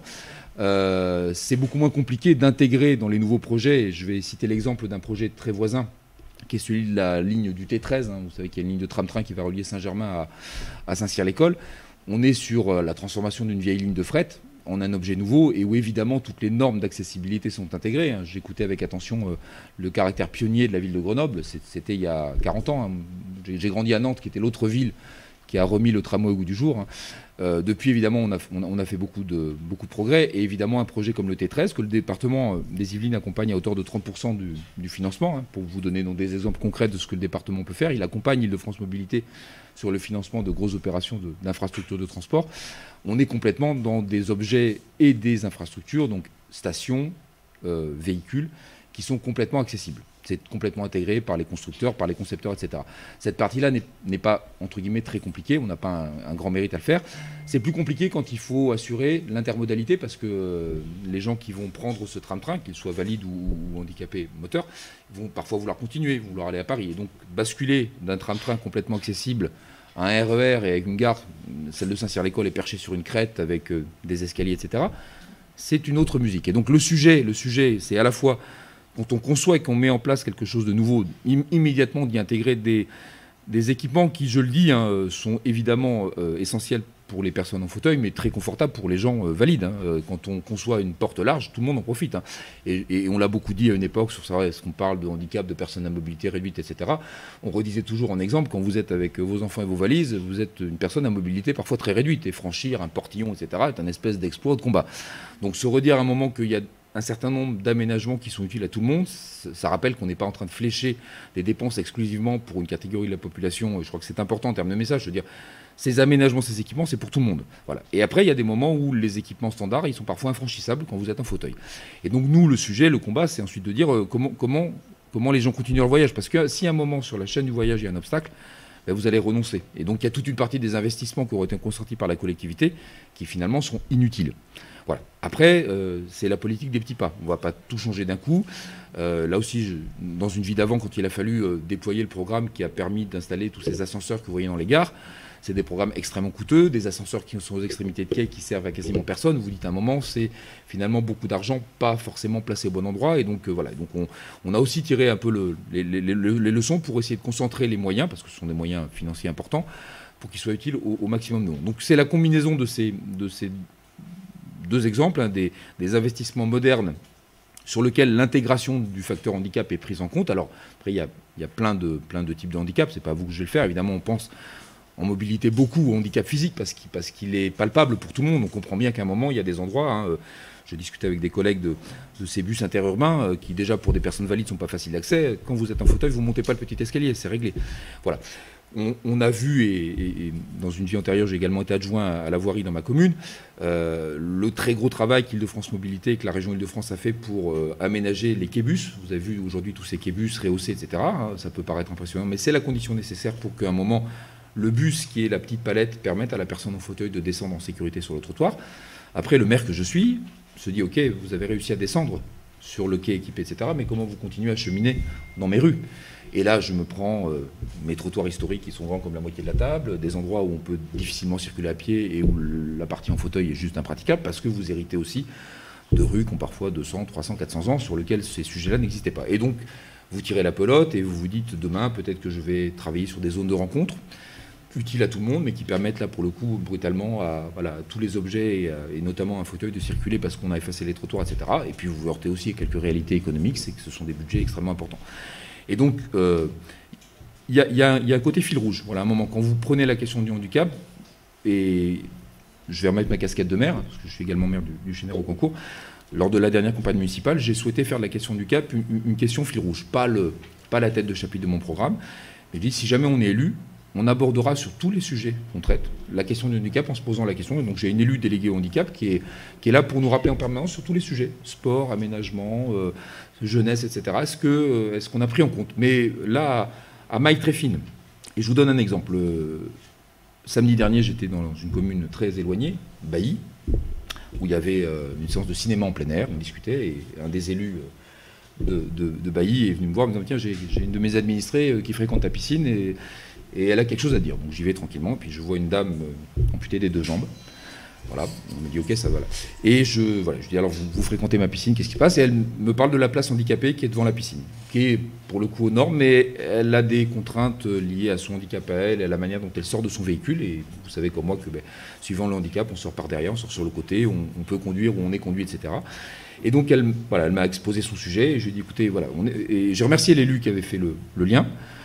Euh, c'est beaucoup moins compliqué d'intégrer dans les nouveaux projets, et je vais citer l'exemple d'un projet très voisin qui est celui de la ligne du T treize. Hein. Vous savez qu'il y a une ligne de tram-train qui va relier Saint-Germain à, à Saint-Cyr-l'École. On est sur la transformation d'une vieille ligne de fret en un objet nouveau et où évidemment toutes les normes d'accessibilité sont intégrées. Hein. J'écoutais avec attention euh, le caractère pionnier de la ville de Grenoble. C'était il y a quarante ans. Hein. J'ai grandi à Nantes, qui était l'autre ville qui a remis le tramway au goût du jour. Hein. Euh, depuis, évidemment, on a, on a fait beaucoup de, beaucoup de progrès. Et évidemment, un projet comme le T treize, que le département des Yvelines accompagne à hauteur de trente pour cent du, du financement. Hein, pour vous donner donc, des exemples concrets de ce que le département peut faire. Il accompagne Île-de-France Mobilité sur le financement de grosses opérations d'infrastructures de, de transport. On est complètement dans des objets et des infrastructures, donc stations, euh, véhicules, qui sont complètement accessibles. C'est complètement intégré par les constructeurs, par les concepteurs, et cetera. Cette partie-là n'est pas, entre guillemets, très compliquée. On n'a pas un, un grand mérite à le faire. C'est plus compliqué quand il faut assurer l'intermodalité, parce que euh, les gens qui vont prendre ce tram-train, qu'ils soient valides ou, ou handicapés moteurs, vont parfois vouloir continuer, vouloir aller à Paris. Et donc, basculer d'un tram-train complètement accessible à un R E R et avec une gare, celle de Saint-Cyr-l'École est perchée sur une crête avec euh, des escaliers, et cetera, c'est une autre musique. Et donc, le sujet, le sujet c'est à la fois... Quand on conçoit et qu'on met en place quelque chose de nouveau, im immédiatement d'y intégrer des, des équipements qui, je le dis, hein, sont évidemment euh, essentiels pour les personnes en fauteuil, mais très confortables pour les gens euh, valides. Hein. Quand on conçoit une porte large, tout le monde en profite. Hein. Et, et on l'a beaucoup dit à une époque sur ça, est-ce qu'on parle de handicap, de personnes à mobilité réduite, et cetera. On redisait toujours en exemple, quand vous êtes avec vos enfants et vos valises, vous êtes une personne à mobilité parfois très réduite, et franchir un portillon, et cetera, est un espèce d'exploit de combat. Donc se redire à un moment qu'il y a un certain nombre d'aménagements qui sont utiles à tout le monde. Ça rappelle qu'on n'est pas en train de flécher des dépenses exclusivement pour une catégorie de la population. Je crois que c'est important en termes de message. Je veux dire, ces aménagements, ces équipements, c'est pour tout le monde. Voilà. Et après, il y a des moments où les équipements standards, ils sont parfois infranchissables quand vous êtes en fauteuil. Et donc, nous, le sujet, le combat, c'est ensuite de dire euh, comment, comment, comment les gens continuent leur voyage. Parce que si à un moment, sur la chaîne du voyage, il y a un obstacle, ben, vous allez renoncer. Et donc, il y a toute une partie des investissements qui auraient été consentis par la collectivité qui, finalement, sont inutiles. Voilà. Après, euh, c'est la politique des petits pas. On ne va pas tout changer d'un coup. Euh, là aussi, je, dans une vie d'avant, quand il a fallu euh, déployer le programme qui a permis d'installer tous ces ascenseurs que vous voyez dans les gares, c'est des programmes extrêmement coûteux, des ascenseurs qui sont aux extrémités de quai qui servent à quasiment personne. Vous dites à un moment, c'est finalement beaucoup d'argent, pas forcément placé au bon endroit. Et donc, euh, voilà. Donc, on, on a aussi tiré un peu le, les, les, les, les leçons pour essayer de concentrer les moyens, parce que ce sont des moyens financiers importants, pour qu'ils soient utiles au, au maximum de monde. Donc, c'est la combinaison de ces, de ces deux exemples, hein, des, des investissements modernes sur lesquels l'intégration du facteur handicap est prise en compte. Alors, après, il y a, il y a plein, de, plein de types de handicap, c'est pas à vous que je vais le faire. Évidemment, on pense en mobilité beaucoup au handicap physique parce qu'il, parce qu'il est palpable pour tout le monde. On comprend bien qu'à un moment, il y a des endroits... Hein, je discutais avec des collègues de, de ces bus interurbains euh, qui, déjà, pour des personnes valides, ne sont pas faciles d'accès. Quand vous êtes en fauteuil, vous ne montez pas le petit escalier, c'est réglé. Voilà. On, on a vu, et, et, et dans une vie antérieure, j'ai également été adjoint à, à la voirie dans ma commune, euh, le très gros travail qu'Île-de-France Mobilité et que la région Île-de-France a fait pour euh, aménager les quai-bus. Vous avez vu aujourd'hui tous ces quai-bus rehaussés, et cetera. Hein, ça peut paraître impressionnant, mais c'est la condition nécessaire pour qu'à un moment, le bus, qui est la petite palette, permette à la personne en fauteuil de descendre en sécurité sur le trottoir. Après, le maire que je suis se dit, OK, vous avez réussi à descendre sur le quai équipé, et cetera, mais comment vous continuez à cheminer dans mes rues? Et là, je me prends euh, mes trottoirs historiques qui sont grands comme la moitié de la table, des endroits où on peut difficilement circuler à pied et où la partie en fauteuil est juste impraticable, parce que vous héritez aussi de rues qui ont parfois deux cents, trois cents, quatre cents ans, sur lesquelles ces sujets-là n'existaient pas. Et donc, vous tirez la pelote et vous vous dites, demain, peut-être que je vais travailler sur des zones de rencontre, utiles à tout le monde, mais qui permettent là pour le coup brutalement à, voilà, à tous les objets et, à, et notamment un fauteuil de circuler parce qu'on a effacé les trottoirs, et cetera. Et puis vous vous heurtez aussi à quelques réalités économiques, c'est que ce sont des budgets extrêmement importants. Et donc il euh, y, y, y a un côté fil rouge. Voilà, à un moment, quand vous prenez la question du handicap, et je vais remettre ma casquette de maire, parce que je suis également maire du, du Chénère au concours, lors de la dernière campagne municipale, j'ai souhaité faire de la question du handicap une, une question fil rouge, pas, le, pas la tête de chapitre de mon programme, mais je dis, si jamais on est élu, on abordera sur tous les sujets qu'on traite la question du handicap en se posant la question. Et donc j'ai une élue déléguée au handicap qui est, qui est là pour nous rappeler en permanence sur tous les sujets, sport, aménagement, euh, jeunesse, et cetera. Est-ce que, euh, est-ce qu'on a pris en compte? Mais là, à maille très fine. Et je vous donne un exemple. Euh, samedi dernier, j'étais dans une commune très éloignée, Bailly, où il y avait euh, une séance de cinéma en plein air, on discutait, et un des élus de, de, de Bailly est venu me voir, me disant, tiens, j'ai, j'ai une de mes administrés qui fréquente ta piscine, et Et elle a quelque chose à dire. Donc j'y vais tranquillement. Puis je vois une dame euh, amputée des deux jambes. Voilà. On me dit, OK, ça va là. Et je, voilà, je dis, alors vous, vous fréquentez ma piscine, qu'est-ce qui se passe? Et elle me parle de la place handicapée qui est devant la piscine, qui est pour le coup aux normes, mais elle a des contraintes liées à son handicap à elle, à la manière dont elle sort de son véhicule. Et vous savez comme moi que, ben, suivant le handicap, on sort par derrière, on sort sur le côté, on, on peut conduire ou on est conduit, et cetera. Et donc elle, voilà, elle m'a exposé son sujet. Et je lui ai dit, écoutez, voilà. On est, et j'ai remercié l'élu qui avait fait le, le lien.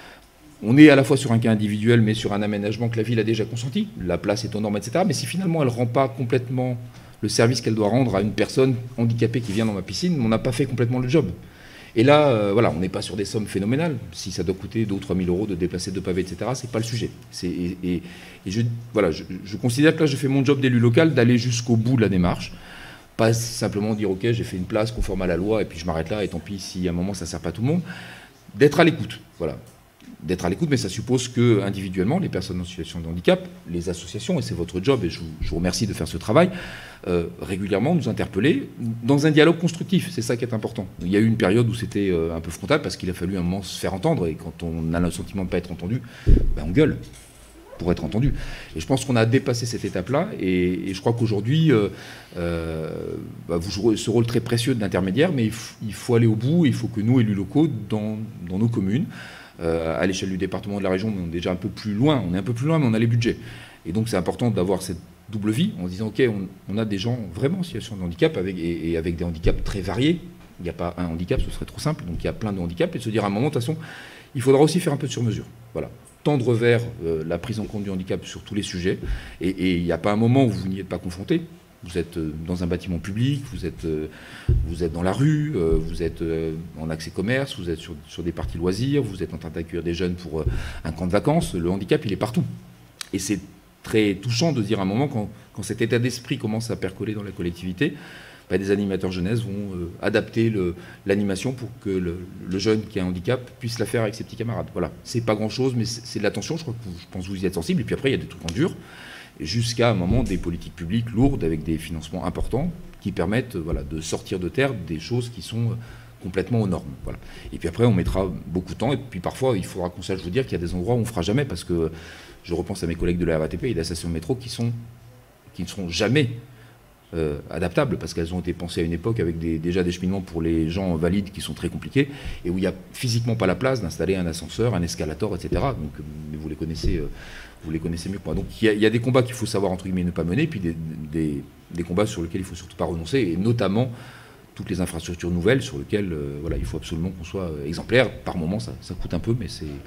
On est à la fois sur un cas individuel, mais sur un aménagement que la ville a déjà consenti. La place est aux normes, et cetera. Mais si finalement elle ne rend pas complètement le service qu'elle doit rendre à une personne handicapée qui vient dans ma piscine, on n'a pas fait complètement le job. Et là, euh, voilà, on n'est pas sur des sommes phénoménales. Si ça doit coûter deux ou trois mille euros de déplacer deux pavés, et cetera, c'est pas le sujet. C'est, et, et, et je, voilà, je, je considère que là, je fais mon job d'élu local, d'aller jusqu'au bout de la démarche. Pas simplement dire, OK, j'ai fait une place conforme à la loi, et puis je m'arrête là, et tant pis si à un moment ça ne sert pas à tout le monde. D'être à l'écoute, voilà. D'être à l'écoute, mais ça suppose que individuellement, les personnes en situation de handicap, les associations, et c'est votre job, et je vous, je vous remercie de faire ce travail, euh, régulièrement nous interpeller dans un dialogue constructif. C'est ça qui est important. Il y a eu une période où c'était euh, un peu frontal parce qu'il a fallu un moment se faire entendre, et quand on a le sentiment de ne pas être entendu, ben on gueule pour être entendu. Et je pense qu'on a dépassé cette étape-là, et, et je crois qu'aujourd'hui, euh, euh, bah, vous jouez ce rôle très précieux d'intermédiaire, mais il, f- il faut aller au bout, et il faut que nous, élus locaux, dans, dans nos communes, Euh, à l'échelle du département, de la région, on est déjà un peu plus loin, on est un peu plus loin, mais on a les budgets. Et donc c'est important d'avoir cette double vie en se disant, OK, on, on a des gens vraiment en situation de handicap avec, et, et avec des handicaps très variés. Il n'y a pas un handicap, ce serait trop simple, donc il y a plein de handicaps, et de se dire à un moment, de toute façon, il faudra aussi faire un peu de sur-mesure. Voilà. Tendre vers euh, la prise en compte du handicap sur tous les sujets, et, et il n'y a pas un moment où vous n'y êtes pas confronté. Vous êtes dans un bâtiment public, vous êtes, vous êtes dans la rue, vous êtes en accès commerce, vous êtes sur, sur des parties loisirs, vous êtes en train d'accueillir des jeunes pour un camp de vacances. Le handicap, il est partout. Et c'est très touchant de dire à un moment, quand, quand cet état d'esprit commence à percoler dans la collectivité, bah, des animateurs jeunesse vont euh, adapter le, l'animation pour que le, le jeune qui a un handicap puisse la faire avec ses petits camarades. Voilà. C'est pas grand-chose, mais c'est, c'est de l'attention. Je crois que vous, je pense que vous y êtes sensible. Et puis après, il y a des trucs en dur, jusqu'à un moment des politiques publiques lourdes avec des financements importants qui permettent voilà, de sortir de terre des choses qui sont complètement aux normes. Voilà. Et puis après, on mettra beaucoup de temps. Et puis parfois, il faudra qu'on sache vous dire qu'il y a des endroits où on ne fera jamais, parce que je repense à mes collègues de la R A T P et de la station de métro qui, sont, qui ne seront jamais euh, adaptables, parce qu'elles ont été pensées à une époque avec des, déjà des cheminements pour les gens valides qui sont très compliqués, et où il n'y a physiquement pas la place d'installer un ascenseur, un escalator, et cetera. Donc, mais vous les connaissez... Euh, vous les connaissez mieux que moi. Donc il y, y a des combats qu'il faut savoir entre guillemets ne pas mener, puis des, des, des combats sur lesquels il ne faut surtout pas renoncer, et notamment toutes les infrastructures nouvelles sur lesquelles euh, voilà, il faut absolument qu'on soit exemplaire. Par moments, ça, ça coûte un peu, mais c'est,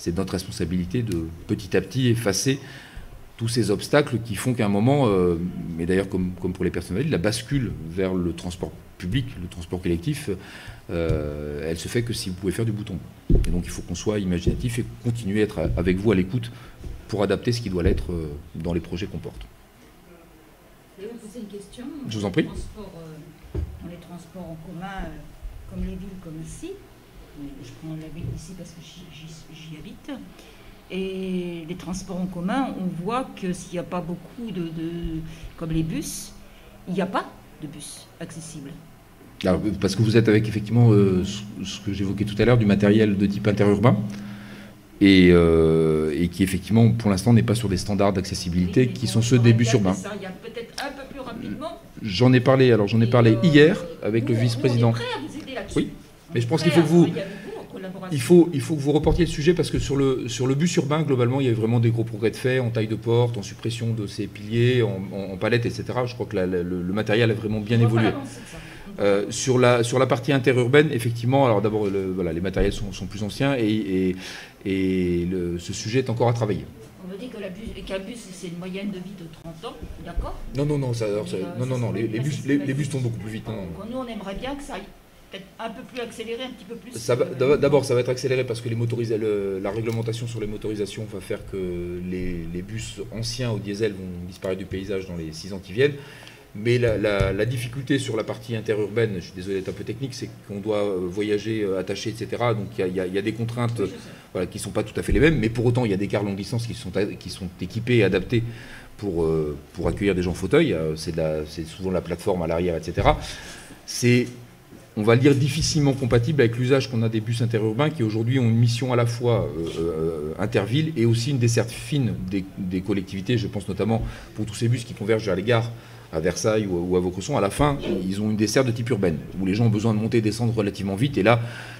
c'est notre responsabilité de petit à petit effacer tous ces obstacles qui font qu'à un moment, euh, mais d'ailleurs comme, comme pour les personnes valides, la bascule vers le transport public, le transport collectif, euh, elle se fait que si vous pouvez faire du bouton. Et donc il faut qu'on soit imaginatif et continuer à être avec vous à l'écoute pour adapter ce qui doit l'être euh, dans les projets qu'on porte. Je vais vous poser une question. Je vous en prie. Dans les transports, euh, dans les transports en commun, euh, comme les villes comme ici, je prends la ville ici parce que j'y habite, et les transports en commun, on voit que s'il n'y a pas beaucoup de, de... comme les bus, il n'y a pas de bus accessibles. Alors, parce que vous êtes avec effectivement euh, ce que j'évoquais tout à l'heure, du matériel de type interurbain, et, euh, et qui effectivement pour l'instant n'est pas sur des standards d'accessibilité qui sont ceux des bus urbains. Ça, il y a peut-être un peu plus rapidement. J'en ai parlé, alors j'en ai parlé hier avec le vice-président. Oui, mais je pense qu'il faut que vous... Il faut, il faut que vous reportiez le sujet parce que sur le, sur le bus urbain, globalement, il y a eu vraiment des gros progrès de fait en taille de porte, en suppression de ces piliers, en, en, en palette, et cetera. Je crois que la, la, le, le matériel a vraiment bien évolué. Euh, sur, la, sur la partie interurbaine, effectivement, alors d'abord, le, voilà, les matériels sont, sont plus anciens et, et, et le, ce sujet est encore à travailler. On me dit que la bus, qu'un bus, c'est une moyenne de vie de trente ans, d'accord? Non, non, non, ça, alors, ça, non, non, non, les, les, bus, les, les bus tournent beaucoup plus vite. Non, non. Donc, nous, on aimerait bien que ça aille peut-être un peu plus accéléré, un petit peu plus. Ça va, d'abord, ça va être accéléré parce que les motorisa- le, la réglementation sur les motorisations va faire que les, les bus anciens au diesel vont disparaître du paysage dans les six ans qui viennent. Mais la, la, la difficulté sur la partie interurbaine, je suis désolé d'être un peu technique, c'est qu'on doit voyager attaché, et cetera. Donc il y, y, y a des contraintes oui, voilà, qui ne sont pas tout à fait les mêmes, mais pour autant il y a des cars longue distance qui sont, qui sont équipés et adaptés pour, euh, pour accueillir des gens en fauteuil. C'est, la, c'est souvent la plateforme à l'arrière, et cetera. C'est, on va le dire, difficilement compatible avec l'usage qu'on a des bus interurbains qui aujourd'hui ont une mission à la fois euh, euh, interville et aussi une desserte fine des, des collectivités. Je pense notamment pour tous ces bus qui convergent vers les gares à Versailles ou à Vaucresson, à la fin, ils ont une desserte de type urbaine, où les gens ont besoin de monter et descendre relativement vite. Et là,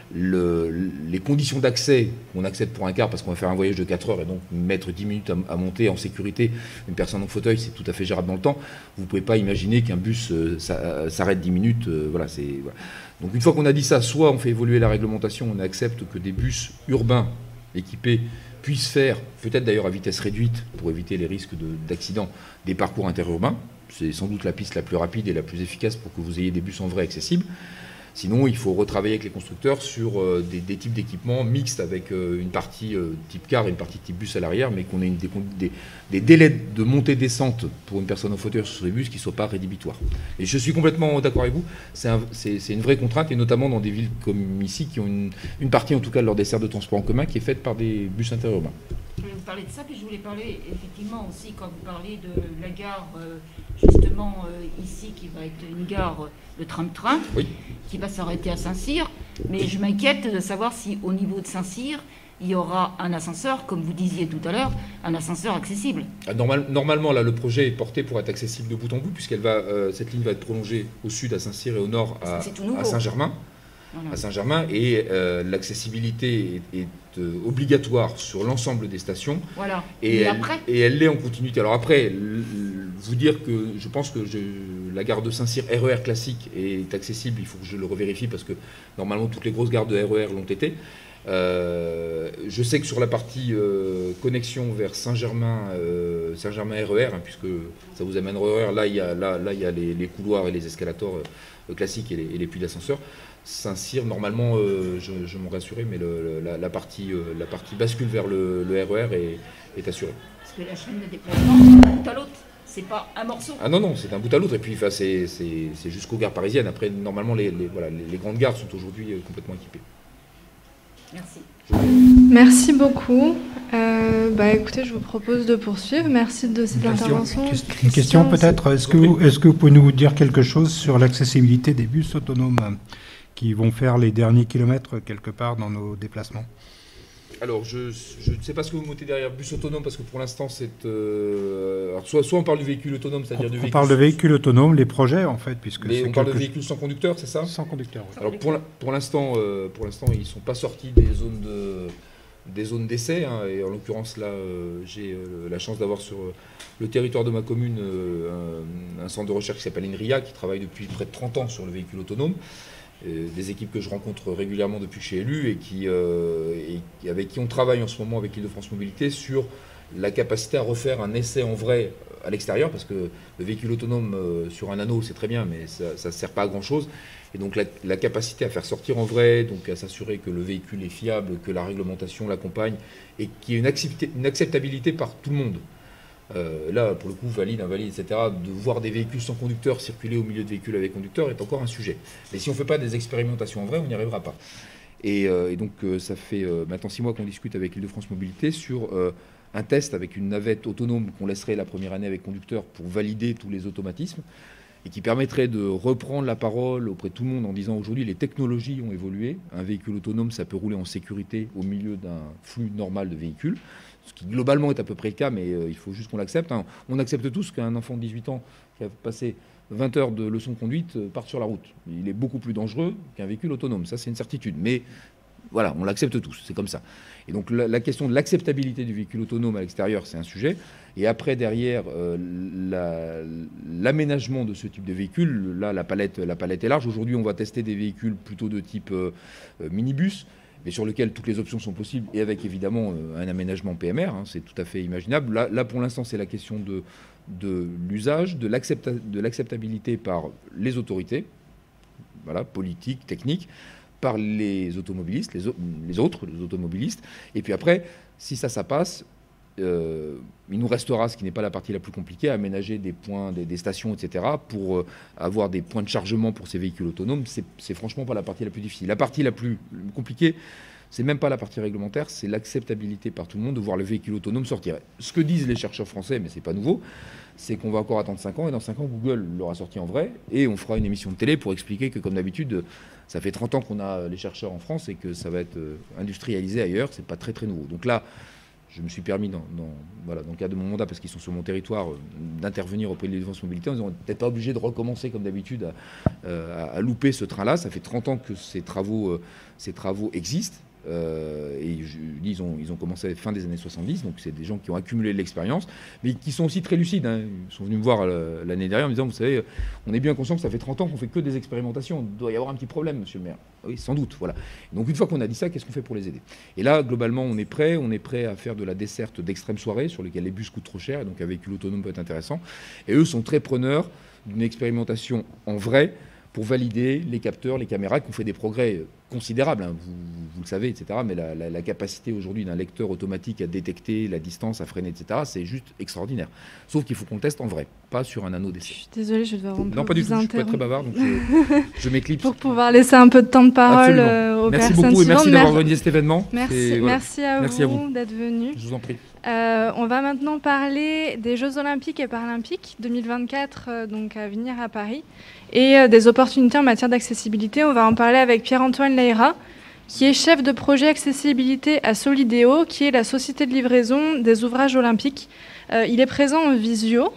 le, les conditions d'accès, on accède pour un car parce qu'on va faire un voyage de quatre heures et donc mettre dix minutes à, à monter en sécurité, une personne en fauteuil, c'est tout à fait gérable dans le temps. Vous ne pouvez pas imaginer qu'un bus euh, s'arrête dix minutes. Euh, voilà, c'est, voilà. Donc une fois qu'on a dit ça, soit on fait évoluer la réglementation, on accepte que des bus urbains équipés puissent faire, peut-être d'ailleurs à vitesse réduite, pour éviter les risques de, d'accident, des parcours interurbains. C'est sans doute la piste la plus rapide et la plus efficace pour que vous ayez des bus en vrai accessibles. Sinon, il faut retravailler avec les constructeurs sur euh, des, des types d'équipements mixtes avec euh, une partie euh, type car et une partie type bus à l'arrière, mais qu'on ait une, des, des, des délais de montée-descente pour une personne en fauteuil sur les bus qui ne soient pas rédhibitoires. Et je suis complètement d'accord avec vous, c'est, un, c'est, c'est une vraie contrainte, et notamment dans des villes comme ici, qui ont une, une partie, en tout cas, de leur dessert de transport en commun, qui est faite par des bus interurbains. Je voulais vous parler de ça, puis je voulais parler effectivement aussi, quand vous parlez de la gare, euh, justement euh, ici, qui va être une gare de tram-train, oui, qui va s'arrêter à Saint-Cyr, mais je m'inquiète de savoir si au niveau de Saint-Cyr, il y aura un ascenseur, comme vous disiez tout à l'heure, un ascenseur accessible. Normal, normalement, là, le projet est porté pour être accessible de bout en bout, puisqu'elle va, euh, cette ligne va être prolongée au sud à Saint-Cyr et au nord à, à Saint-Germain. Voilà. À Saint-Germain, et euh, l'accessibilité est, est euh, obligatoire sur l'ensemble des stations. Voilà. Et, et, elle, après et elle l'est en continuité. Alors après, l, vous dire que je pense que je, la gare de Saint-Cyr R E R classique est accessible, il faut que je le revérifie parce que normalement toutes les grosses gares de R E R l'ont été. Euh, je sais que sur la partie euh, connexion vers Saint-Germain, euh, Saint-Germain R E R, hein, puisque ça vous amène R E R, là il y a, là, là, il y a les, les couloirs et les escalators euh, classiques et les, et les puits d'ascenseur. Saint-Cyr, normalement, euh, je, je m'en rassurais, mais le, la, la, partie, euh, la partie bascule vers le, le R E R est, est assurée. Parce que la chaîne de déplacement, c'est d'un bout à l'autre, c'est pas un morceau. Ah non, non, c'est d'un bout à l'autre, et puis enfin, c'est, c'est, c'est jusqu'aux gares parisiennes. Après, normalement, les, les, voilà, les, les grandes gares sont aujourd'hui complètement équipées. Merci. Merci beaucoup. Euh, bah, écoutez, je vous propose de poursuivre. Merci de cette question, intervention. Une question, une question peut-être. Est-ce que, vous, est-ce que vous pouvez nous dire quelque chose sur l'accessibilité des bus autonomes qui vont faire les derniers kilomètres quelque part dans nos déplacements? Alors, je, je ne sais pas ce que vous mettez derrière bus autonome, parce que pour l'instant, c'est... Euh, alors soit, soit on parle du véhicule autonome, c'est-à-dire on, du on véhicule... parle de véhicule autonome, les projets, en fait, puisque... Mais c'est on parle quelque... de véhicules sans conducteur, c'est ça? Sans conducteur, oui. Alors, pour, la, pour, l'instant, euh, pour l'instant, ils ne sont pas sortis des zones, de, des zones d'essai, hein, et en l'occurrence, là, euh, j'ai euh, la chance d'avoir sur euh, le territoire de ma commune euh, un, un centre de recherche qui s'appelle INRIA, qui travaille depuis près de trente ans sur le véhicule autonome. euh, des équipes que je rencontre régulièrement depuis que je suis élu et, qui, euh, et avec qui on travaille en ce moment avec l'Île-de-France Mobilité sur la capacité à refaire un essai en vrai à l'extérieur, parce que le véhicule autonome euh, sur un anneau, c'est très bien, mais ça ne sert pas à grand-chose. Et donc la, la capacité à faire sortir en vrai, donc à s'assurer que le véhicule est fiable, que la réglementation l'accompagne et qu'il y ait une, accepta- une acceptabilité par tout le monde. Euh, là, pour le coup, valide, invalide, et cetera, de voir des véhicules sans conducteur circuler au milieu de véhicules avec conducteur est encore un sujet. Mais si on ne fait pas des expérimentations en vrai, on n'y arrivera pas. Et, euh, et donc, euh, ça fait euh, maintenant six mois qu'on discute avec l'Île-de-France Mobilité sur euh, un test avec une navette autonome qu'on laisserait la première année avec conducteur pour valider tous les automatismes et qui permettrait de reprendre la parole auprès de tout le monde en disant aujourd'hui les technologies ont évolué. Un véhicule autonome, ça peut rouler en sécurité au milieu d'un flux normal de véhicules, ce qui globalement est à peu près le cas, mais euh, il faut juste qu'on l'accepte. Hein. On accepte tous qu'un enfant de dix-huit ans qui a passé vingt heures de leçons de conduite euh, parte sur la route. Il est beaucoup plus dangereux qu'un véhicule autonome, ça c'est une certitude. Mais voilà, on l'accepte tous, c'est comme ça. Et donc la, la question de l'acceptabilité du véhicule autonome à l'extérieur, c'est un sujet. Et après, derrière, euh, la, l'aménagement de ce type de véhicule, là, la palette, la palette est large. Aujourd'hui, on va tester des véhicules plutôt de type euh, minibus, mais sur lequel toutes les options sont possibles, et avec évidemment euh, un aménagement P M R, hein, c'est tout à fait imaginable. Là, là pour l'instant, c'est la question de, de l'usage, de, l'accepta- de l'acceptabilité par les autorités, voilà, politiques, techniques, par les automobilistes, les, les autres, les automobilistes. Et puis après, si ça, ça passe, euh, il nous restera, ce qui n'est pas la partie la plus compliquée, à aménager des points, des, des stations, et cetera, pour euh, avoir des points de chargement pour ces véhicules autonomes. C'est, c'est franchement pas la partie la plus difficile. La partie la plus compliquée, c'est même pas la partie réglementaire, c'est l'acceptabilité par tout le monde de voir le véhicule autonome sortir. Ce que disent les chercheurs français, mais c'est pas nouveau, c'est qu'on va encore attendre cinq ans, et dans cinq ans, Google l'aura sorti en vrai, et on fera une émission de télé pour expliquer que, comme d'habitude, ça fait trente ans qu'on a les chercheurs en France et que ça va être industrialisé ailleurs, c'est pas très très nouveau. Donc là, je me suis permis, dans, dans, voilà, dans le cadre de mon mandat, parce qu'ils sont sur mon territoire, euh, d'intervenir auprès de l'Île-de-France Mobilité en disant on n'est peut-être pas obligé de recommencer comme d'habitude à, euh, à, à louper ce train-là. Ça fait trente ans que ces travaux, euh, ces travaux existent. Euh, et je dis, ils ont, ils ont commencé fin des années soixante-dix, donc c'est des gens qui ont accumulé de l'expérience, mais qui sont aussi très lucides. Hein. Ils sont venus me voir euh, l'année dernière en me disant, vous savez, on est bien conscient que ça fait trente ans qu'on fait que des expérimentations, il doit y avoir un petit problème, monsieur le maire. Oui, sans doute, voilà. Donc une fois qu'on a dit ça, qu'est-ce qu'on fait pour les aider? Et là, globalement, on est prêt, on est prêt à faire de la desserte d'extrême soirée, sur lesquelles les bus coûtent trop cher, et donc un véhicule autonome peut être intéressant. Et eux sont très preneurs d'une expérimentation en vrai, pour valider les capteurs, les caméras, qui ont fait des progrès considérables, hein, vous, vous le savez, et cetera. Mais la, la, la capacité aujourd'hui d'un lecteur automatique à détecter la distance, à freiner, et cetera, c'est juste extraordinaire. Sauf qu'il faut qu'on le teste en vrai, pas sur un anneau d'essai. Je suis désolée, je vais devoir Non, pas du tout, je peux être très bavard, donc je, je m'éclipse. Pour pouvoir laisser un peu de temps de parole euh, aux merci personnes beaucoup et merci suivantes. d'avoir organisé cet événement. Merci, voilà. merci à merci vous, à vous. d'être venus. Je vous en prie. Euh, on va maintenant parler des Jeux Olympiques et Paralympiques deux mille vingt-quatre, euh, donc à venir à Paris, et euh, des opportunités en matière d'accessibilité. On va en parler avec Pierre-Antoine Leira, qui est chef de projet accessibilité à Solideo, qui est la société de livraison des ouvrages olympiques. Euh, il est présent en visio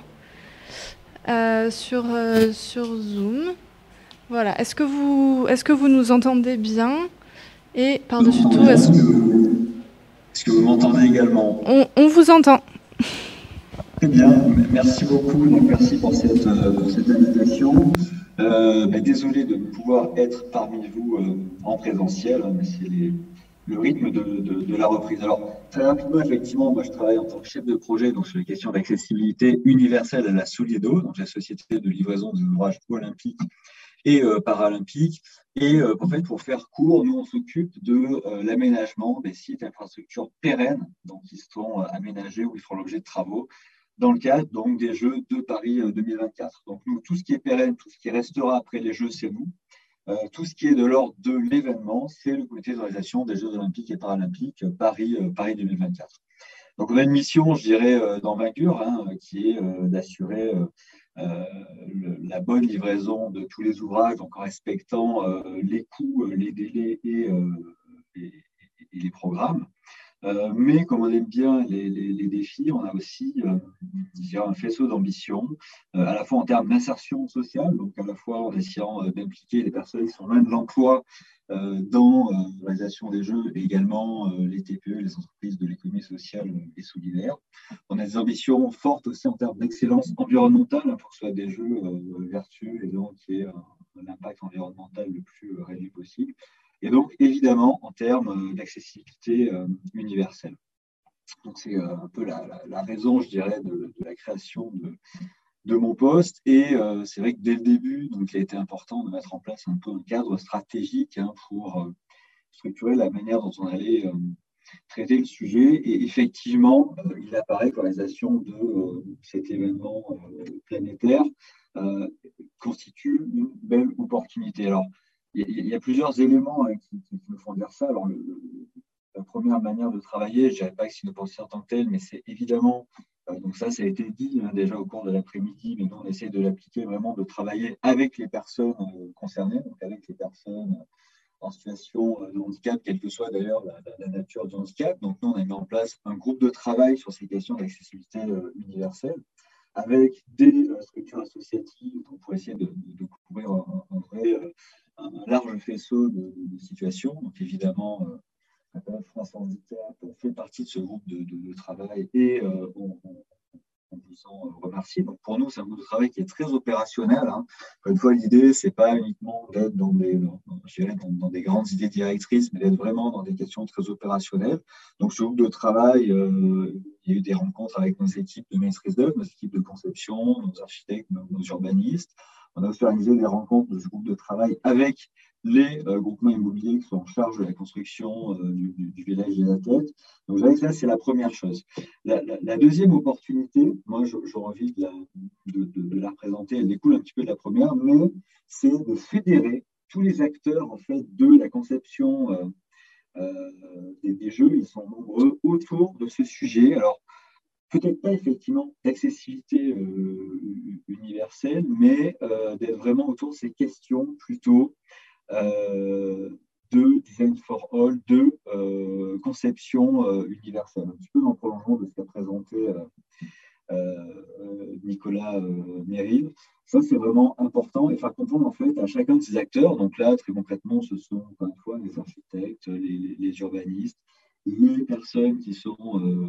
euh, sur, euh, sur Zoom. Voilà. Est-ce que vous, est-ce que vous nous entendez bien? Et par-dessus tout, est-ce que... Est-ce que vous m'entendez également? on, on vous entend. Très bien, merci beaucoup. Donc, merci pour cette, euh, cette invitation. Euh, bah, désolé de ne pouvoir être parmi vous euh, en présentiel, hein, mais c'est les, le rythme de, de, de la reprise. Alors, très rapidement, effectivement, moi je travaille en tant que chef de projet donc, sur les questions d'accessibilité universelle à la Solideo, donc la société de livraison des ouvrages olympiques et euh, paralympiques. Et euh, en fait, pour faire court, nous, on s'occupe de euh, l'aménagement des sites infrastructures pérennes, donc qui sont euh, aménagés ou ils font l'objet de travaux, dans le cadre donc, des Jeux de Paris euh, deux mille vingt-quatre. Donc, nous, tout ce qui est pérenne, tout ce qui restera après les Jeux, c'est nous. Euh, tout ce qui est de l'ordre de l'événement, c'est le comité d'organisation des Jeux Olympiques et Paralympiques euh, Paris, euh, Paris deux mille vingt-quatre. Donc, on a une mission, je dirais, euh, d'envergure, hein, qui est euh, d'assurer euh, euh, le, la bonne livraison de tous les ouvrages, donc en respectant euh, les coûts, les délais et, euh, et, et les programmes. Euh, mais comme on aime bien les, les, les défis, on a aussi euh, je dirais un faisceau d'ambition, euh, à la fois en termes d'insertion sociale, donc à la fois en essayant euh, d'impliquer les personnes qui sont loin de l'emploi euh, dans euh, la réalisation des Jeux, et également euh, les T P E, les entreprises de l'économie sociale et solidaire. On a des ambitions fortes aussi en termes d'excellence environnementale, hein, pour que ce soit des Jeux euh, vertueux et donc qui est un, l'impact environnemental le plus réduit possible. Et donc, évidemment, en termes d'accessibilité euh, universelle. Donc, c'est euh, un peu la, la, la raison, je dirais, de, de la création de, de mon poste. Et euh, c'est vrai que dès le début, donc, il a été important de mettre en place un peu un cadre stratégique hein, pour euh, structurer la manière dont on allait euh, traiter le sujet. Et effectivement, euh, il apparaît que l'organisation de euh, cet événement euh, planétaire euh, constitue une belle opportunité. Alors, il y, y a plusieurs éléments hein, qui, qui me font dire ça. Alors, le, le, la première manière de travailler, je ne dirais pas que c'est une pensée en tant que telle, mais c'est évidemment, euh, donc ça, ça a été dit hein, déjà au cours de l'après-midi, mais nous, on essaie de l'appliquer vraiment, de travailler avec les personnes euh, concernées, donc avec les personnes en situation de handicap, quelle que soit d'ailleurs la, la, la nature du handicap. Donc, nous, on a mis en place un groupe de travail sur ces questions d'accessibilité euh, universelle, avec des euh, structures associatives pour essayer de, de, de couvrir en, en vrai euh, un large faisceau de, de situations. Donc, évidemment, euh, la P F France Handicap fait partie de ce groupe de, de, de travail et euh, on, on, on vous en remercie. Donc, pour nous, c'est un groupe de travail qui est très opérationnel. Hein. Encore une fois, l'idée, ce n'est pas uniquement d'être dans des, dans, je dirais, dans, dans des grandes idées directrices, mais d'être vraiment dans des questions très opérationnelles. Donc, ce groupe de travail, euh, il y a eu des rencontres avec nos équipes de maîtrise d'œuvre, nos équipes de conception, nos architectes, nos, nos urbanistes. On a aussi organisé des rencontres de ce groupe de travail avec les euh, groupements immobiliers qui sont en charge de la construction euh, du, du, du village des athlètes. Donc, ça, c'est la première chose. La, la, la deuxième opportunité, moi, j'aurais envie de la, de, de, de la représenter, elle découle un petit peu de la première, mais c'est de fédérer tous les acteurs, en fait, de la conception euh, euh, des, des jeux. Ils sont nombreux autour de ce sujet. Alors, peut-être pas effectivement d'accessibilité euh, universelle, mais euh, d'être vraiment autour de ces questions plutôt euh, de design for all, de euh, conception euh, universelle. Un petit peu dans le prolongement de ce qu'a présenté euh, euh, Nicolas euh, Méril. Ça, c'est vraiment important et faire comprendre en fait à chacun de ces acteurs. Donc là, très concrètement, ce sont encore une fois les architectes, les, les, les urbanistes, les personnes qui sont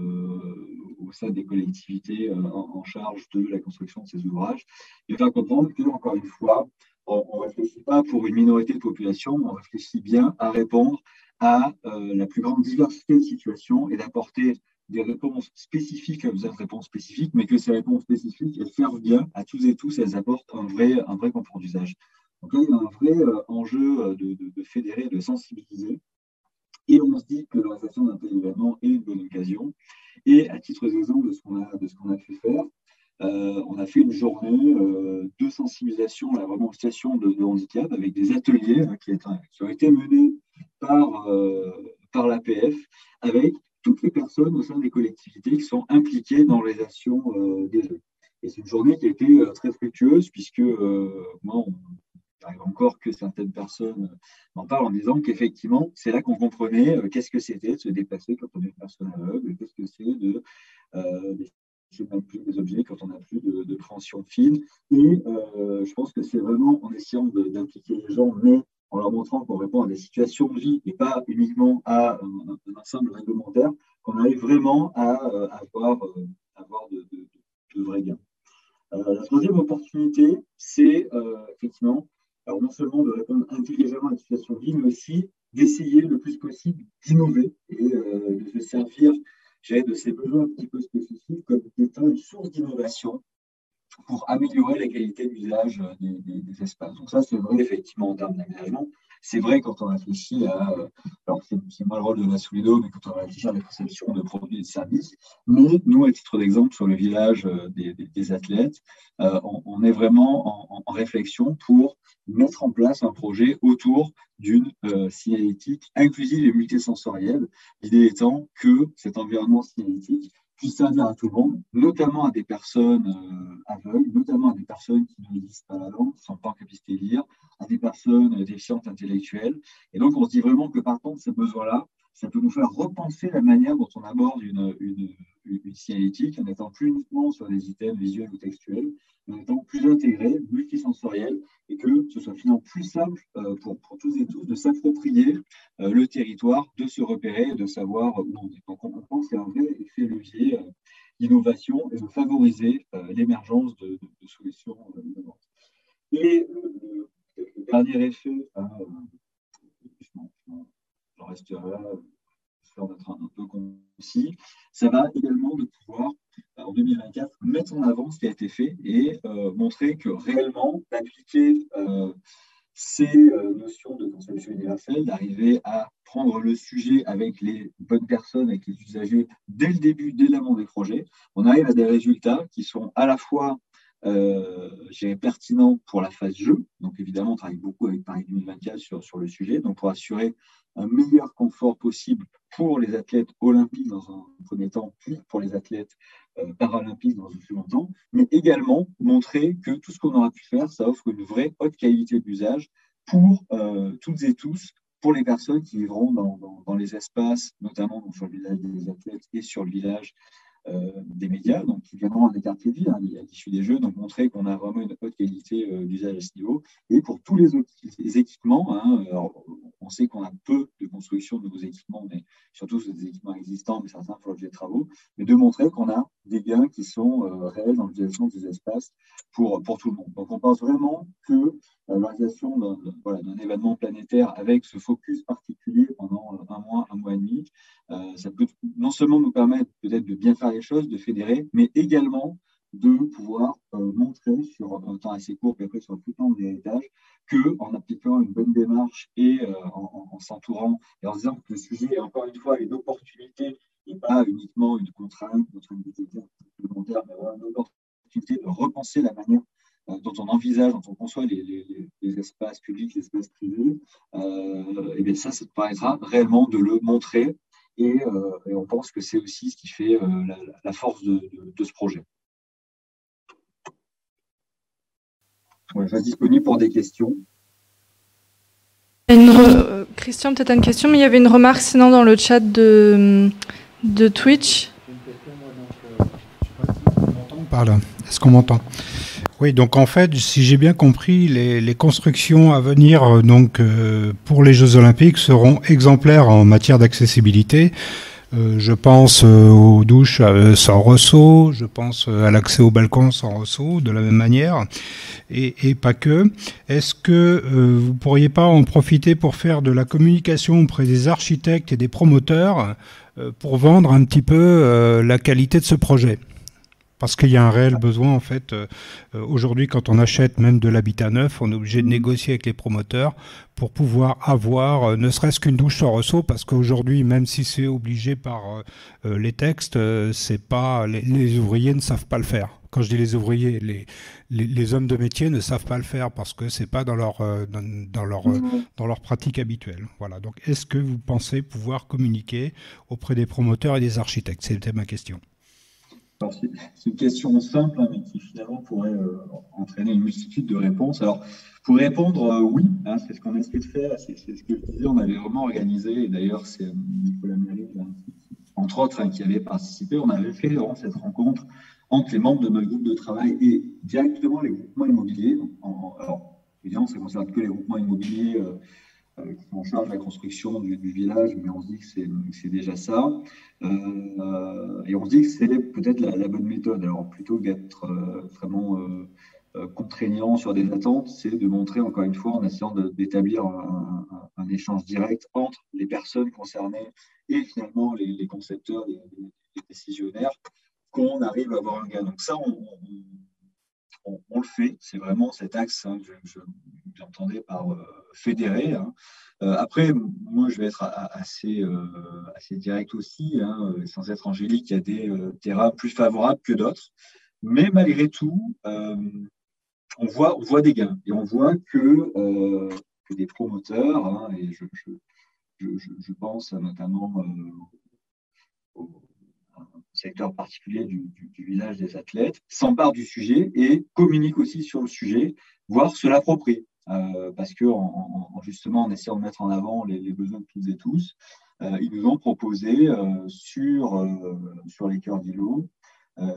euh, au sein des collectivités euh, en, en charge de la construction de ces ouvrages, et faire comprendre que, encore une fois, on ne réfléchit pas pour une minorité de population, on réfléchit bien à répondre à euh, la plus grande diversité de situations et d'apporter des réponses spécifiques à besoin de réponses spécifiques, mais que ces réponses spécifiques, elles servent bien à tous et tous, elles apportent un vrai, un vrai confort d'usage. Donc là, il y a un vrai euh, enjeu de, de, de fédérer, de sensibiliser. Et on se dit que l'organisation d'un tel événement est une bonne occasion. Et à titre d'exemple de ce qu'on a, de ce qu'on a pu faire, euh, on a fait une journée euh, de sensibilisation à la vraiment situation de, de handicap avec des ateliers hein, qui, est, qui ont été menés par, euh, par l'A P F avec toutes les personnes au sein des collectivités qui sont impliquées dans l'organisation euh, des jeux. Et c'est une journée qui a été euh, très fructueuse puisque euh, moi, on, arrive encore que certaines personnes m'en parlent en disant qu'effectivement, c'est là qu'on comprenait euh, qu'est-ce que c'était de se déplacer quand on est une personne aveugle, qu'est-ce que c'est de euh, manipuler des objets quand on n'a plus de, de préhension fine. Et euh, je pense que c'est vraiment en essayant d'impliquer les gens, mais en leur montrant qu'on répond à des situations de vie et pas uniquement à un, un ensemble réglementaire, qu'on arrive vraiment à, euh, avoir, euh, avoir de, de, de vrais gains. Euh, la troisième opportunité, c'est euh, effectivement alors non seulement de répondre intelligemment à la situation de vie, mais aussi d'essayer le plus possible d'innover et euh, de se servir de ces besoins un petit peu spécifiques comme étant une source d'innovation pour améliorer la qualité d'usage des, des, des espaces. Donc ça, c'est vrai effectivement en termes d'aménagement. C'est vrai quand on réfléchit à, alors c'est moi le rôle de la Solido, mais quand on réfléchit à la conception de produits et de services, mais nous, à titre d'exemple, sur le village des, des, des athlètes, euh, on, on est vraiment en, en réflexion pour mettre en place un projet autour d'une euh, signalétique inclusive et multisensorielle. L'idée étant que cet environnement signalétique puisse servir à tout le monde, notamment à des personnes euh, aveugles, notamment à des personnes qui ne lisent pas la langue, qui ne sont pas en capacité de lire, à des personnes euh, déficientes intellectuelles. Et donc, on se dit vraiment que partant de ces besoins-là, ça peut nous faire repenser la manière dont on aborde une, une, une, une signalétique, en étant plus uniquement sur des items visuels ou textuels, mais en étant plus intégré, multisensoriel, et que ce soit finalement plus simple euh, pour, pour tous et tous de s'approprier euh, le territoire, de se repérer, de savoir où on est. Donc on pense qu'il y a un vrai effet levier euh, d'innovation et de favoriser euh, l'émergence de, de, de solutions euh, innovantes. Et le le dernier effet, hein, j'en resterai là, j'espère d'être un, un peu concis, ça va également de pouvoir, en deux mille vingt-quatre, mettre en avant ce qui a été fait et euh, montrer que réellement, d'appliquer euh, ces euh, notions de consommation universelle, d'arriver à prendre le sujet avec les bonnes personnes, avec les usagers, dès le début, dès l'amont des projets, on arrive à des résultats qui sont à la fois euh, je dirais, pertinents pour la phase jeu. Donc évidemment, on travaille beaucoup avec Paris deux mille vingt-quatre sur, sur le sujet, donc pour assurer un meilleur confort possible pour les athlètes olympiques dans un premier temps, puis pour les athlètes euh, paralympiques dans un second temps, mais également montrer que tout ce qu'on aura pu faire, ça offre une vraie haute qualité d'usage pour euh, toutes et tous, pour les personnes qui vivront dans, dans, dans les espaces, notamment donc, sur le village des athlètes et sur le village euh, des médias, donc qui viendront des quartiers de ville hein, à l'issue des Jeux, donc montrer qu'on a vraiment une haute qualité euh, d'usage à ce niveau. Et pour tous les autres les équipements, hein, alors, on sait qu'on a peu de construction de nouveaux équipements, mais surtout sur des équipements existants, mais certains font l'objet de travaux, mais de montrer qu'on a des gains qui sont euh, réels dans l'utilisation des espaces pour, pour tout le monde. Donc on pense vraiment que euh, l'organisation d'un voilà, d'un événement planétaire avec ce focus particulier pendant euh, un mois, un mois et demi, euh, ça peut non seulement nous permettre peut-être de bien faire les choses, de fédérer, mais également de pouvoir euh, montrer sur un temps assez court, puis après sur tout le temps de l'héritage, qu'en appliquant une bonne démarche et euh, en, en s'entourant et en se disant que le sujet est encore une fois une opportunité et pas uniquement une contrainte, notre budgétaire supplémentaire, mais vraiment une opportunité de repenser la manière euh, dont on envisage, dont on conçoit les, les, les espaces publics, les espaces privés, euh, et bien ça, ça permettra réellement de le montrer et, euh, et on pense que c'est aussi ce qui fait euh, la, la force de, de, de ce projet. Ouais, je reste disponible pour des questions. Une re... Christian, peut-être une question, mais il y avait une remarque sinon dans le chat de, de Twitch. Par là. Est-ce qu'on m'entend? Oui, donc en fait, si j'ai bien compris, les, les constructions à venir donc, euh, pour les Jeux Olympiques seront exemplaires en matière d'accessibilité. Euh, je pense euh, aux douches euh, sans ressaut, je pense euh, à l'accès au balcon sans ressaut, de la même manière, et, et pas que. Est-ce que euh, vous ne pourriez pas en profiter pour faire de la communication auprès des architectes et des promoteurs euh, pour vendre un petit peu euh, la qualité de ce projet ? Parce qu'il y a un réel besoin, en fait. Euh, aujourd'hui, quand on achète même de l'habitat neuf, on est obligé de négocier avec les promoteurs pour pouvoir avoir euh, ne serait-ce qu'une douche sans ressaut, parce qu'aujourd'hui, même si c'est obligé par euh, les textes, euh, c'est pas les, les ouvriers ne savent pas le faire. Quand je dis les ouvriers, les, les, les hommes de métier ne savent pas le faire parce que c'est pas dans leur, euh, dans, dans, leur, euh, dans leur pratique habituelle. Voilà. Donc, est-ce que vous pensez pouvoir communiquer auprès des promoteurs et des architectes? C'était ma question. C'est une question simple, hein, mais qui finalement pourrait euh, entraîner une multitude de réponses. Alors, pour répondre, euh, oui, hein, c'est ce qu'on a essayé de faire, c'est ce que je disais, on avait vraiment organisé, et d'ailleurs c'est euh, Nicolas Méry, hein, entre autres, hein, qui avait participé, on avait fait vraiment cette rencontre entre les membres de notre groupe de travail et directement les groupements immobiliers. Donc, en, alors, évidemment, ça ne concerne que les groupements immobiliers euh, Euh, qui sont en charge de la construction du, du village, mais on se dit que c'est déjà ça. Euh, et on se dit que c'est peut-être la, la bonne méthode. Alors, plutôt que d'être euh, vraiment euh, euh, contraignant sur des attentes, c'est de montrer, encore une fois, en essayant d'établir un, un, un échange direct entre les personnes concernées et finalement les, les concepteurs, les, les décisionnaires, qu'on arrive à avoir un gain. Donc ça, on, on, on, on le fait. C'est vraiment cet axe hein, que je, je, j'entendais par euh, fédérer. Hein. Euh, après, moi, je vais être a, a, assez, euh, assez direct aussi. Hein, sans être angélique, il y a des euh, terrains plus favorables que d'autres. Mais malgré tout, euh, on, voit, on voit des gains. Et on voit que, euh, que des promoteurs, hein, et je, je, je, je pense notamment euh, au secteur particulier du, du, du village des athlètes, s'emparent du sujet et communiquent aussi sur le sujet, voire se l'approprient. Euh, parce que en, en, justement en essayant de mettre en avant les, les besoins de toutes et tous, euh, ils nous ont proposé euh, sur, euh, sur les cœurs d'îlots euh,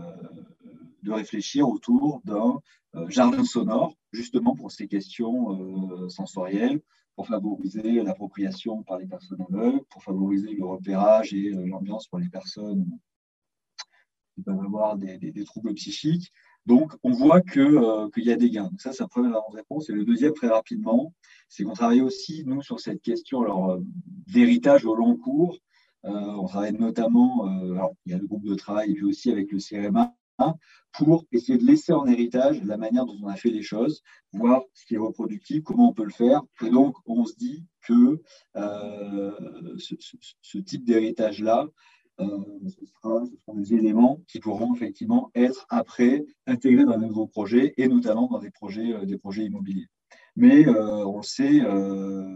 de réfléchir autour d'un euh, jardin sonore, justement pour ces questions euh, sensorielles, pour favoriser l'appropriation par les personnes aveugles, pour favoriser le repérage et euh, l'ambiance pour les personnes qui peuvent avoir des, des, des troubles psychiques. Donc, on voit que, euh, qu'il y a des gains. Donc ça, c'est la première réponse. Et le deuxième, très rapidement, c'est qu'on travaille aussi, nous, sur cette question alors, euh, d'héritage au long cours. Euh, on travaille notamment, euh, alors, il y a le groupe de travail et puis aussi avec le C R M A pour essayer de laisser en héritage la manière dont on a fait les choses, voir ce qui est reproductible, comment on peut le faire. Et donc, on se dit que euh, ce, ce, ce type d'héritage-là, Euh, ce, sera, ce seront des éléments qui pourront effectivement être après intégrés dans de nouveaux projets et notamment dans des projets, euh, des projets immobiliers. Mais euh, on le sait, euh,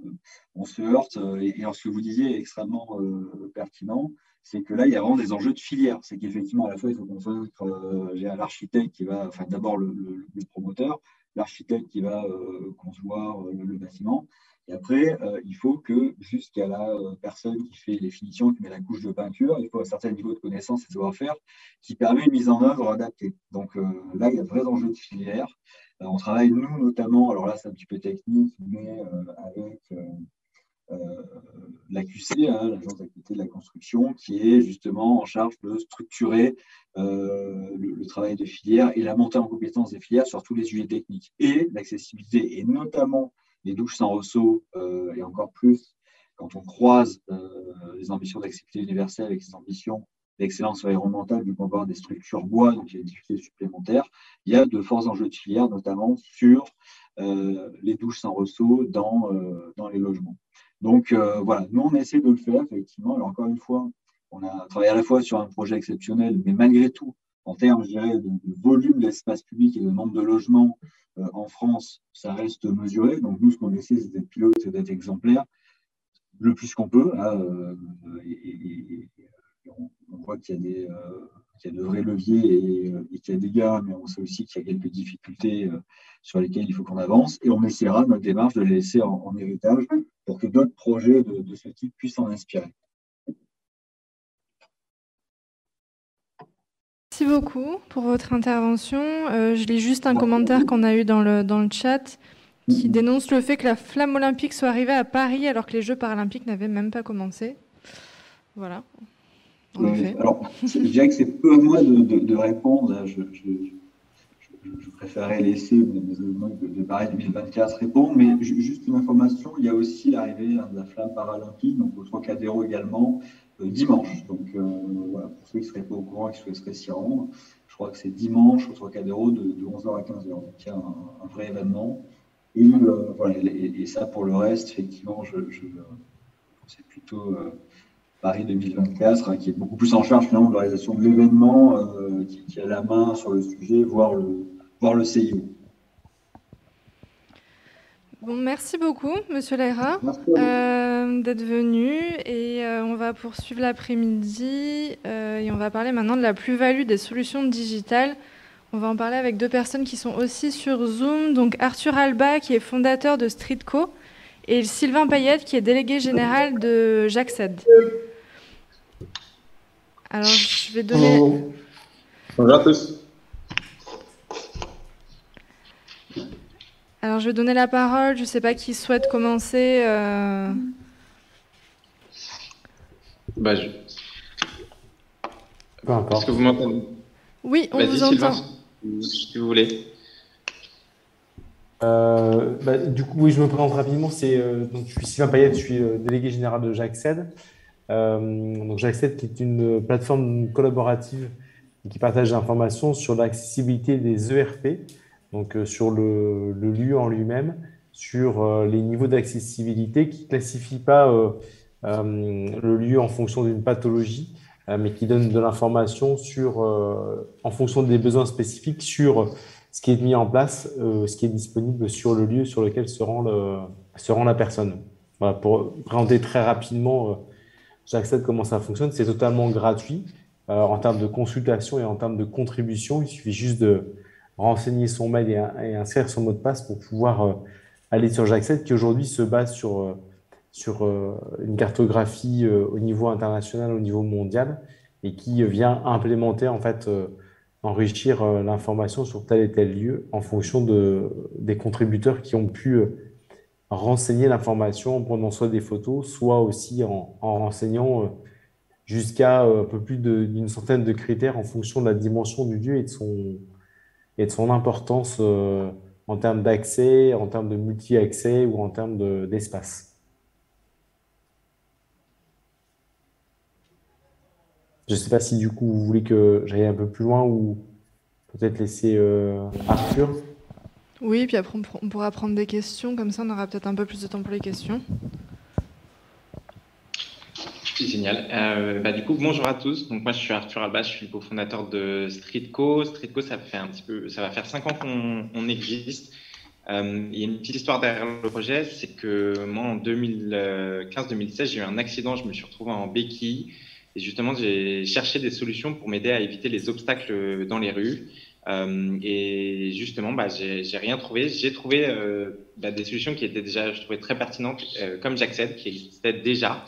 on se heurte, et, et ce que vous disiez est extrêmement euh, pertinent, c'est que là, il y a vraiment des enjeux de filière. C'est qu'effectivement, à la fois, il faut convaincre euh, l'architecte qui va, enfin d'abord le, le, le promoteur, l'architecte qui va euh, concevoir le, le bâtiment. Et après, euh, il faut que jusqu'à la euh, personne qui fait les finitions, qui met la couche de peinture, il faut un certain niveau de connaissance et de savoir-faire qui permet une mise en œuvre adaptée. Donc euh, là, il y a de vrais enjeux de filière. Euh, on travaille, nous, notamment, alors là, c'est un petit peu technique, mais euh, avec euh, euh, l'A Q C, hein, l'Agence d'activité de la construction, qui est justement en charge de structurer euh, le, le travail de filière et la montée en compétence des filières sur tous les sujets techniques. Et l'accessibilité, et notamment les douches sans ressaut, euh, et encore plus quand on croise euh, les ambitions d'accessibilité universelle avec les ambitions d'excellence environnementale, vu qu'on va avoir des structures bois, donc il y a des difficultés supplémentaires, il y a de forts enjeux de filière, notamment sur euh, les douches sans ressaut dans, euh, dans les logements. Donc euh, voilà, nous on essaie de le faire, effectivement. Alors encore une fois, on a travaillé à la fois sur un projet exceptionnel, mais malgré tout, en termes, je dirais, de, de volume d'espace public et de nombre de logements, Euh, en France, ça reste mesuré. Donc, nous, ce qu'on essaie, c'est d'être pilote, c'est d'être exemplaire le plus qu'on peut. Hein, euh, et, et, et on, on voit qu'il y a des, euh, qu'il y a de vrais leviers et, et qu'il y a des gains, mais on sait aussi qu'il y a quelques difficultés euh, sur lesquelles il faut qu'on avance. Et on essaiera, notre démarche, de les laisser en, en héritage pour que d'autres projets de, de ce type puissent en inspirer. Merci beaucoup pour votre intervention. Euh, je lis juste un commentaire qu'on a eu dans le, dans le chat qui dénonce le fait que la flamme olympique soit arrivée à Paris alors que les Jeux paralympiques n'avaient même pas commencé. Voilà. En euh, effet. Alors, je dirais que c'est peu à moi de, de, de répondre. Je, je, je, je préférerais laisser mes éléments de, de Paris deux mille vingt-quatre répondre, mais juste une information, il y a aussi l'arrivée hein, de la flamme paralympique, donc au Trocadéro également, Euh, dimanche. Donc euh, voilà, pour ceux qui ne seraient pas au courant et qui souhaiteraient s'y rendre, je crois que c'est dimanche au Trocadéro de, de onze heures à quinze heures. Donc il y a un, un vrai événement. Et, euh, voilà, et, et ça, pour le reste, effectivement, je, je, c'est plutôt euh, Paris deux mille vingt-quatre hein, qui est beaucoup plus en charge finalement de l'organisation de l'événement, euh, qui, qui a la main sur le sujet, voire le, voire le C I O. Bon, merci beaucoup, Monsieur Layra, euh, d'être venu. Et euh, on va poursuivre l'après-midi euh, et on va parler maintenant de la plus-value des solutions digitales. On va en parler avec deux personnes qui sont aussi sur Zoom. Donc Arthur Alba, qui est fondateur de Streetco, et Sylvain Payette, qui est délégué général de J'accède. Alors, je vais donner... Bonjour à tous. Alors, je vais donner la parole. Je ne sais pas qui souhaite commencer. Euh... Bah, je... Peu importe. Est-ce que vous m'entendez? Oui, on vous Sylvain, entend. si vous voulez. Euh, bah, du coup, oui, je me présente rapidement. C'est, euh, donc, je suis Sylvain Payette, je suis euh, délégué général de J'accède. Euh, donc, J'accède, qui est une plateforme collaborative qui partage des informations sur l'accessibilité des E R P. Donc euh, sur le, le lieu en lui-même, sur euh, les niveaux d'accessibilité qui ne classifient pas euh, euh, le lieu en fonction d'une pathologie, euh, mais qui donnent de l'information sur, euh, en fonction des besoins spécifiques sur ce qui est mis en place, euh, ce qui est disponible sur le lieu sur lequel se rend, le, se rend la personne. Voilà, pour présenter très rapidement, euh, J'accède comment ça fonctionne. C'est totalement gratuit euh, en termes de consultation et en termes de contribution. Il suffit juste de renseigner son mail et, et inscrire son mot de passe pour pouvoir euh, aller sur J'accède, qui aujourd'hui se base sur, euh, sur euh, une cartographie euh, au niveau international, au niveau mondial, et qui vient implémenter, en fait, euh, enrichir euh, l'information sur tel et tel lieu en fonction de, des contributeurs qui ont pu euh, renseigner l'information en prenant soit des photos, soit aussi en, en renseignant euh, jusqu'à euh, un peu plus de- d'une centaine de critères en fonction de la dimension du lieu et de son et de son importance euh, en termes d'accès, en termes de multi-accès ou en termes de- d'espace. Je ne sais pas si du coup vous voulez que j'aille un peu plus loin ou peut-être laisser euh, Arthur. Oui, puis après on pour- on pourra prendre des questions, comme ça on aura peut-être un peu plus de temps pour les questions. Génial. Euh, bah, du coup, bonjour à tous. Donc moi, je suis Arthur Albas, je suis le cofondateur de Streetco. Streetco, ça fait un petit peu, ça va faire cinq ans qu'on on existe. Euh, il y a une petite histoire derrière le projet, c'est que moi, en deux mille quinze deux mille seize, j'ai eu un accident, je me suis retrouvé en béquille. Et justement, j'ai cherché des solutions pour m'aider à éviter les obstacles dans les rues. Euh, et justement, bah, j'ai j'ai rien trouvé. J'ai trouvé euh, bah, des solutions qui étaient déjà, je trouvais très pertinentes, euh, comme J'accède, qui existaient déjà.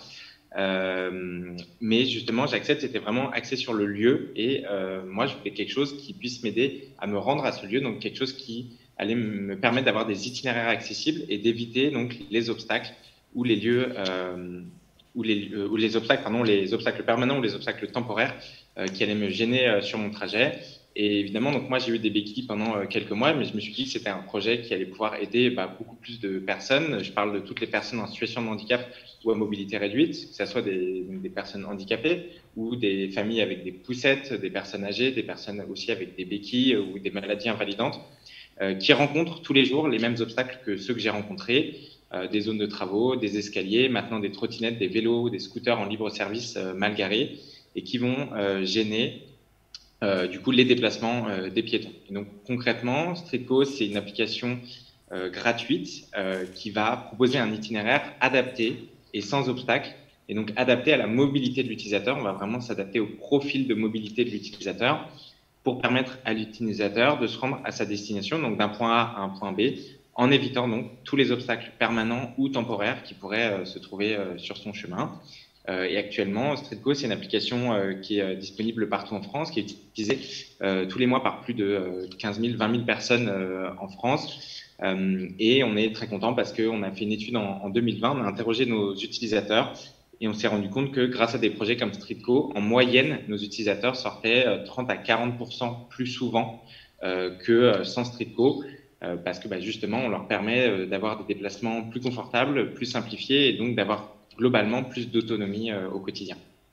Euh, mais justement, J'accède, c'était vraiment axé sur le lieu. Et euh, moi, je voulais quelque chose qui puisse m'aider à me rendre à ce lieu, donc quelque chose qui allait me permettre d'avoir des itinéraires accessibles et d'éviter donc les obstacles ou les lieux, euh, ou les, euh, ou les obstacles, pardon, les obstacles permanents ou les obstacles temporaires euh, qui allaient me gêner euh, sur mon trajet. Et évidemment, donc moi, j'ai eu des béquilles pendant euh, quelques mois, mais je me suis dit que c'était un projet qui allait pouvoir aider bah, beaucoup plus de personnes. Je parle de toutes les personnes en situation de handicap ou à mobilité réduite, que ce soit des, des personnes handicapées ou des familles avec des poussettes, des personnes âgées, des personnes aussi avec des béquilles ou des maladies invalidantes, euh, qui rencontrent tous les jours les mêmes obstacles que ceux que j'ai rencontrés, euh, des zones de travaux, des escaliers, maintenant des trottinettes, des vélos, des scooters en libre service euh, mal garés, et qui vont euh, gêner Euh, du coup, les déplacements euh, des piétons. Et donc, concrètement, Streetco, c'est une application euh, gratuite euh, qui va proposer un itinéraire adapté et sans obstacle, et donc adapté à la mobilité de l'utilisateur. On va vraiment s'adapter au profil de mobilité de l'utilisateur pour permettre à l'utilisateur de se rendre à sa destination, donc d'un point A à un point B, en évitant donc tous les obstacles permanents ou temporaires qui pourraient euh, se trouver euh, sur son chemin. Euh, et actuellement, Streetco, c'est une application euh, qui est euh, disponible partout en France, qui est utilisée euh, tous les mois par plus de euh, quinze mille, vingt mille personnes euh, en France. Euh, et on est très content parce qu'on a fait une étude en, en deux mille vingt, on a interrogé nos utilisateurs et on s'est rendu compte que grâce à des projets comme Streetco, en moyenne, nos utilisateurs sortaient euh, trente à quarante pour cent plus souvent euh, que euh, sans Streetco. Euh, parce que bah, justement, on leur permet euh, d'avoir des déplacements plus confortables, plus simplifiés et donc d'avoir globalement plus d'autonomie euh, au quotidien.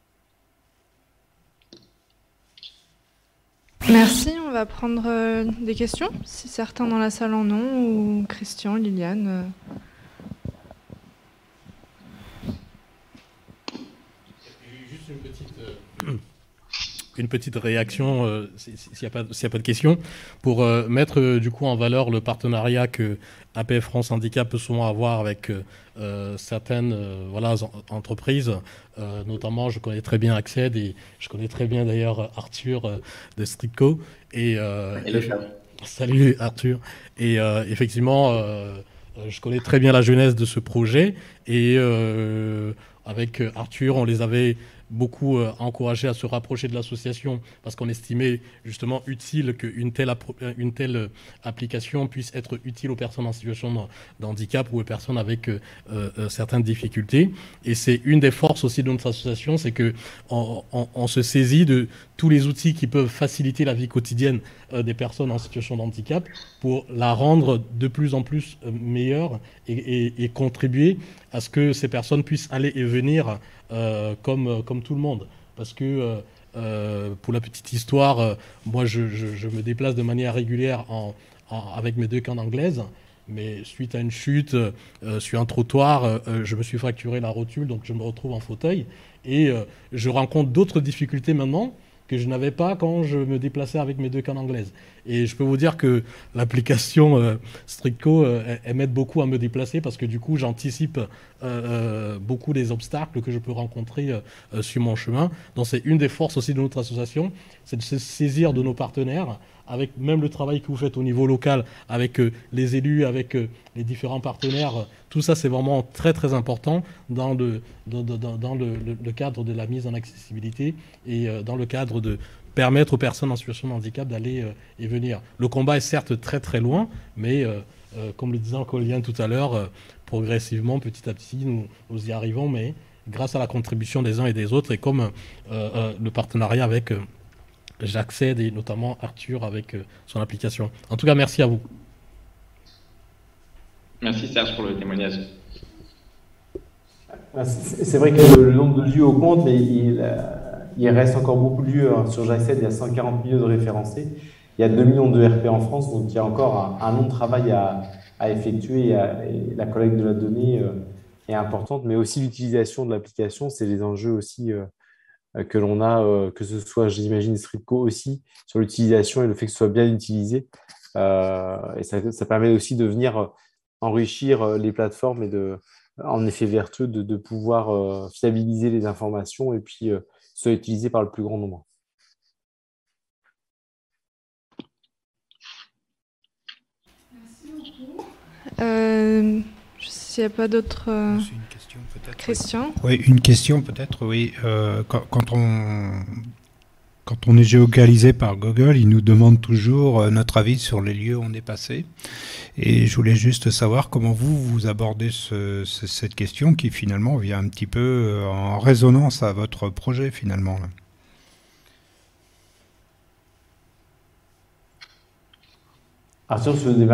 Merci, on va prendre euh, des questions, si certains dans la salle en ont, ou Christian, Liliane. euh. Juste une petite, euh, une petite réaction, euh, s'il n'y a pas, s'il y a pas de questions, pour euh, mettre euh, du coup en valeur le partenariat que A P F France Handicap peut souvent avoir avec euh, certaines euh, voilà, en- entreprises. Euh, notamment, je connais très bien Accède et je connais très bien d'ailleurs Arthur euh, de Streetco. Et, euh, Hello, et- Charles. Salut Arthur. Et euh, effectivement, euh, euh, je connais très bien la jeunesse de ce projet. Et euh, avec Arthur, on les avait beaucoup euh, encouragés à se rapprocher de l'association parce qu'on estimait justement utile qu'une telle, appro- euh, une telle euh, application puisse être utile aux personnes en situation de, de handicap ou aux personnes avec euh, euh, certaines difficultés. Et c'est une des forces aussi de notre association, c'est que on, on- on se saisit de tous les outils qui peuvent faciliter la vie quotidienne euh, des personnes en situation de handicap pour la rendre de plus en plus euh, meilleure et, et- et contribuer à ce que ces personnes puissent aller et venir euh, comme, euh, comme tout le monde. Parce que, euh, euh, pour la petite histoire, euh, moi, je, je- je me déplace de manière régulière en, en- avec mes deux cannes anglaises. Mais suite à une chute euh, sur un trottoir, euh, euh, je me suis fracturé la rotule, donc je me retrouve en fauteuil. Et euh, je rencontre d'autres difficultés maintenant que je n'avais pas quand je me déplaçais avec mes deux cannes anglaises. Et je peux vous dire que l'application euh, Streetco, euh, elle, elle m'aide beaucoup à me déplacer parce que du coup, j'anticipe euh, euh, beaucoup des obstacles que je peux rencontrer euh, euh, sur mon chemin. Donc c'est une des forces aussi de notre association, c'est de se saisir de nos partenaires, avec même le travail que vous faites au niveau local, avec euh, les élus, avec euh, les différents partenaires. Euh, tout ça, c'est vraiment très très important dans le, dans, dans- dans le, le- le cadre de la mise en accessibilité et euh, dans le cadre de permettre aux personnes en situation de handicap d'aller euh, et venir. Le combat est certes très très loin, mais euh, euh, comme le disait encore Liane tout à l'heure, euh, progressivement, petit à petit, nous, nous y arrivons, mais grâce à la contribution des uns et des autres, et comme euh, euh, le partenariat avec, euh, j'accède, et notamment Arthur avec euh, son application. En tout cas, merci à vous. Merci Serge pour le témoignage. C'est vrai que le nombre de lieux augmente, mais il, il reste encore beaucoup de lieux. Sur J'accède, il y a cent quarante millions de référencés. Il y a deux millions de R P en France, donc il y a encore un, un long de travail à, à effectuer. Et, à, et la collecte de la donnée euh, est importante, mais aussi l'utilisation de l'application, c'est les enjeux aussi euh, que l'on a, euh, que ce soit, j'imagine, Streetco aussi, sur l'utilisation et le fait que ce soit bien utilisé. Euh, et ça, ça permet aussi de venir enrichir les plateformes et de, en effet vertueux, de, de pouvoir euh, fiabiliser les informations et puis euh, soit utilisées par le plus grand nombre. Euh, S'il n'y a pas d'autres euh, C'est une question peut-être. Christian. Oui, une question peut-être, oui. Euh, quand, quand, on, quand on est géolocalisé par Google, il nous demande toujours euh, notre avis sur les lieux où on est passé. Et je voulais juste savoir comment vous, vous abordez ce, ce, cette question qui finalement vient un petit peu en résonance à votre projet finalement. Là. Arthur, tu veux démarrer ?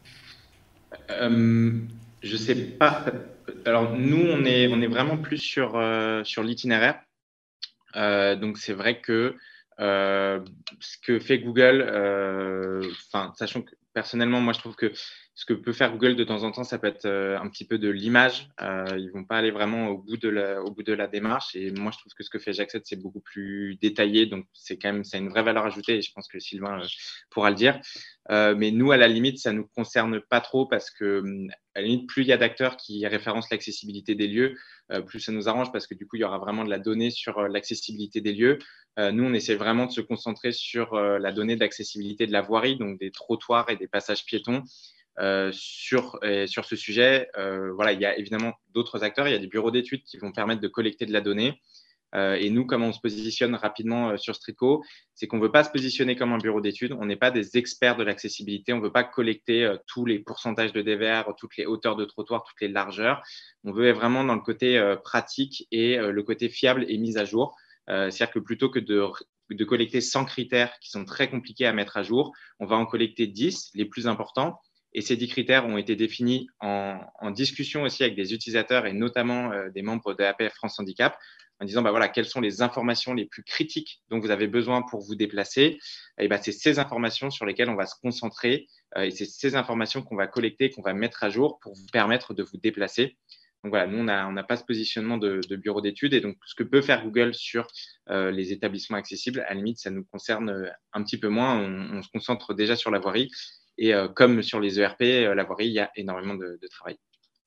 Euh, je sais pas. Alors nous, on est, on est vraiment plus sur, euh, sur l'itinéraire. Euh, donc c'est vrai que euh, ce que fait Google, enfin, euh, sachant que personnellement, moi je trouve que ce que peut faire Google de temps en temps, ça peut être euh, un petit peu de l'image. Euh, ils vont pas aller vraiment au bout de la, au bout de la démarche. Et moi, je trouve que ce que fait J'accède, c'est beaucoup plus détaillé. Donc, c'est quand même, ça a une vraie valeur ajoutée. Et je pense que Sylvain euh, pourra le dire. Euh, mais nous, à la limite, ça nous concerne pas trop parce que, à la limite, plus il y a d'acteurs qui référencent l'accessibilité des lieux, euh, plus ça nous arrange parce que du coup, il y aura vraiment de la donnée sur euh, l'accessibilité des lieux. Euh, nous, on essaie vraiment de se concentrer sur euh, la donnée d'accessibilité de la voirie, donc des trottoirs et des passages piétons. Euh, sur, euh, sur ce sujet, euh, voilà, il y a évidemment d'autres acteurs, il y a des bureaux d'études qui vont permettre de collecter de la donnée. Euh, et nous, comment on se positionne rapidement euh, sur Streetco, c'est qu'on ne veut pas se positionner comme un bureau d'études, on n'est pas des experts de l'accessibilité, on ne veut pas collecter euh, tous les pourcentages de dévers, toutes les hauteurs de trottoir, toutes les largeurs. On veut être vraiment dans le côté euh, pratique et euh, le côté fiable et mise à jour. Euh, c'est-à-dire que plutôt que de, de collecter cent critères qui sont très compliqués à mettre à jour, on va en collecter dix, les plus importants. Et ces dix critères ont été définis en, en discussion aussi avec des utilisateurs et notamment euh, des membres de A P F France Handicap en disant bah voilà, quelles sont les informations les plus critiques dont vous avez besoin pour vous déplacer. Et bah, c'est ces informations sur lesquelles on va se concentrer euh, et c'est ces informations qu'on va collecter, qu'on va mettre à jour pour vous permettre de vous déplacer. Donc voilà, nous, on n'a on n'a pas ce positionnement de, de bureau d'études et donc ce que peut faire Google sur euh, les établissements accessibles, à la limite, ça nous concerne un petit peu moins. On, on se concentre déjà sur la voirie. Et euh, comme sur les E R P, euh, la voirie, il y a énormément de, de travail.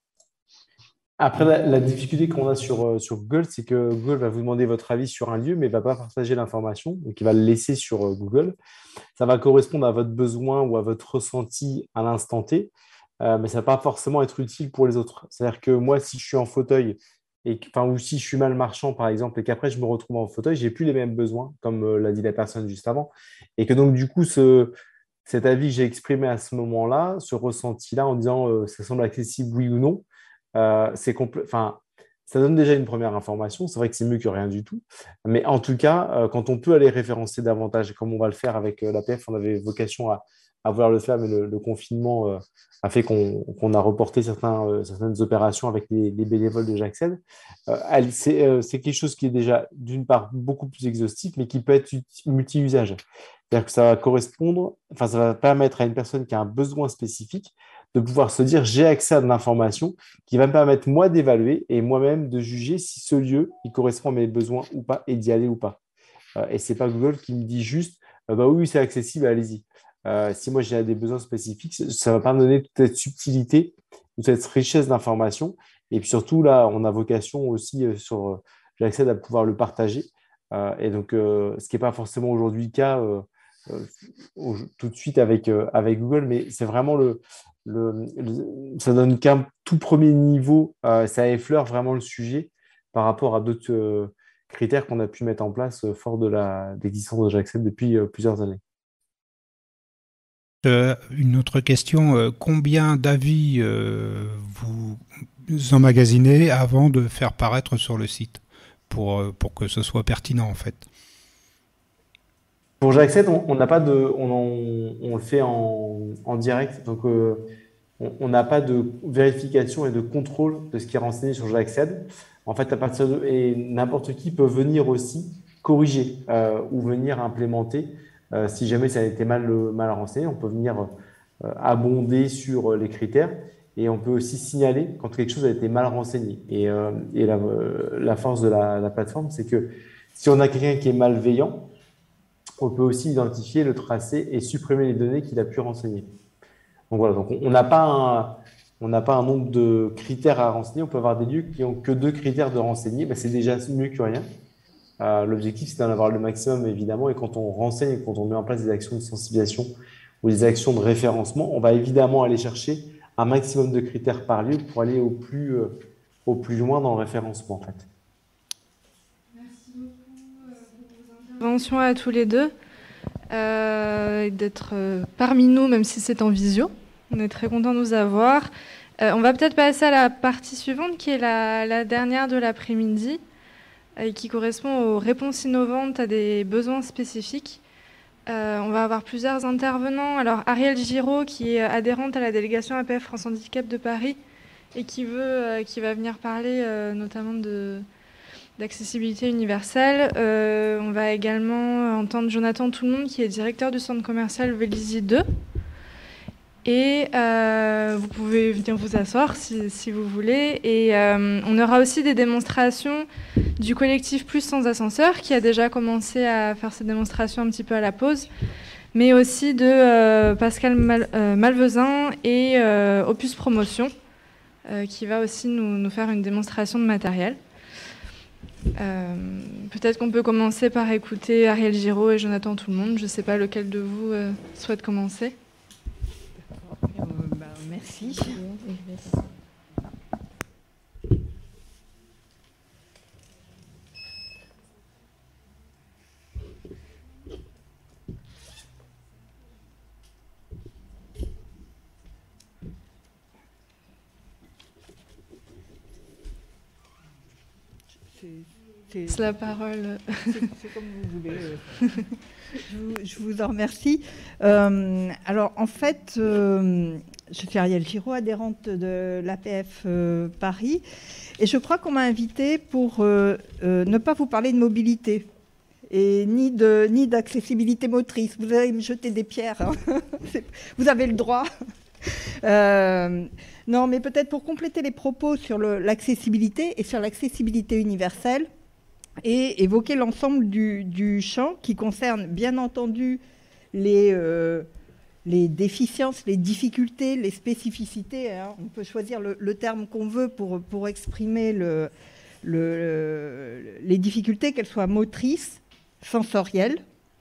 Après, la, la difficulté qu'on a sur, euh, sur Google, c'est que Google va vous demander votre avis sur un lieu, mais ne va pas partager l'information. Donc, il va le laisser sur euh, Google. Ça va correspondre à votre besoin ou à votre ressenti à l'instant T, euh, mais ça ne va pas forcément être utile pour les autres. C'est-à-dire que moi, si je suis en fauteuil, et que, enfin, ou si je suis mal marchand, par exemple, et qu'après, je me retrouve en fauteuil, je n'ai plus les mêmes besoins, comme euh, l'a dit la personne juste avant. Et que donc, du coup, ce... cet avis que j'ai exprimé à ce moment-là, ce ressenti-là, en disant euh, ça semble accessible, oui ou non, euh, c'est compl- enfin, ça donne déjà une première information. C'est vrai que c'est mieux que rien du tout. Mais en tout cas, euh, quand on peut aller référencer davantage, comme on va le faire avec euh, l'A P F, on avait vocation à, à vouloir le faire, mais le, le confinement euh, a fait qu'on, qu'on a reporté certains, euh, certaines opérations avec les, les bénévoles de J'accède. Euh, elle, c'est, euh, c'est quelque chose qui est déjà, d'une part, beaucoup plus exhaustif, mais qui peut être multi-usage. C'est-à-dire que ça va correspondre, enfin, ça va permettre à une personne qui a un besoin spécifique de pouvoir se dire j'ai accès à de l'information qui va me permettre moi d'évaluer et moi-même de juger si ce lieu il correspond à mes besoins ou pas et d'y aller ou pas. Euh, et c'est pas Google qui me dit juste euh, bah oui c'est accessible, allez-y. Euh, si moi j'ai des besoins spécifiques, ça va pas me donner toute cette subtilité, toute cette richesse d'informations. Et puis surtout là, on a vocation aussi euh, sur euh, j'accède à pouvoir le partager. Euh, et donc euh, ce qui n'est pas forcément aujourd'hui le cas. Euh, Euh, tout de suite avec, euh, avec Google, mais c'est vraiment le, le, le ça donne qu'un tout premier niveau, euh, ça effleure vraiment le sujet par rapport à d'autres euh, critères qu'on a pu mettre en place euh, fort de la, d'existence de J'accède depuis euh, plusieurs années. Euh, une autre question, euh, combien d'avis euh, vous emmagasinez avant de faire paraître sur le site pour, euh, pour que ce soit pertinent en fait? Pour J'accède, on n'a pas de, on, on, on le fait en, en direct, donc euh, on n'a pas de vérification et de contrôle de ce qui est renseigné sur J'accède. En fait, à partir de, et n'importe qui peut venir aussi corriger euh, ou venir implémenter. Euh, si jamais ça a été mal, mal renseigné, on peut venir euh, abonder sur les critères et on peut aussi signaler quand quelque chose a été mal renseigné. Et, euh, et la, la force de la, la plateforme, c'est que si on a quelqu'un qui est malveillant, on peut aussi identifier, le tracer et supprimer les données qu'il a pu renseigner. Donc voilà, donc on n'a pas un, on n'a pas un nombre de critères à renseigner. On peut avoir des lieux qui n'ont que deux critères de renseigner. Ben, c'est déjà mieux que rien. Euh, l'objectif, c'est d'en avoir le maximum, évidemment. Et quand on renseigne et quand on met en place des actions de sensibilisation ou des actions de référencement, on va évidemment aller chercher un maximum de critères par lieu pour aller au plus, euh, au plus loin dans le référencement, en fait. Merci beaucoup pour vos interventions à tous les deux. Euh, d'être euh, parmi nous, même si c'est en visio. On est très content de vous avoir. Euh, on va peut-être passer à la partie suivante, qui est la, la dernière de l'après-midi, et euh, qui correspond aux réponses innovantes à des besoins spécifiques. Euh, on va avoir plusieurs intervenants. Alors, Ariel Giraud, qui est adhérente à la délégation A P F France Handicap de Paris, et qui, veut, euh, qui va venir parler euh, notamment de... d'accessibilité universelle. Euh, on va également entendre Jonathan Tout-le-Monde, qui est directeur du centre commercial Vélizy deux. Et euh, vous pouvez venir vous asseoir si, si vous voulez. Et euh, on aura aussi des démonstrations du collectif Plus sans ascenseur, qui a déjà commencé à faire ses démonstrations un petit peu à la pause, mais aussi de euh, Pascal Mal, euh, Malvezin et euh, Opus Promotion, euh, qui va aussi nous, nous faire une démonstration de matériel. Euh, peut-être qu'on peut commencer par écouter Ariel Giraud et Jonathan Tout-le-Monde. Je ne sais pas lequel de vous euh, souhaite commencer. Euh, bah, merci. C'est la parole. C'est comme vous voulez. je, vous, je vous en remercie. Euh, alors, en fait, euh, je suis Ariel Giraud, adhérente de l'A P F euh, Paris. Et je crois qu'on m'a invitée pour euh, euh, ne pas vous parler de mobilité et ni de ni d'accessibilité motrice. Vous allez me jeter des pierres. Hein. Vous avez le droit. Euh, non, mais peut-être pour compléter les propos sur l'accessibilité et sur l'accessibilité universelle, et évoquer l'ensemble du, du champ qui concerne bien entendu les, euh, les déficiences, les difficultés, les spécificités. Hein. On peut choisir le, le terme qu'on veut pour, pour exprimer le, le, les difficultés, qu'elles soient motrices, sensorielles,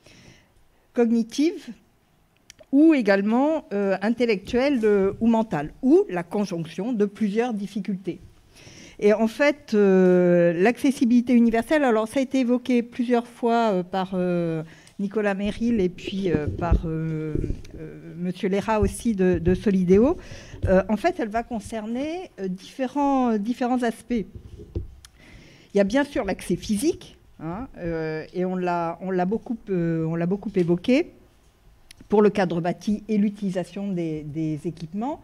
cognitives, ou également euh, intellectuelles euh, ou mentales, ou la conjonction de plusieurs difficultés. Et en fait, euh, l'accessibilité universelle, alors ça a été évoqué plusieurs fois euh, par euh, Nicolas Meril et puis euh, par euh, euh, Monsieur Léra aussi de, de Solidéo. Euh, en fait, elle va concerner euh, différents, différents aspects. Il y a bien sûr l'accès physique, hein, euh, et on l'a, on l'a beaucoup, euh, on l'a beaucoup évoqué pour le cadre bâti et l'utilisation des, des équipements.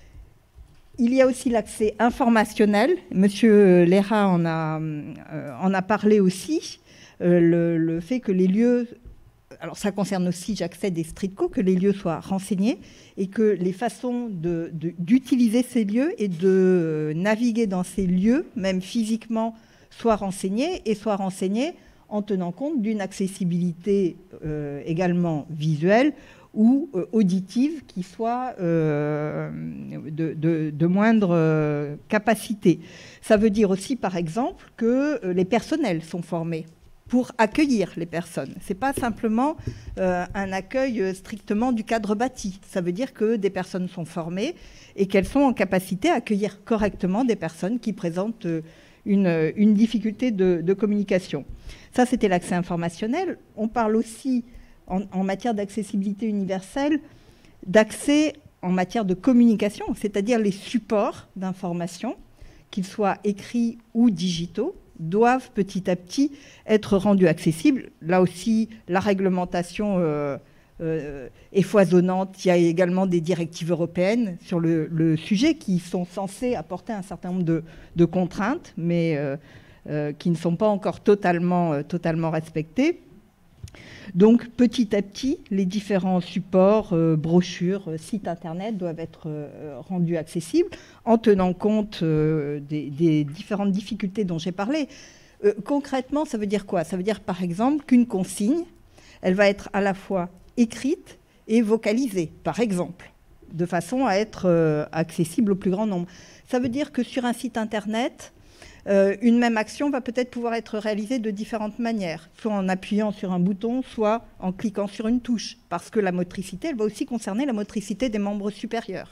Il y a aussi l'accès informationnel. Monsieur Léra en a, euh, en a parlé aussi. Euh, le, le fait que les lieux, alors ça concerne aussi J'accède et Streetco, que les lieux soient renseignés et que les façons de, de, d'utiliser ces lieux et de naviguer dans ces lieux, même physiquement, soient renseignées et soient renseignées en tenant compte d'une accessibilité euh, également visuelle ou euh, auditive qui soit euh, de, de, de moindre euh, capacité. Ça veut dire aussi, par exemple, que euh, les personnels sont formés pour accueillir les personnes. Ce n'est pas simplement euh, un accueil strictement du cadre bâti. Ça veut dire que des personnes sont formées et qu'elles sont en capacité à accueillir correctement des personnes qui présentent une, une difficulté de, de communication. Ça, c'était l'accès informationnel. On parle aussi, en, en matière d'accessibilité universelle, d'accès en matière de communication, c'est-à-dire les supports d'information, qu'ils soient écrits ou digitaux, doivent petit à petit être rendus accessibles. Là aussi, la réglementation euh, euh, est foisonnante. Il y a également des directives européennes sur le, le sujet qui sont censées apporter un certain nombre de, de contraintes, mais euh, euh, qui ne sont pas encore totalement, euh, totalement respectées. Donc, petit à petit, les différents supports, euh, brochures, euh, sites Internet doivent être euh, rendus accessibles en tenant compte euh, des, des différentes difficultés dont j'ai parlé. Euh, concrètement, ça veut dire quoi? Ça veut dire, par exemple, qu'une consigne, elle va être à la fois écrite et vocalisée, par exemple, de façon à être euh, accessible au plus grand nombre. Ça veut dire que sur un site Internet, Euh, une même action va peut-être pouvoir être réalisée de différentes manières, soit en appuyant sur un bouton, soit en cliquant sur une touche, parce que la motricité, elle va aussi concerner la motricité des membres supérieurs.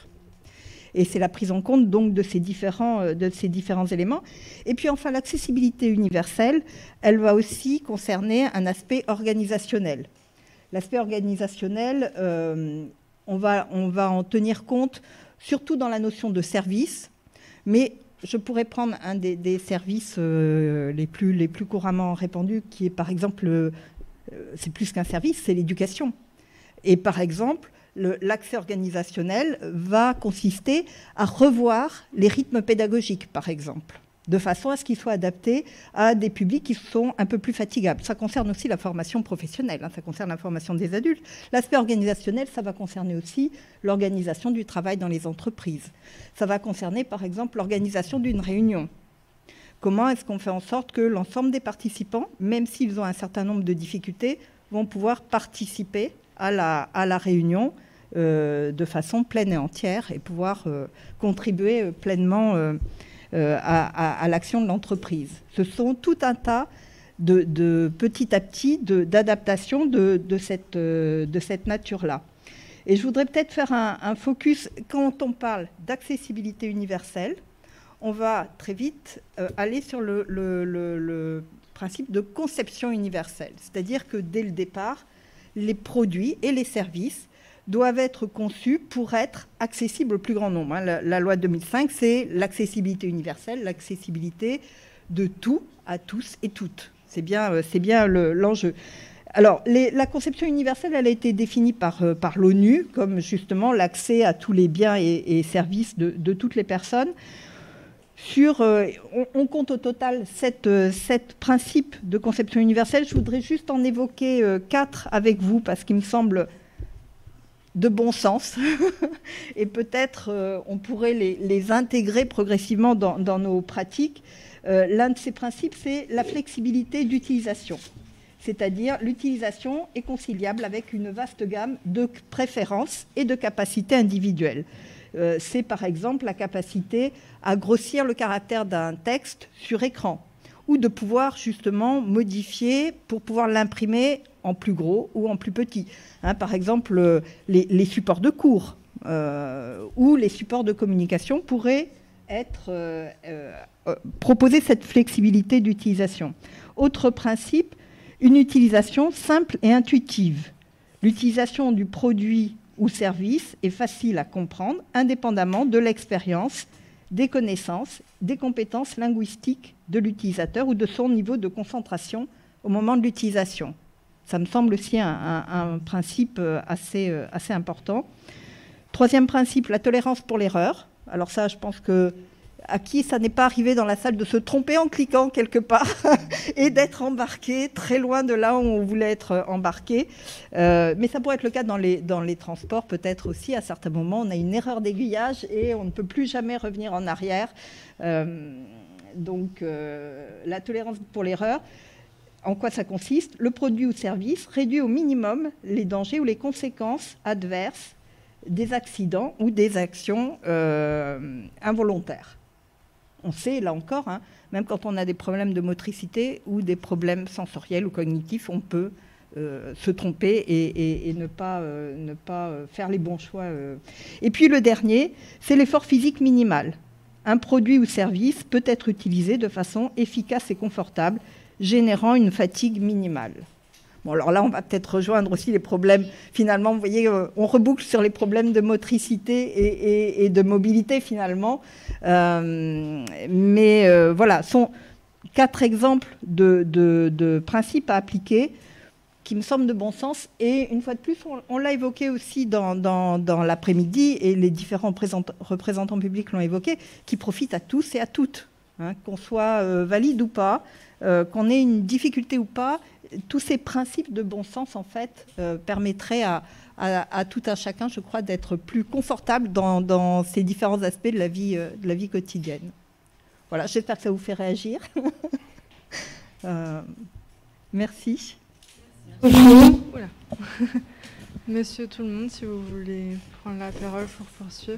Et c'est la prise en compte donc de ces différents, de ces différents éléments. Et puis enfin, l'accessibilité universelle, elle va aussi concerner un aspect organisationnel. L'aspect organisationnel, euh, on va, on va en tenir compte surtout dans la notion de service, mais je pourrais prendre un des, des services euh, les, plus, les plus couramment répandus, qui est par exemple, euh, c'est plus qu'un service, c'est l'éducation. Et par exemple, l'accès organisationnel va consister à revoir les rythmes pédagogiques, par exemple, de façon à ce qu'ils soient adaptés à des publics qui sont un peu plus fatigables. Ça concerne aussi la formation professionnelle, hein, ça concerne la formation des adultes. L'aspect organisationnel, ça va concerner aussi l'organisation du travail dans les entreprises. Ça va concerner, par exemple, l'organisation d'une réunion. Comment est-ce qu'on fait en sorte que l'ensemble des participants, même s'ils ont un certain nombre de difficultés, vont pouvoir participer à la, à la réunion euh, de façon pleine et entière et pouvoir euh, contribuer pleinement euh, Euh, à, à, à l'action de l'entreprise. Ce sont tout un tas de, de petit à petit d'adaptations de, de, de, cette, euh, de cette nature-là. Et je voudrais peut-être faire un, un focus, quand on parle d'accessibilité universelle, on va très vite euh, aller sur le, le, le, le principe de conception universelle. C'est-à-dire que dès le départ, les produits et les services doivent être conçus pour être accessibles au plus grand nombre. La, la loi de deux mille cinq, c'est l'accessibilité universelle, l'accessibilité de tout à tous et toutes. C'est bien, c'est bien l'enjeu. Alors, les, la conception universelle, elle a été définie par, euh, par l'ONU comme justement l'accès à tous les biens et, et services de, de toutes les personnes. Sur, euh, on, on compte au total sept, euh, sept principes de conception universelle. Je voudrais juste en évoquer euh, quatre avec vous parce qu'il me semble de bon sens et peut-être euh, on pourrait les, les intégrer progressivement dans, dans nos pratiques. Euh, l'un de ces principes, c'est la flexibilité d'utilisation, c'est-à-dire l'utilisation est conciliable avec une vaste gamme de préférences et de capacités individuelles. Euh, c'est par exemple la capacité à grossir le caractère d'un texte sur écran ou de pouvoir justement modifier pour pouvoir l'imprimer en plus gros ou en plus petit. Hein, par exemple, euh, les, les supports de cours euh, ou les supports de communication pourraient être, euh, euh, proposer cette flexibilité d'utilisation. Autre principe, une utilisation simple et intuitive. L'utilisation du produit ou service est facile à comprendre, indépendamment de l'expérience, des connaissances, des compétences linguistiques de l'utilisateur ou de son niveau de concentration au moment de l'utilisation. Ça me semble aussi un, un, un principe assez, assez important. Troisième principe, la tolérance pour l'erreur. Alors ça, je pense que à qui ça n'est pas arrivé dans la salle de se tromper en cliquant quelque part et d'être embarqué très loin de là où on voulait être embarqué. Euh, mais ça pourrait être le cas dans les, dans les transports, peut-être aussi. À certains moments, on a une erreur d'aiguillage et on ne peut plus jamais revenir en arrière. Euh, donc, euh, la tolérance pour l'erreur. En quoi ça consiste? Le produit ou service réduit au minimum les dangers ou les conséquences adverses des accidents ou des actions euh, involontaires. On sait, là encore, hein, même quand on a des problèmes de motricité ou des problèmes sensoriels ou cognitifs, on peut euh, se tromper et, et, et ne pas, euh, ne pas faire les bons choix. Euh. Et puis le dernier, c'est l'effort physique minimal. Un produit ou service peut être utilisé de façon efficace et confortable, générant une fatigue minimale. Bon, alors là, on va peut-être rejoindre aussi les problèmes. Finalement, vous voyez, euh, on reboucle sur les problèmes de motricité et, et, et de mobilité, finalement. Euh, mais euh, voilà, sont, quatre exemples de, de, de principes à appliquer qui me semblent de bon sens. Et une fois de plus, on, on l'a évoqué aussi dans, dans, dans l'après-midi, et les différents représentants publics l'ont évoqué, qui profitent à tous et à toutes, hein, qu'on soit euh, valide ou pas, euh, qu'on ait une difficulté ou pas. Tous ces principes de bon sens, en fait, euh, permettraient à, à, à tout un chacun, je crois, d'être plus confortable dans, dans ces différents aspects de la vie, euh, de la vie quotidienne. Voilà, j'espère que ça vous fait réagir. euh, merci. Voilà. Monsieur tout le monde, si vous voulez prendre la parole pour poursuivre.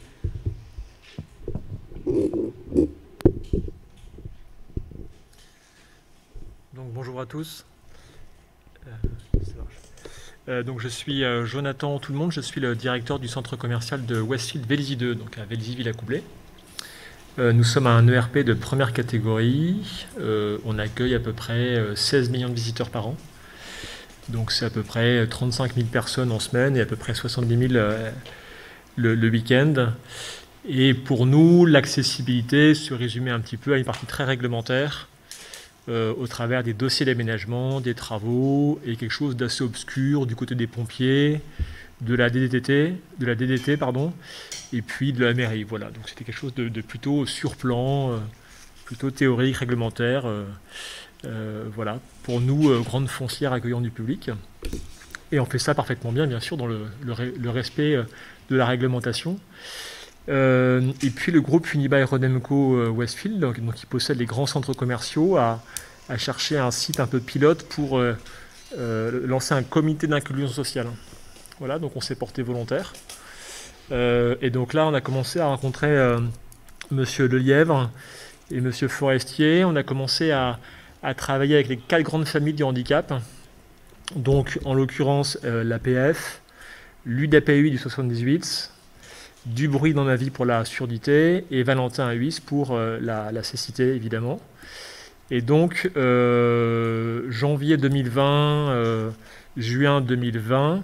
Donc bonjour à tous. Euh, ça marche. Euh, donc je suis euh, Jonathan tout le monde, je suis le directeur du centre commercial de Westfield Vélizy deux, donc à Vélizy-Villacoublay. Euh, nous sommes un E R P de première catégorie. Euh, on accueille à peu près euh, seize millions de visiteurs par an. Donc c'est à peu près trente-cinq mille personnes en semaine et à peu près soixante-dix mille euh, le, le week-end. Et pour nous, l'accessibilité se résumait un petit peu à une partie très réglementaire euh, au travers des dossiers d'aménagement, des travaux et quelque chose d'assez obscur du côté des pompiers, de la D D T, de la D D T pardon, et puis de la mairie. Voilà, donc c'était quelque chose de, de plutôt sur-plan, euh, plutôt théorique, réglementaire. Euh, Euh, voilà, pour nous, euh, grande foncière accueillant du public. Et on fait ça parfaitement bien, bien sûr, dans le, le, le respect de la réglementation. Euh, et puis le groupe Unibail Rodamco Westfield, donc, donc qui possède les grands centres commerciaux, a, a cherché un site un peu pilote pour euh, euh, lancer un comité d'inclusion sociale. Voilà, donc on s'est porté volontaire. Euh, et donc là, on a commencé à rencontrer euh, Monsieur Lelièvre et Monsieur Forestier. On a commencé à à travailler avec les quatre grandes familles du handicap, donc en l'occurrence euh, l'A P F, l'U D A P U du soixante-dix-huit, Du bruit dans ma vie pour la surdité et Valentin à Huys pour euh, la, la cécité évidemment. Et donc euh, janvier deux mille vingt, euh, juin deux mille vingt,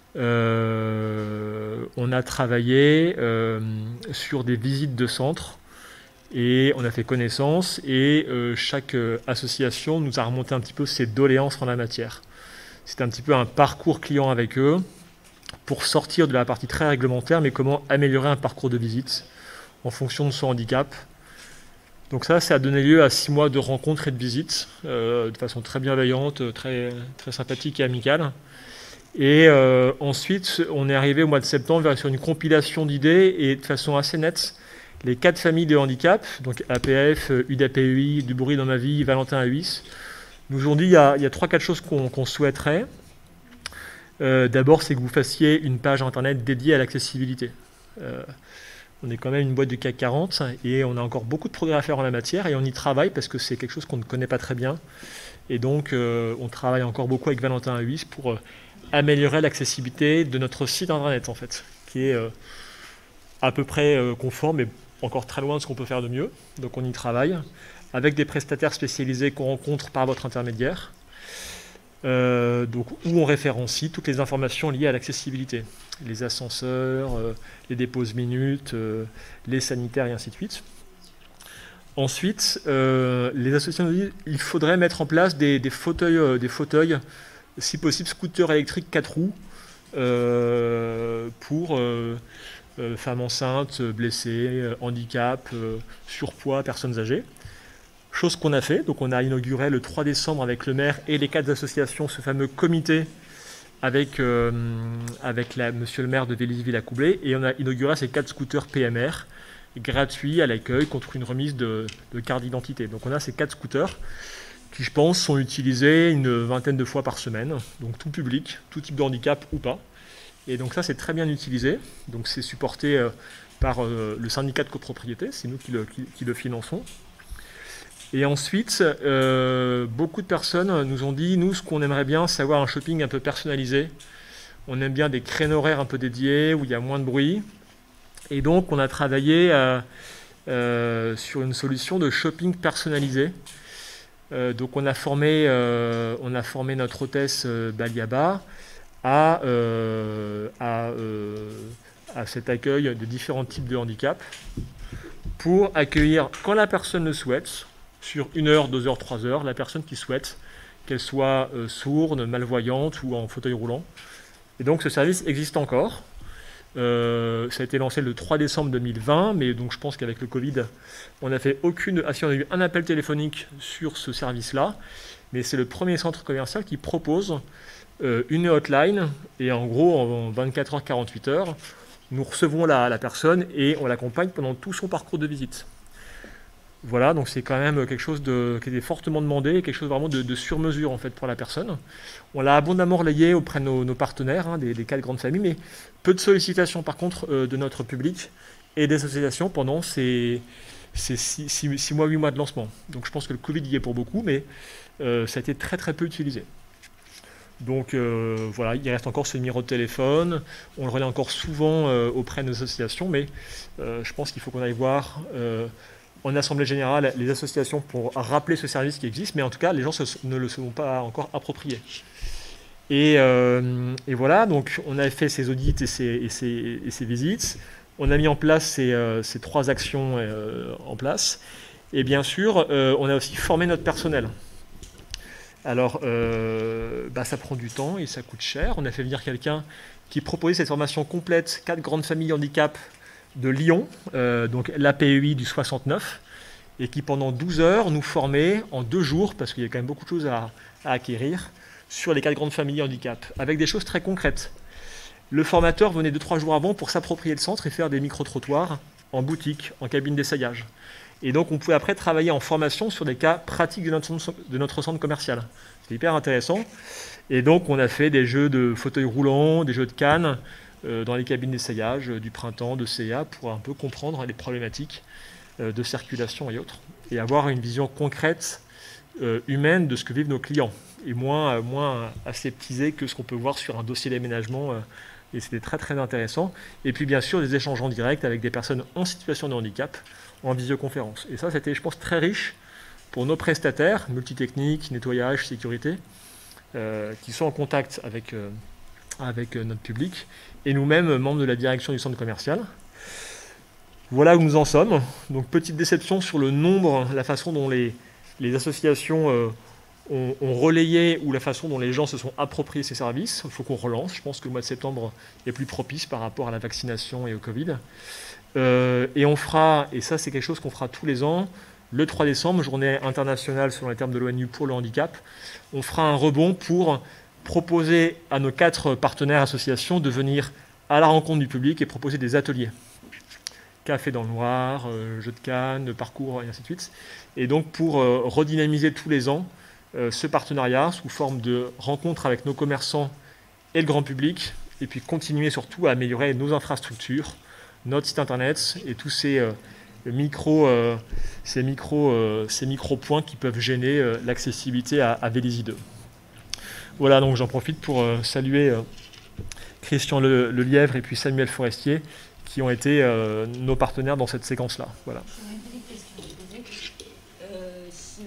euh, on a travaillé euh, sur des visites de centres. Et on a fait connaissance et euh, chaque euh, association nous a remonté un petit peu ses doléances en la matière. C'est un petit peu un parcours client avec eux pour sortir de la partie très réglementaire, mais comment améliorer un parcours de visite en fonction de son handicap. Donc ça, ça a donné lieu à six mois de rencontres et de visites euh, de façon très bienveillante, très, très sympathique et amicale. Et euh, ensuite, on est arrivé au mois de septembre sur une compilation d'idées et de façon assez nette, les quatre familles de handicap, donc A P F, U D A P U I, Du bruit dans ma vie, Valentin à Huys, nous ont dit il y a, il y a trois quatre choses qu'on qu'on souhaiterait. Euh, D'abord, c'est que vous fassiez une page internet dédiée à l'accessibilité. Euh, on est quand même une boîte du C A C quarante et on a encore beaucoup de progrès à faire en la matière et on y travaille parce que c'est quelque chose qu'on ne connaît pas très bien. Et donc, euh, on travaille encore beaucoup avec Valentin à Huys pour euh, améliorer l'accessibilité de notre site internet, en fait, qui est euh, à peu près euh, conforme, mais encore très loin de ce qu'on peut faire de mieux. Donc on y travaille avec des prestataires spécialisés qu'on rencontre par votre intermédiaire, euh, donc, où on référencie toutes les informations liées à l'accessibilité, les ascenseurs, euh, les déposes minutes, euh, les sanitaires et ainsi de suite. Ensuite, euh, les associations nous disent qu'il faudrait mettre en place des, des, fauteuils, euh, des fauteuils, si possible scooters électriques quatre roues, euh, pour... Euh, Euh, femmes enceintes, blessées, euh, handicap, euh, surpoids, personnes âgées. Chose qu'on a fait, donc on a inauguré le trois décembre avec le maire et les quatre associations ce fameux comité avec, euh, avec la, monsieur le maire de Vélizy-Villacoublay et on a inauguré ces quatre scooters P M R gratuits à l'accueil contre une remise de, de carte d'identité. Donc on a ces quatre scooters qui je pense sont utilisés une vingtaine de fois par semaine, donc tout public, tout type de handicap ou pas. Et donc ça, c'est très bien utilisé. Donc c'est supporté euh, par euh, le syndicat de copropriété, c'est nous qui le, qui, qui le finançons. Et ensuite, euh, beaucoup de personnes nous ont dit, nous, ce qu'on aimerait bien, c'est avoir un shopping un peu personnalisé. On aime bien des créneaux horaires un peu dédiés, où il y a moins de bruit. Et donc, on a travaillé euh, euh, sur une solution de shopping personnalisé. Euh, donc on a formé, euh, on a formé notre hôtesse euh, Baliaba, à, euh, à, euh, à cet accueil de différents types de handicap pour accueillir, quand la personne le souhaite, sur une heure, deux heures, trois heures, la personne qui souhaite, qu'elle soit euh, sourde, malvoyante ou en fauteuil roulant. Et donc ce service existe encore. Euh, ça a été lancé le trois décembre deux mille vingt, mais donc je pense qu'avec le Covid, on n'a fait aucune... Ah si, on a eu un appel téléphonique sur ce service-là, mais c'est le premier centre commercial qui propose euh, une hotline, et en gros, en vingt-quatre heures, quarante-huit heures, nous recevons la, la personne et on l'accompagne pendant tout son parcours de visite. Voilà, donc c'est quand même quelque chose de, qui était fortement demandé, quelque chose vraiment de, de sur-mesure en fait pour la personne. On l'a abondamment relayé auprès de nos, nos partenaires, hein, des, des quatre grandes familles, mais peu de sollicitations par contre euh, de notre public et des associations pendant ces, ces six, six, six mois, huit mois de lancement. Donc je pense que le Covid y est pour beaucoup, mais euh, ça a été très très peu utilisé. Donc euh, voilà, il reste encore ce numéro de téléphone, on le relaie encore souvent euh, auprès de nos associations, mais euh, je pense qu'il faut qu'on aille voir... Euh, en assemblée générale, les associations pour rappeler ce service qui existe, mais en tout cas, les gens se, ne le sont pas encore appropriés. Et, euh, et voilà, donc on a fait ces audits et ces, et ces, et ces visites. On a mis en place ces, euh, ces trois actions euh, en place. Et bien sûr, euh, on a aussi formé notre personnel. Alors, euh, bah, ça prend du temps et ça coûte cher. On a fait venir quelqu'un qui proposait cette formation complète, quatre grandes familles handicap, de Lyon, euh, donc l'A P E I du soixante-neuf, et qui pendant douze heures nous formait en deux jours, parce qu'il y a quand même beaucoup de choses à, à acquérir, sur les quatre grandes familles handicap, avec des choses très concrètes. Le formateur venait deux, trois jours avant pour s'approprier le centre et faire des micro-trottoirs en boutique, en cabine d'essayage. Et donc on pouvait après travailler en formation sur des cas pratiques de notre, de notre centre commercial. C'est hyper intéressant. Et donc on a fait des jeux de fauteuils roulants, des jeux de cannes, Euh, dans les cabines d'essayage euh, du printemps, de C A, pour un peu comprendre les problématiques euh, de circulation et autres, et avoir une vision concrète, euh, humaine, de ce que vivent nos clients, et moins, euh, moins aseptisé que ce qu'on peut voir sur un dossier d'aménagement, euh, et c'était très très intéressant. Et puis bien sûr des échanges en direct avec des personnes en situation de handicap, en visioconférence. Et ça, c'était, je pense, très riche pour nos prestataires, multitechniques, nettoyage, sécurité, euh, qui sont en contact avec, euh, avec euh, notre public, et nous-mêmes, membres de la direction du centre commercial. Voilà où nous en sommes. Donc petite déception sur le nombre, la façon dont les, les associations euh, ont, ont relayé, ou la façon dont les gens se sont appropriés ces services. Il faut qu'on relance. Je pense que le mois de septembre est plus propice par rapport à la vaccination et au Covid. Euh, et on fera, et ça c'est quelque chose qu'on fera tous les ans, le trois décembre, journée internationale selon les termes de l'ONU pour le handicap, on fera un rebond pour proposer à nos quatre partenaires associations de venir à la rencontre du public et proposer des ateliers. Café dans le noir, euh, jeux de cannes, parcours, et ainsi de suite. Et donc pour euh, redynamiser tous les ans euh, ce partenariat sous forme de rencontres avec nos commerçants et le grand public, et puis continuer surtout à améliorer nos infrastructures, notre site internet et tous ces euh, micro, euh, ces micro, euh, ces micro-points qui peuvent gêner euh, l'accessibilité à, à Vélizy deux. Voilà, donc j'en profite pour euh, saluer euh, Christian Le, Le Lièvre et puis Samuel Forestier, qui ont été euh, nos partenaires dans cette séquence-là. Voilà. J'aurais une petite question à vous poser. Euh, ce,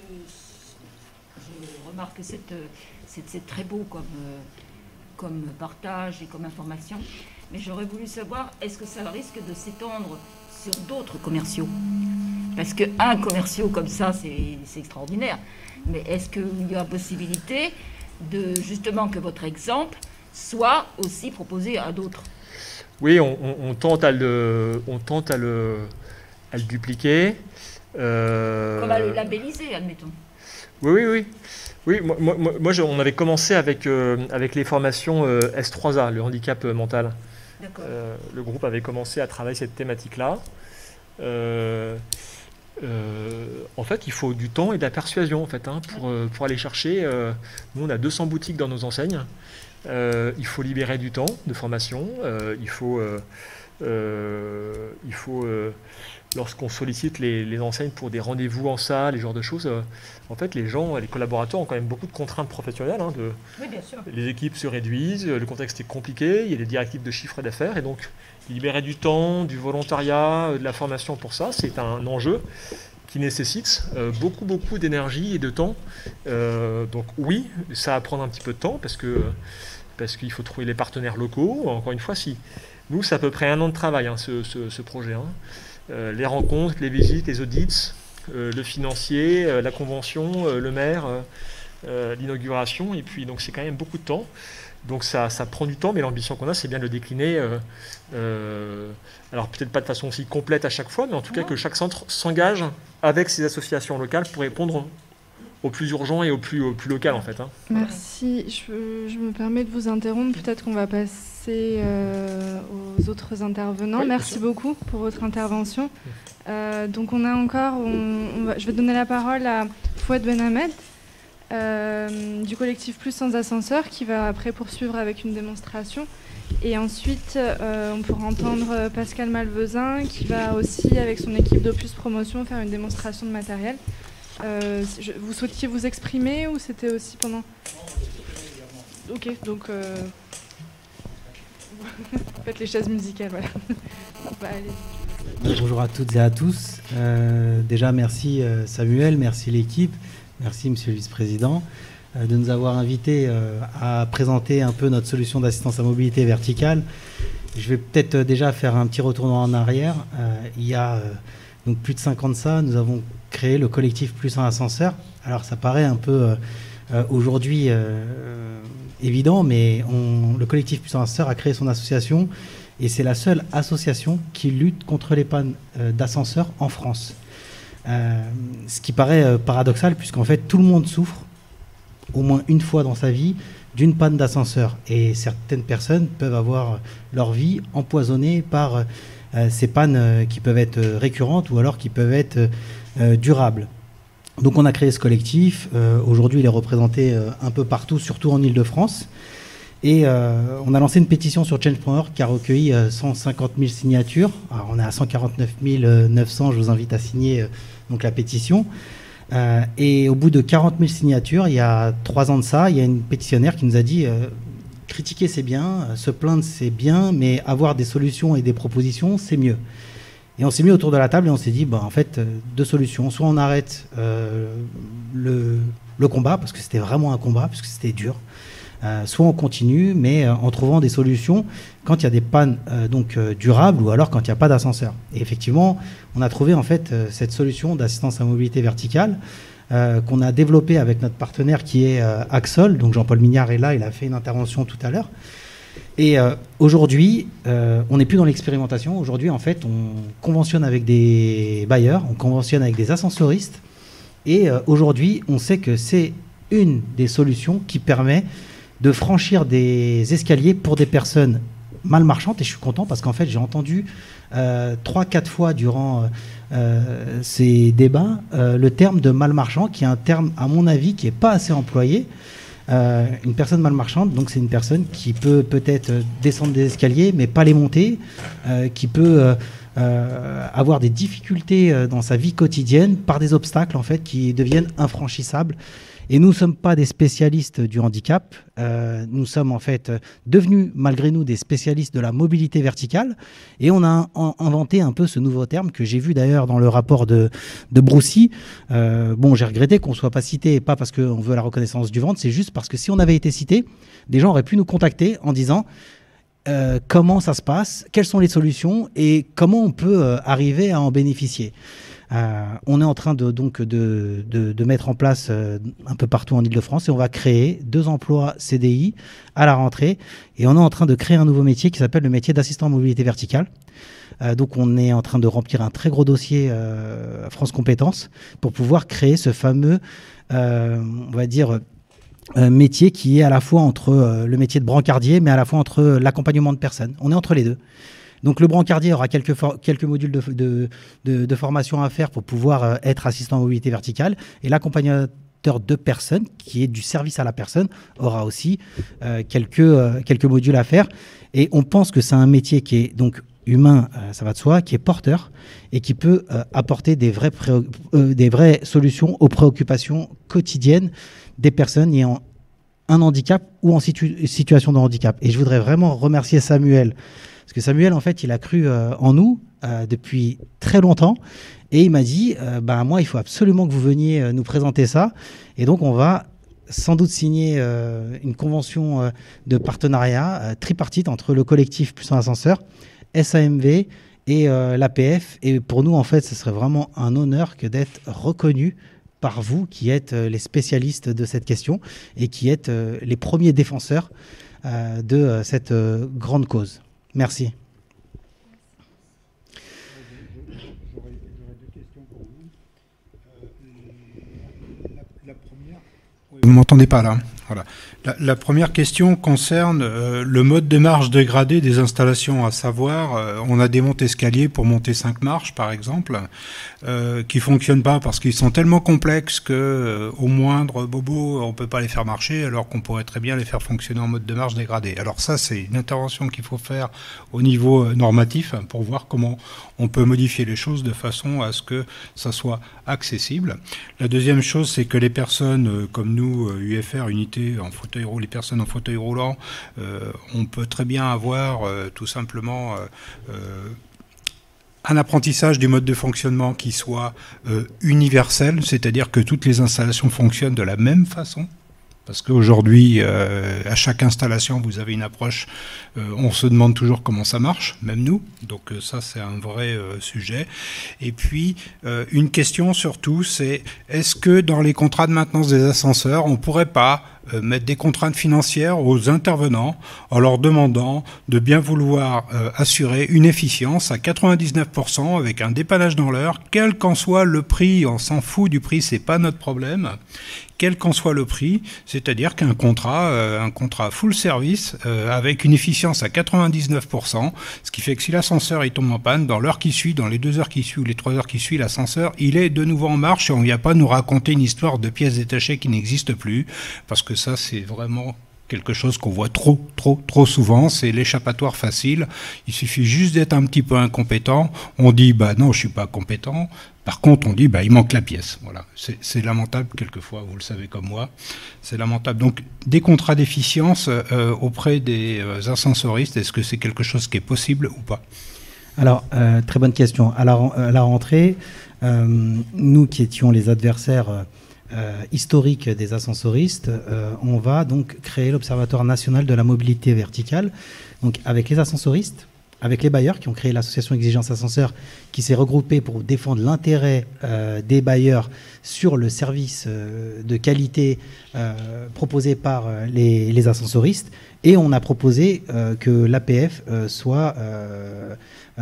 je remarque que c'est, c'est, c'est très beau comme, euh, comme partage et comme information, mais j'aurais voulu savoir, est-ce que ça risque de s'étendre sur d'autres commerciaux? Parce qu'un commerciaux comme ça, c'est, c'est extraordinaire, mais est-ce qu'il y a possibilité de justement que votre exemple soit aussi proposé à d'autres? Oui, on, on, on tente à le, on tente à le, à le dupliquer. Euh... Comme à le labelliser, admettons. Oui, oui, oui. Oui, moi, moi, moi je, on avait commencé avec, euh, avec les formations euh, S trois A, le handicap mental. D'accord. Euh, le groupe avait commencé à travailler cette thématique-là. Euh, Euh, en fait, il faut du temps et de la persuasion en fait, hein, pour, euh, pour aller chercher. Euh, nous, on a deux cents boutiques dans nos enseignes. Euh, il faut libérer du temps de formation. Euh, il faut, euh, euh, il faut euh, lorsqu'on sollicite les, les enseignes pour des rendez-vous en salle, les genres de choses, euh, en fait, les gens, les collaborateurs ont quand même beaucoup de contraintes professionnelles. Hein, de, oui, bien sûr. Les équipes se réduisent, le contexte est compliqué, il y a des directives de chiffre d'affaires, et donc libérer du temps, du volontariat, de la formation pour ça, c'est un enjeu qui nécessite euh, beaucoup, beaucoup d'énergie et de temps. Euh, donc oui, ça va prendre un petit peu de temps parce que parce qu'il faut trouver les partenaires locaux. Encore une fois, si nous, c'est à peu près un an de travail, hein, ce, ce, ce projet. Hein. Euh, les rencontres, les visites, les audits, euh, le financier, euh, la convention, euh, le maire, euh, euh, l'inauguration, et puis donc c'est quand même beaucoup de temps. Donc ça, ça prend du temps, mais l'ambition qu'on a, c'est bien de le décliner, euh, euh, alors peut-être pas de façon aussi complète à chaque fois, mais en tout cas que chaque centre s'engage avec ses associations locales pour répondre au plus urgent et au plus, au plus local en fait. Hein. Merci. Je, je me permets de vous interrompre. Peut-être qu'on va passer euh, aux autres intervenants. Oui, merci beaucoup pour votre intervention. Euh, donc on a encore, on, on va, je vais donner la parole à Fouad Benhamed euh, du collectif Plus sans ascenseur qui va après poursuivre avec une démonstration. Et ensuite, euh, on pourra entendre Pascal Malvezin qui va aussi, avec son équipe d'Opus Promotion, faire une démonstration de matériel. Euh, je, vous souhaitiez vous exprimer ou c'était aussi pendant... Ok, donc... Euh... Faites les chaises musicales, voilà. Bah, allez. Bonjour à toutes et à tous. Euh, déjà, merci euh, Samuel, merci l'équipe, merci Monsieur le Vice-président euh, de nous avoir invités euh, à présenter un peu notre solution d'assistance à mobilité verticale. Je vais peut-être euh, déjà faire un petit retour en arrière. Euh, il y a euh, donc plus de cinq ans de ça, nous avons créé le collectif Plus un ascenseur. Alors ça paraît un peu euh, aujourd'hui euh, évident, mais on, le collectif Plus un ascenseur a créé son association et c'est la seule association qui lutte contre les pannes euh, d'ascenseurs en France. Euh, ce qui paraît euh, paradoxal puisqu'en fait tout le monde souffre au moins une fois dans sa vie d'une panne d'ascenseur et certaines personnes peuvent avoir leur vie empoisonnée par euh, ces pannes euh, qui peuvent être récurrentes ou alors qui peuvent être euh, durables. Donc on a créé ce collectif, euh, aujourd'hui il est représenté euh, un peu partout, surtout en Ile-de-France. Et euh, on a lancé une pétition sur change point org qui a recueilli euh, cent cinquante mille signatures. Alors on est à cent quarante-neuf mille neuf cents, je vous invite à signer euh, donc la pétition. Euh, et au bout de quarante mille signatures, il y a trois ans de ça, il y a une pétitionnaire qui nous a dit euh, critiquer c'est bien, se plaindre c'est bien, mais avoir des solutions et des propositions c'est mieux. Et on s'est mis autour de la table et on s'est dit, bah, en fait, euh, deux solutions. Soit on arrête euh, le, le combat, parce que c'était vraiment un combat, parce que c'était dur. Euh, soit on continue, mais euh, en trouvant des solutions quand il y a des pannes euh, donc, euh, durables ou alors quand il n'y a pas d'ascenseur. Et effectivement, on a trouvé en fait euh, cette solution d'assistance à mobilité verticale euh, qu'on a développée avec notre partenaire qui est euh, Axol. Donc Jean-Paul Mignard est là, il a fait une intervention tout à l'heure. Et euh, aujourd'hui, euh, on n'est plus dans l'expérimentation. Aujourd'hui, en fait, on conventionne avec des bailleurs, on conventionne avec des ascensoristes. Et euh, aujourd'hui, on sait que c'est une des solutions qui permet de franchir des escaliers pour des personnes mal marchantes. Et je suis content parce qu'en fait, j'ai entendu euh, trois, quatre fois durant euh, ces débats euh, le terme de mal marchand, qui est un terme, à mon avis, qui n'est pas assez employé. Euh, une personne mal marchande, donc c'est une personne qui peut peut-être descendre des escaliers mais pas les monter, euh, qui peut euh, euh, avoir des difficultés euh, dans sa vie quotidienne par des obstacles en fait qui deviennent infranchissables. Et nous ne sommes pas des spécialistes du handicap, euh, nous sommes en fait devenus malgré nous des spécialistes de la mobilité verticale et on a en, inventé un peu ce nouveau terme que j'ai vu d'ailleurs dans le rapport de, de Broussy. Euh, bon, j'ai regretté qu'on ne soit pas cité, pas parce qu'on veut la reconnaissance du ventre, c'est juste parce que si on avait été cité, des gens auraient pu nous contacter en disant euh, comment ça se passe, quelles sont les solutions et comment on peut euh, arriver à en bénéficier. Euh, on est en train de, donc de, de, de mettre en place euh, un peu partout en Ile-de-France et on va créer deux emplois C D I à la rentrée et on est en train de créer un nouveau métier qui s'appelle le métier d'assistant en mobilité verticale. Euh, donc on est en train de remplir un très gros dossier euh, France Compétences pour pouvoir créer ce fameux, euh, on va dire, euh, métier qui est à la fois entre euh, le métier de brancardier mais à la fois entre euh, l'accompagnement de personnes. On est entre les deux. Donc le brancardier aura quelques, quelques modules de, de, de, de formation à faire pour pouvoir euh, être assistant en mobilité verticale et l'accompagnateur de personnes, qui est du service à la personne, aura aussi euh, quelques, euh, quelques modules à faire. Et on pense que c'est un métier qui est donc humain, euh, ça va de soi, qui est porteur et qui peut euh, apporter des vraies, euh, des vraies solutions aux préoccupations quotidiennes des personnes ayant un handicap ou en situ situation de handicap. Et je voudrais vraiment remercier Samuel. Parce que Samuel, en fait, il a cru euh, en nous euh, depuis très longtemps. Et il m'a dit, euh, bah, moi, il faut absolument que vous veniez euh, nous présenter ça. Et donc, on va sans doute signer euh, une convention euh, de partenariat euh, tripartite entre le collectif Plus un ascenseur, S A M V et euh, l'A P F. Et pour nous, en fait, ce serait vraiment un honneur que d'être reconnu par vous, qui êtes euh, les spécialistes de cette question et qui êtes euh, les premiers défenseurs euh, de euh, cette euh, grande cause. Merci. Vous ne m'entendez pas là. Voilà. La, la première question concerne euh, le mode de marche dégradé des installations, à savoir, euh, on a des montes escaliers pour monter cinq marches, par exemple, euh, qui fonctionnent pas parce qu'ils sont tellement complexes que euh, au moindre bobo, on peut pas les faire marcher, alors qu'on pourrait très bien les faire fonctionner en mode de marche dégradé. Alors ça, c'est une intervention qu'il faut faire au niveau euh, normatif pour voir comment on peut modifier les choses de façon à ce que ça soit accessible. La deuxième chose, c'est que les personnes euh, comme nous, euh, U F R, unité en fauteuil roulant, les personnes en fauteuil roulant, euh, on peut très bien avoir euh, tout simplement euh, euh, un apprentissage du mode de fonctionnement qui soit euh, universel, c'est-à-dire que toutes les installations fonctionnent de la même façon. Parce qu'aujourd'hui, euh, à chaque installation, vous avez une approche, euh, on se demande toujours comment ça marche, même nous. Donc euh, ça, c'est un vrai euh, sujet. Et puis, euh, une question surtout, c'est est-ce que dans les contrats de maintenance des ascenseurs, on ne pourrait pas euh, mettre des contraintes financières aux intervenants en leur demandant de bien vouloir euh, assurer une efficience à quatre-vingt-dix-neuf pour cent avec un dépannage dans l'heure, quel qu'en soit le prix, on s'en fout du prix, c'est pas notre problème. Quel qu'en soit le prix, c'est-à-dire qu'un contrat, euh, un contrat full service euh, avec une efficience à quatre-vingt-dix-neuf pour cent, ce qui fait que si l'ascenseur il tombe en panne, dans l'heure qui suit, dans les deux heures qui suivent ou les trois heures qui suivent, l'ascenseur, il est de nouveau en marche et on ne vient pas nous raconter une histoire de pièces détachées qui n'existe plus, parce que ça c'est vraiment quelque chose qu'on voit trop, trop, trop souvent, c'est l'échappatoire facile. Il suffit juste d'être un petit peu incompétent, on dit bah non je suis pas compétent. Par contre, on dit, bah, il manque la pièce. Voilà. C'est lamentable, quelquefois, vous le savez comme moi. C'est lamentable. Donc, des contrats d'efficience euh, auprès des euh, ascensoristes, est-ce que c'est quelque chose qui est possible ou pas? Alors, euh, très bonne question. À la, à la rentrée, euh, nous qui étions les adversaires euh, historiques des ascensoristes, euh, on va donc créer l'Observatoire national de la mobilité verticale, donc avec les ascensoristes, avec les bailleurs qui ont créé l'association Exigence Ascenseur, qui s'est regroupée pour défendre l'intérêt euh, des bailleurs sur le service euh, de qualité euh, proposé par euh, les, les ascensoristes. Et on a proposé euh, que l'A P F euh, soit euh,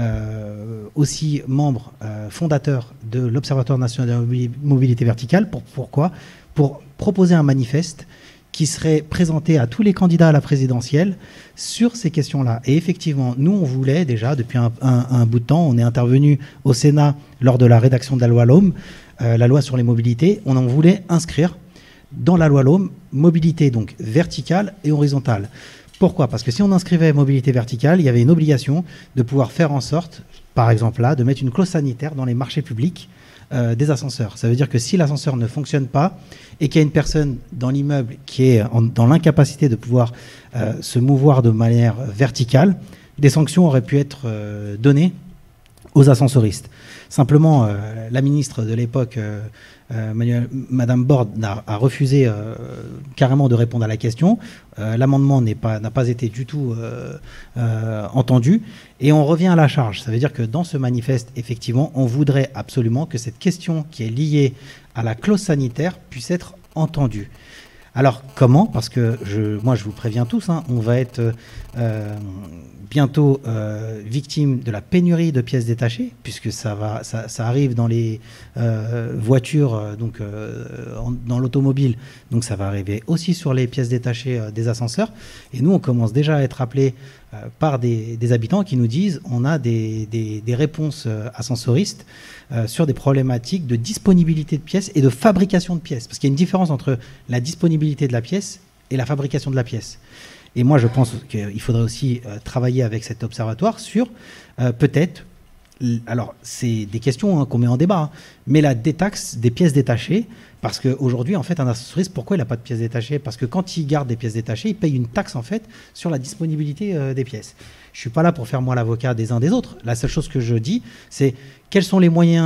euh, aussi membre euh, fondateur de l'Observatoire national de la mobilité verticale. Pour, pourquoi? Pour proposer un manifeste qui serait présenté à tous les candidats à la présidentielle sur ces questions-là. Et effectivement, nous, on voulait déjà, depuis un, un, un bout de temps, on est intervenu au Sénat lors de la rédaction de la loi LOM, euh, la loi sur les mobilités, on en voulait inscrire dans la loi LOM mobilité donc verticale et horizontale. Pourquoi? Parce que si on inscrivait mobilité verticale, il y avait une obligation de pouvoir faire en sorte, par exemple là, de mettre une clause sanitaire dans les marchés publics Euh, des ascenseurs. Ça veut dire que si l'ascenseur ne fonctionne pas et qu'il y a une personne dans l'immeuble qui est en, dans l'incapacité de pouvoir euh, se mouvoir de manière verticale, des sanctions auraient pu être euh, données aux ascensoristes. Simplement, euh, la ministre de l'époque, euh, euh, Manuel, Madame Borde, a, a refusé euh, carrément de répondre à la question. Euh, L'amendement n'est pas, n'a pas été du tout euh, euh, entendu. Et on revient à la charge. Ça veut dire que dans ce manifeste, effectivement, on voudrait absolument que cette question qui est liée à la clause sanitaire puisse être entendue. Alors, comment? Parce que je, moi, je vous préviens tous, hein, on va être euh, bientôt euh, victime de la pénurie de pièces détachées, puisque ça, va, ça, ça arrive dans les euh, voitures, euh, donc euh, en, dans l'automobile, donc ça va arriver aussi sur les pièces détachées euh, des ascenseurs. Et nous, on commence déjà à être appelés euh, par des, des habitants qui nous disent on a des, des, des réponses euh, ascensoristes Euh, sur des problématiques de disponibilité de pièces et de fabrication de pièces. Parce qu'il y a une différence entre la disponibilité de la pièce et la fabrication de la pièce. Et moi, je pense qu'il faudrait aussi euh, travailler avec cet observatoire sur euh, peut-être, alors c'est des questions hein, qu'on met en débat, hein, mais la détaxe des pièces détachées, parce qu'aujourd'hui, en fait, un ascensoriste, pourquoi il n'a pas de pièces détachées? Parce que quand il garde des pièces détachées, il paye une taxe, en fait, sur la disponibilité euh, des pièces. Je ne suis pas là pour faire, moi, l'avocat des uns des autres. La seule chose que je dis, c'est quels sont les moyens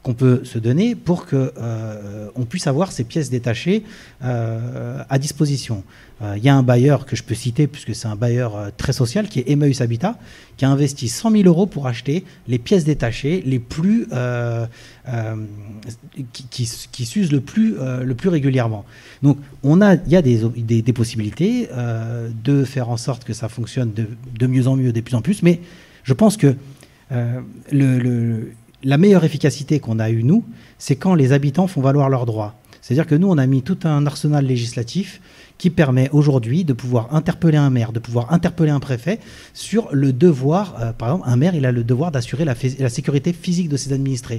qu'on peut se donner pour qu'on euh, puisse avoir ces pièces détachées euh, à disposition. Il euh, y a un bailleur que je peux citer, puisque c'est un bailleur euh, très social, qui est Emmaüs Habitat, qui a investi cent mille euros pour acheter les pièces détachées les plus, euh, euh, qui, qui, qui s'usent le plus, euh, le plus régulièrement. Donc on a, il y a des, des, des possibilités euh, de faire en sorte que ça fonctionne de, de mieux en mieux, de plus en plus, mais je pense que euh, le, le la meilleure efficacité qu'on a eue, nous, c'est quand les habitants font valoir leurs droits. C'est-à-dire que nous, on a mis tout un arsenal législatif qui permet aujourd'hui de pouvoir interpeller un maire, de pouvoir interpeller un préfet sur le devoir. Euh, par exemple, un maire, il a le devoir d'assurer la, la sécurité physique de ses administrés.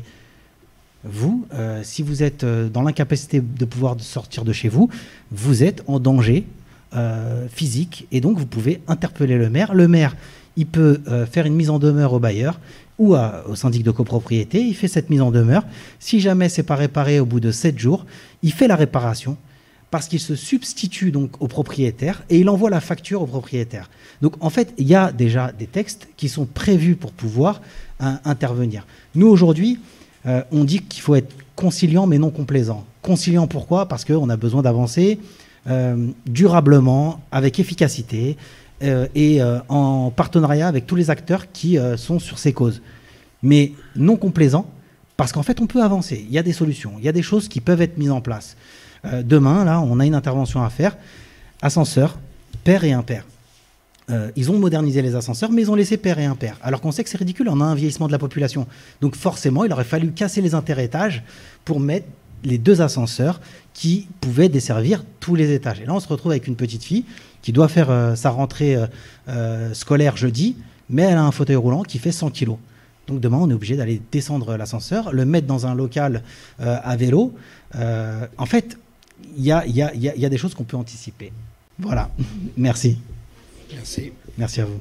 Vous, euh, si vous êtes euh, dans l'incapacité de pouvoir sortir de chez vous, vous êtes en danger euh, physique, et donc vous pouvez interpeller le maire. Le maire, il peut euh, faire une mise en demeure au bailleur ou à, au syndic de copropriété, il fait cette mise en demeure. Si jamais c'est pas réparé au bout de sept jours, il fait la réparation parce qu'il se substitue donc au propriétaire et il envoie la facture au propriétaire. Donc en fait, il y a déjà des textes qui sont prévus pour pouvoir hein, intervenir. Nous aujourd'hui, euh, on dit qu'il faut être conciliant mais non complaisant. Conciliant pourquoi? Parce qu'on a besoin d'avancer euh, durablement, avec efficacité, Euh, et euh, en partenariat avec tous les acteurs qui euh, sont sur ces causes. Mais non complaisant, parce qu'en fait, on peut avancer. Il y a des solutions, il y a des choses qui peuvent être mises en place. Euh, demain, là, on a une intervention à faire. Ascenseur, pair et impair. Euh, ils ont modernisé les ascenseurs, mais ils ont laissé pair et impair. Alors qu'on sait que c'est ridicule, on a un vieillissement de la population. Donc forcément, il aurait fallu casser les interétages pour mettre les deux ascenseurs qui pouvaient desservir tous les étages. Et là, on se retrouve avec une petite fille qui doit faire euh, sa rentrée euh, euh, scolaire jeudi, mais elle a un fauteuil roulant qui fait cent kilos. Donc demain, on est obligé d'aller descendre l'ascenseur, le mettre dans un local euh, à vélo. Euh, en fait, il y a, y a, y a, y a des choses qu'on peut anticiper. Voilà. Merci. Merci. Merci à vous.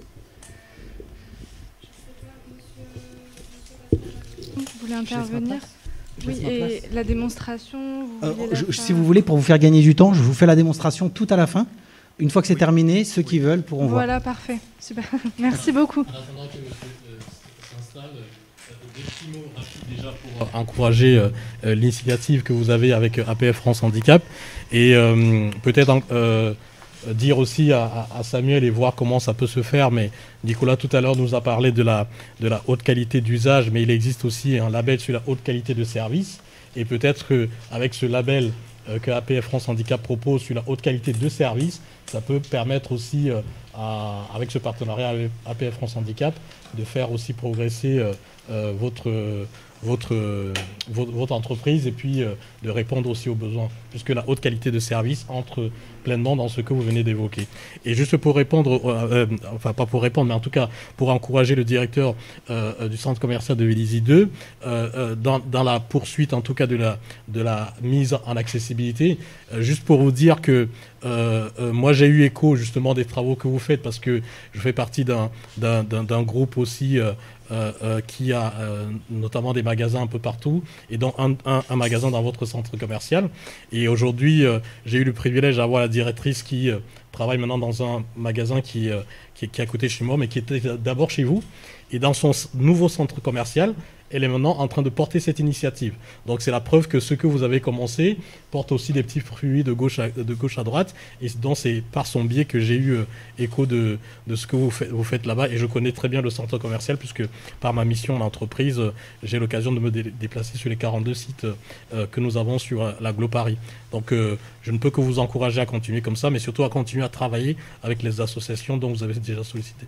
Vous voulez intervenir? Oui, et la démonstration, vous euh, voulez je, la si vous voulez, pour vous faire gagner du temps, je vous fais la démonstration tout à la fin. Une fois que c'est oui. terminé, ceux qui veulent pourront voilà, voir. Voilà, parfait. Super. Merci beaucoup. En attendant que monsieur s'installe, des petits mots rapides déjà pour encourager euh, l'initiative que vous avez avec A P F France Handicap. Et euh, peut-être euh, dire aussi à, à Samuel et voir comment ça peut se faire. Mais Nicolas, tout à l'heure, nous a parlé de la, de la haute qualité d'usage, mais il existe aussi un label sur la haute qualité de service. Et peut-être qu'avec ce label euh, que A P F France Handicap propose sur la haute qualité de service, ça peut permettre aussi, euh, à, avec ce partenariat avec A P F France Handicap, de faire aussi progresser euh, euh, votre, euh, votre, euh, votre, votre entreprise et puis euh, de répondre aussi aux besoins, puisque la haute qualité de service entre pleinement dans ce que vous venez d'évoquer. Et juste pour répondre, euh, euh, enfin pas pour répondre, mais en tout cas pour encourager le directeur euh, du centre commercial de Vélizy deux, euh, euh, dans, dans la poursuite en tout cas de la, de la mise en accessibilité, euh, juste pour vous dire que euh, euh, moi j'ai eu écho justement des travaux que vous faites, parce que je fais partie d'un, d'un, d'un, d'un groupe aussi euh, Euh, euh, qui a euh, notamment des magasins un peu partout, et dont un, un, un magasin dans votre centre commercial. Et aujourd'hui, euh, j'ai eu le privilège d'avoir la directrice qui euh, travaille maintenant dans un magasin qui, euh, qui, qui est à côté de chez moi, mais qui était d'abord chez vous. Et dans son nouveau centre commercial, elle est maintenant en train de porter cette initiative. Donc c'est la preuve que ce que vous avez commencé porte aussi des petits fruits de gauche à, de gauche à droite. Et donc c'est par son biais que j'ai eu euh, écho de, de ce que vous faites, vous faites là-bas. Et je connais très bien le centre commercial, puisque par ma mission d'entreprise, euh, j'ai l'occasion de me dé- déplacer sur les quarante-deux sites euh, que nous avons sur euh, la Glo Paris. Donc euh, je ne peux que vous encourager à continuer comme ça, mais surtout à continuer à travailler avec les associations dont vous avez déjà sollicité.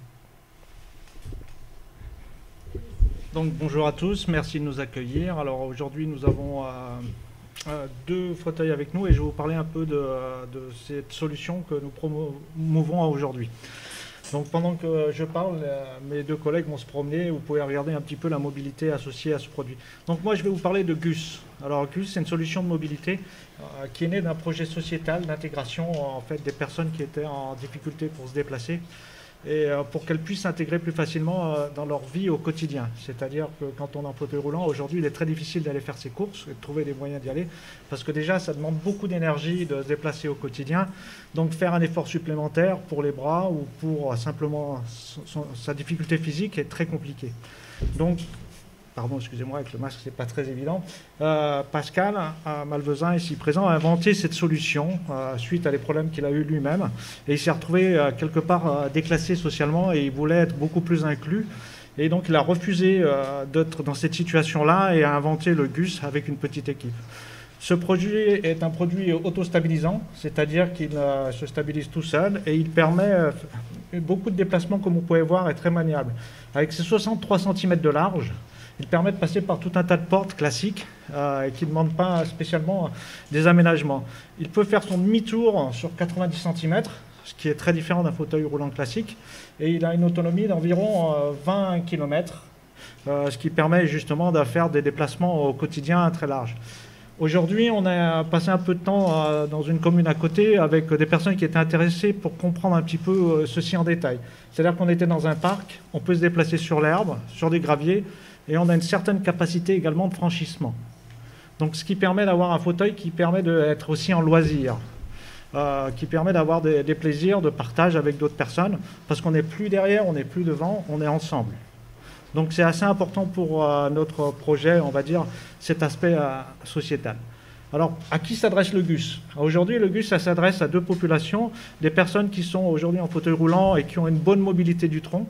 Donc bonjour à tous, merci de nous accueillir. Alors aujourd'hui nous avons euh, euh, deux fauteuils avec nous et je vais vous parler un peu de, de cette solution que nous promouvons aujourd'hui. Donc pendant que je parle, euh, mes deux collègues vont se promener, vous pouvez regarder un petit peu la mobilité associée à ce produit. Donc moi je vais vous parler de Gus. Alors Gus, c'est une solution de mobilité euh, qui est née d'un projet sociétal d'intégration en fait des personnes qui étaient en difficulté pour se déplacer, et pour qu'elles puissent s'intégrer plus facilement dans leur vie au quotidien. C'est-à-dire que quand on est en fauteuil roulant, aujourd'hui, il est très difficile d'aller faire ses courses et de trouver des moyens d'y aller, parce que déjà, ça demande beaucoup d'énergie de se déplacer au quotidien. Donc faire un effort supplémentaire pour les bras ou pour simplement son, sa difficulté physique est très compliqué. Donc pardon, excusez-moi, avec le masque, c'est pas très évident. Euh, Pascal euh, Malvezin, ici présent, a inventé cette solution euh, suite à des problèmes qu'il a eu lui-même. Et il s'est retrouvé euh, quelque part euh, déclassé socialement et il voulait être beaucoup plus inclus. Et donc, il a refusé euh, d'être dans cette situation-là et a inventé le Gus avec une petite équipe. Ce produit est un produit autostabilisant, c'est-à-dire qu'il euh, se stabilise tout seul et il permet euh, beaucoup de déplacements, comme vous pouvez voir, et très maniable. Avec ses soixante-trois centimètres de large, il permet de passer par tout un tas de portes classiques euh, et qui ne demandent pas spécialement des aménagements. Il peut faire son demi-tour sur quatre-vingt-dix centimètres, ce qui est très différent d'un fauteuil roulant classique, et il a une autonomie d'environ euh, vingt kilomètres, euh, ce qui permet justement de faire des déplacements au quotidien très larges. Aujourd'hui, on a passé un peu de temps euh, dans une commune à côté avec des personnes qui étaient intéressées pour comprendre un petit peu euh, ceci en détail. C'est-à-dire qu'on était dans un parc, on peut se déplacer sur l'herbe, sur des graviers, et on a une certaine capacité également de franchissement. Donc, ce qui permet d'avoir un fauteuil qui permet d'être aussi en loisir, euh, qui permet d'avoir des, des plaisirs de partage avec d'autres personnes, parce qu'on n'est plus derrière, on n'est plus devant, on est ensemble. Donc, c'est assez important pour euh, notre projet, on va dire, cet aspect euh, sociétal. Alors, à qui s'adresse le Gus? Aujourd'hui, le Gus, ça s'adresse à deux populations, des personnes qui sont aujourd'hui en fauteuil roulant et qui ont une bonne mobilité du tronc,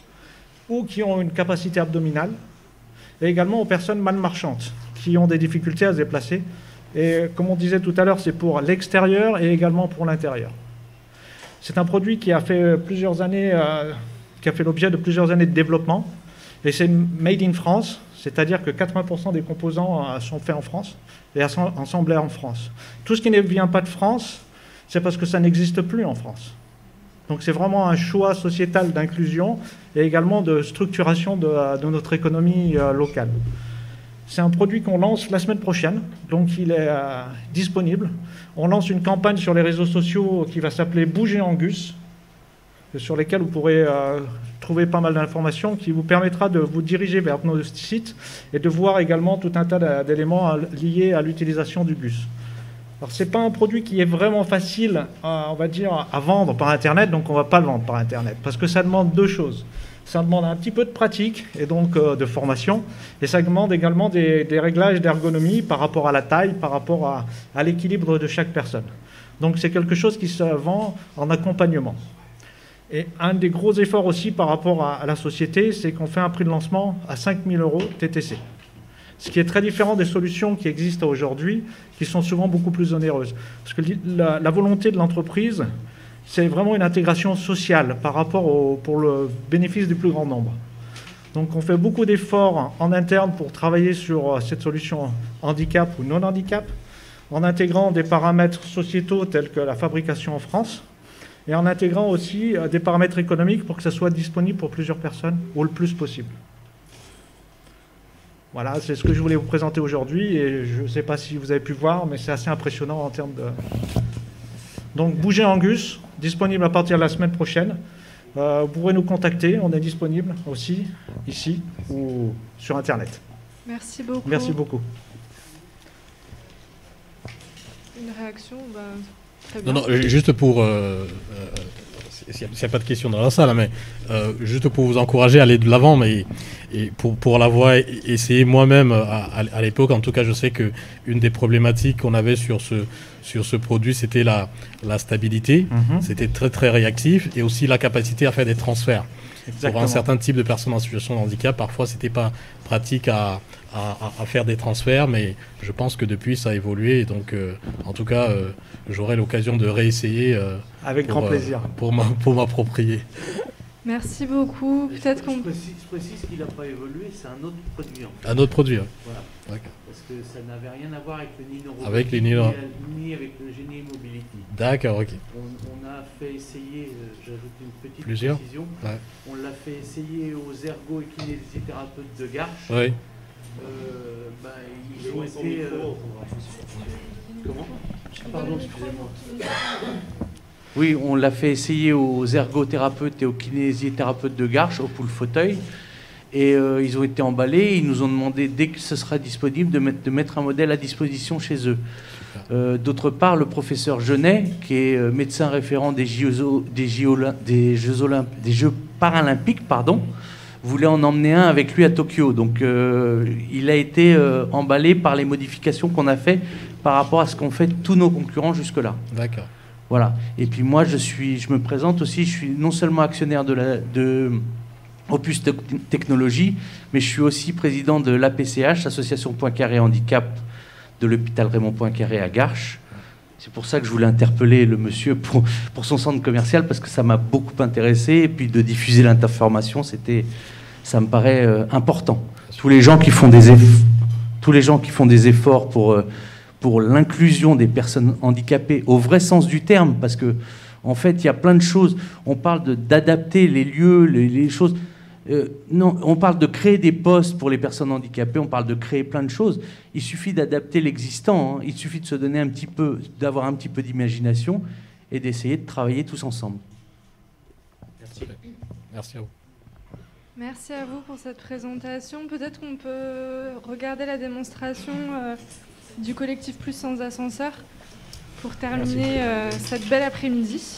ou qui ont une capacité abdominale, et également aux personnes malmarchantes qui ont des difficultés à se déplacer. Et comme on disait tout à l'heure, c'est pour l'extérieur et également pour l'intérieur. C'est un produit qui a fait plusieurs années, euh, qui a fait l'objet de plusieurs années de développement, et c'est made in France, c'est-à-dire que quatre-vingts pour cent des composants euh, sont faits en France et assemblés en France. Tout ce qui ne vient pas de France, c'est parce que ça n'existe plus en France. Donc c'est vraiment un choix sociétal d'inclusion et également de structuration de, de notre économie euh, locale. C'est un produit qu'on lance la semaine prochaine, donc il est euh, disponible. On lance une campagne sur les réseaux sociaux qui va s'appeler Bouger en Gus, sur lesquels vous pourrez euh, trouver pas mal d'informations qui vous permettra de vous diriger vers nos sites et de voir également tout un tas d'éléments liés à l'utilisation du Gus. Alors, ce n'est pas un produit qui est vraiment facile, euh, on va dire, à vendre par Internet, donc on ne va pas le vendre par Internet, parce que ça demande deux choses. Ça demande un petit peu de pratique et donc euh, de formation, et ça demande également des, des réglages d'ergonomie par rapport à la taille, par rapport à, à l'équilibre de chaque personne. Donc c'est quelque chose qui se vend en accompagnement. Et un des gros efforts aussi par rapport à, à la société, c'est qu'on fait un prix de lancement à cinq mille euros T T C. Ce qui est très différent des solutions qui existent aujourd'hui, qui sont souvent beaucoup plus onéreuses. Parce que la, la volonté de l'entreprise, c'est vraiment une intégration sociale par rapport au, pour le bénéfice du plus grand nombre. Donc on fait beaucoup d'efforts en interne pour travailler sur cette solution handicap ou non-handicap, en intégrant des paramètres sociétaux tels que la fabrication en France, et en intégrant aussi des paramètres économiques pour que ça soit disponible pour plusieurs personnes ou le plus possible. Voilà, c'est ce que je voulais vous présenter aujourd'hui, et je ne sais pas si vous avez pu voir, mais c'est assez impressionnant en termes de... Donc, Bouger en Gus, disponible à partir de la semaine prochaine. Euh, vous pourrez nous contacter, on est disponible aussi, ici, ou sur Internet. Merci beaucoup. Merci beaucoup. Une réaction bah, très bien. Non, non, juste pour... Euh, euh, s'il n'y a pas de questions dans la salle, mais euh, juste pour vous encourager à aller de l'avant, mais et pour, pour l'avoir essayé moi-même à, à, à l'époque, en tout cas, je sais qu'une des problématiques qu'on avait sur ce, sur ce produit, c'était la, la stabilité. Mm-hmm. C'était très, très réactif, et aussi la capacité à faire des transferts. Exactement. Pour un certain type de personnes en situation de handicap, parfois, c'était pas pratique à, à, à faire des transferts, mais je pense que depuis, ça a évolué. Et donc, euh, en tout cas, euh, j'aurai l'occasion de réessayer. Euh, Avec pour, grand plaisir. Euh, pour, ma, pour m'approprier. Merci beaucoup. Peut-être qu'on... Je précise, je précise qu'il n'a pas évolué, c'est un autre produit. En fait. Un autre produit, oui. Voilà. Parce que ça n'avait rien à voir avec le Nino avec les Nino... ni avec le Genie Mobility. D'accord, ok. On, on a fait essayer, euh, j'ajoute une petite Plusieurs. précision, ouais. On l'a fait essayer aux ergo et kinésithérapeutes de Garches. Oui. Euh, bah, ils ont été... Euh... Comment Pardon, excusez-moi. Oui, on l'a fait essayer aux ergothérapeutes et aux kinésithérapeutes de Garches, au pool fauteuil. Et euh, ils ont été emballés. Ils nous ont demandé, dès que ce sera disponible, de mettre, de mettre un modèle à disposition chez eux. Euh, d'autre part, le professeur Genet, qui est euh, médecin référent des, J O, des, J O, des, Jeux Olymp- des Jeux paralympiques, pardon, voulait en emmener un avec lui à Tokyo. Donc euh, il a été euh, emballé par les modifications qu'on a fait par rapport à ce qu'ont fait tous nos concurrents jusque-là. D'accord. Voilà. Et puis moi, je, suis, je me présente aussi, je suis non seulement actionnaire de, la, de Opus Technologies, mais je suis aussi président de l'A P C H, Association Poincaré Handicap de l'hôpital Raymond Poincaré à Garches. C'est pour ça que je voulais interpeller le monsieur pour, pour son centre commercial, parce que ça m'a beaucoup intéressé. Et puis de diffuser l'information, c'était, ça me paraît euh, important. Tous les gens qui font des efforts, tous les gens qui font des efforts pour, euh, pour l'inclusion des personnes handicapées au vrai sens du terme, parce que en fait, il y a plein de choses. On parle de, d'adapter les lieux, les, les choses. Euh, non, on parle de créer des postes pour les personnes handicapées, on parle de créer plein de choses. Il suffit d'adapter l'existant, hein. Il suffit de se donner un petit peu, d'avoir un petit peu d'imagination et d'essayer de travailler tous ensemble. Merci. Merci à vous. Merci à vous pour cette présentation. Peut-être qu'on peut regarder la démonstration euh, du collectif Plus sans ascenseur pour terminer euh, cette belle après-midi.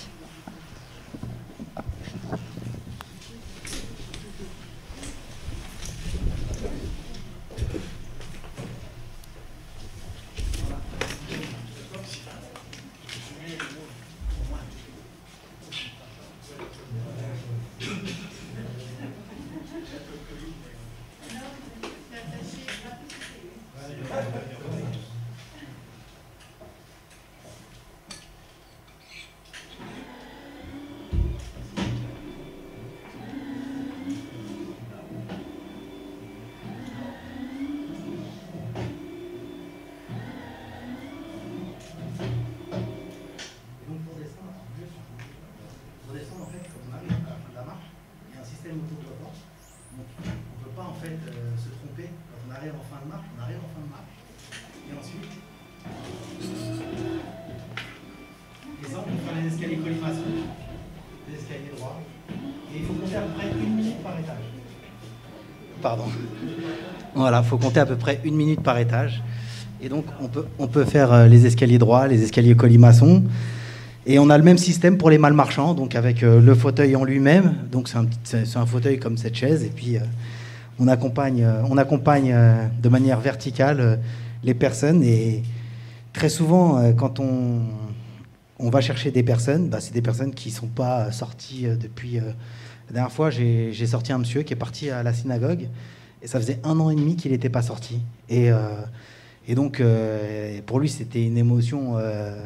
Pardon. Voilà, il faut compter à peu près une minute par étage. Et donc, on peut, on peut faire les escaliers droits, les escaliers colimaçons. Et on a le même système pour les malmarchants, donc avec euh, le fauteuil en lui-même. Donc, c'est un, c'est un fauteuil comme cette chaise. Et puis, euh, on accompagne, euh, on accompagne euh, de manière verticale euh, les personnes. Et très souvent, euh, quand on, on va chercher des personnes, bah, c'est des personnes qui ne sont pas sorties euh, depuis... Euh, La dernière fois, j'ai, j'ai sorti un monsieur qui est parti à la synagogue et ça faisait un an et demi qu'il n'était pas sorti. Et, euh, et donc, euh, pour lui, c'était une émotion euh,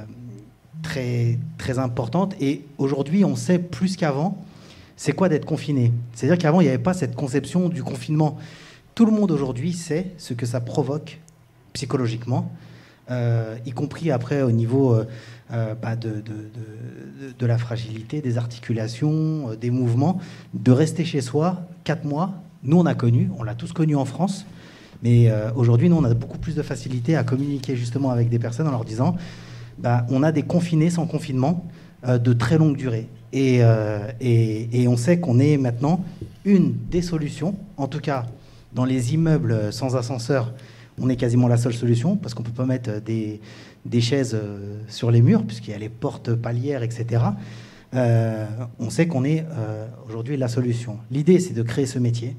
très, très importante. Et aujourd'hui, on sait plus qu'avant, c'est quoi d'être confiné. C'est-à-dire qu'avant, il n'y avait pas cette conception du confinement. Tout le monde aujourd'hui sait ce que ça provoque psychologiquement, euh, y compris après au niveau... Euh, Euh, bah de, de, de, de la fragilité, des articulations, euh, des mouvements, de rester chez soi quatre mois. Nous, on a connu, on l'a tous connu en France, mais euh, aujourd'hui, nous, on a beaucoup plus de facilité à communiquer justement avec des personnes en leur disant bah, on a des confinés sans confinement euh, de très longue durée. Et, euh, et, et on sait qu'on est maintenant une des solutions, en tout cas dans les immeubles sans ascenseur, on est quasiment la seule solution parce qu'on ne peut pas mettre des... des chaises sur les murs, puisqu'il y a les portes palières, et cetera. Euh, on sait qu'on est euh, aujourd'hui la solution. L'idée, c'est de créer ce métier.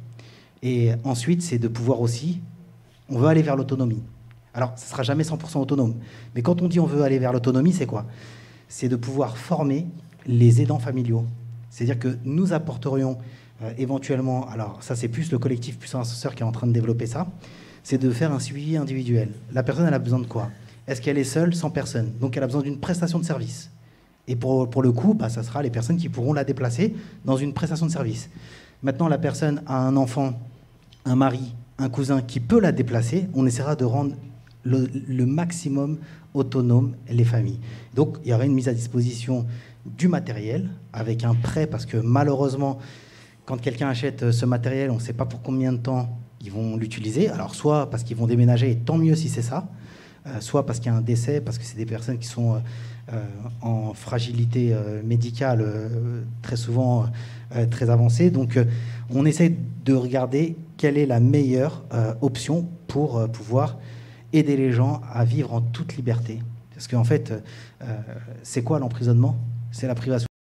Et ensuite, c'est de pouvoir aussi... On veut aller vers l'autonomie. Alors, ce ne sera jamais cent pour cent autonome. Mais quand on dit on veut aller vers l'autonomie, c'est quoi? C'est de pouvoir former les aidants familiaux. C'est-à-dire que nous apporterions euh, éventuellement... Alors, ça, c'est plus le collectif Plus un ascenseur qui est en train de développer ça. C'est de faire un suivi individuel. La personne, elle a besoin de quoi? Est-ce qu'elle est seule, sans personne? Donc elle a besoin d'une prestation de service. Et pour, pour le coup, bah, ça sera les personnes qui pourront la déplacer dans une prestation de service. Maintenant, la personne a un enfant, un mari, un cousin qui peut la déplacer. On essaiera de rendre le, le maximum autonome les familles. Donc il y aura une mise à disposition du matériel avec un prêt, parce que malheureusement, quand quelqu'un achète ce matériel, on ne sait pas pour combien de temps ils vont l'utiliser. Alors soit parce qu'ils vont déménager, et tant mieux si c'est ça. Euh, soit parce qu'il y a un décès, parce que c'est des personnes qui sont euh, en fragilité euh, médicale euh, très souvent euh, très avancée. Donc euh, on essaie de regarder quelle est la meilleure euh, option pour euh, pouvoir aider les gens à vivre en toute liberté. Parce qu'en fait, euh, c'est quoi l'emprisonnement? C'est la privation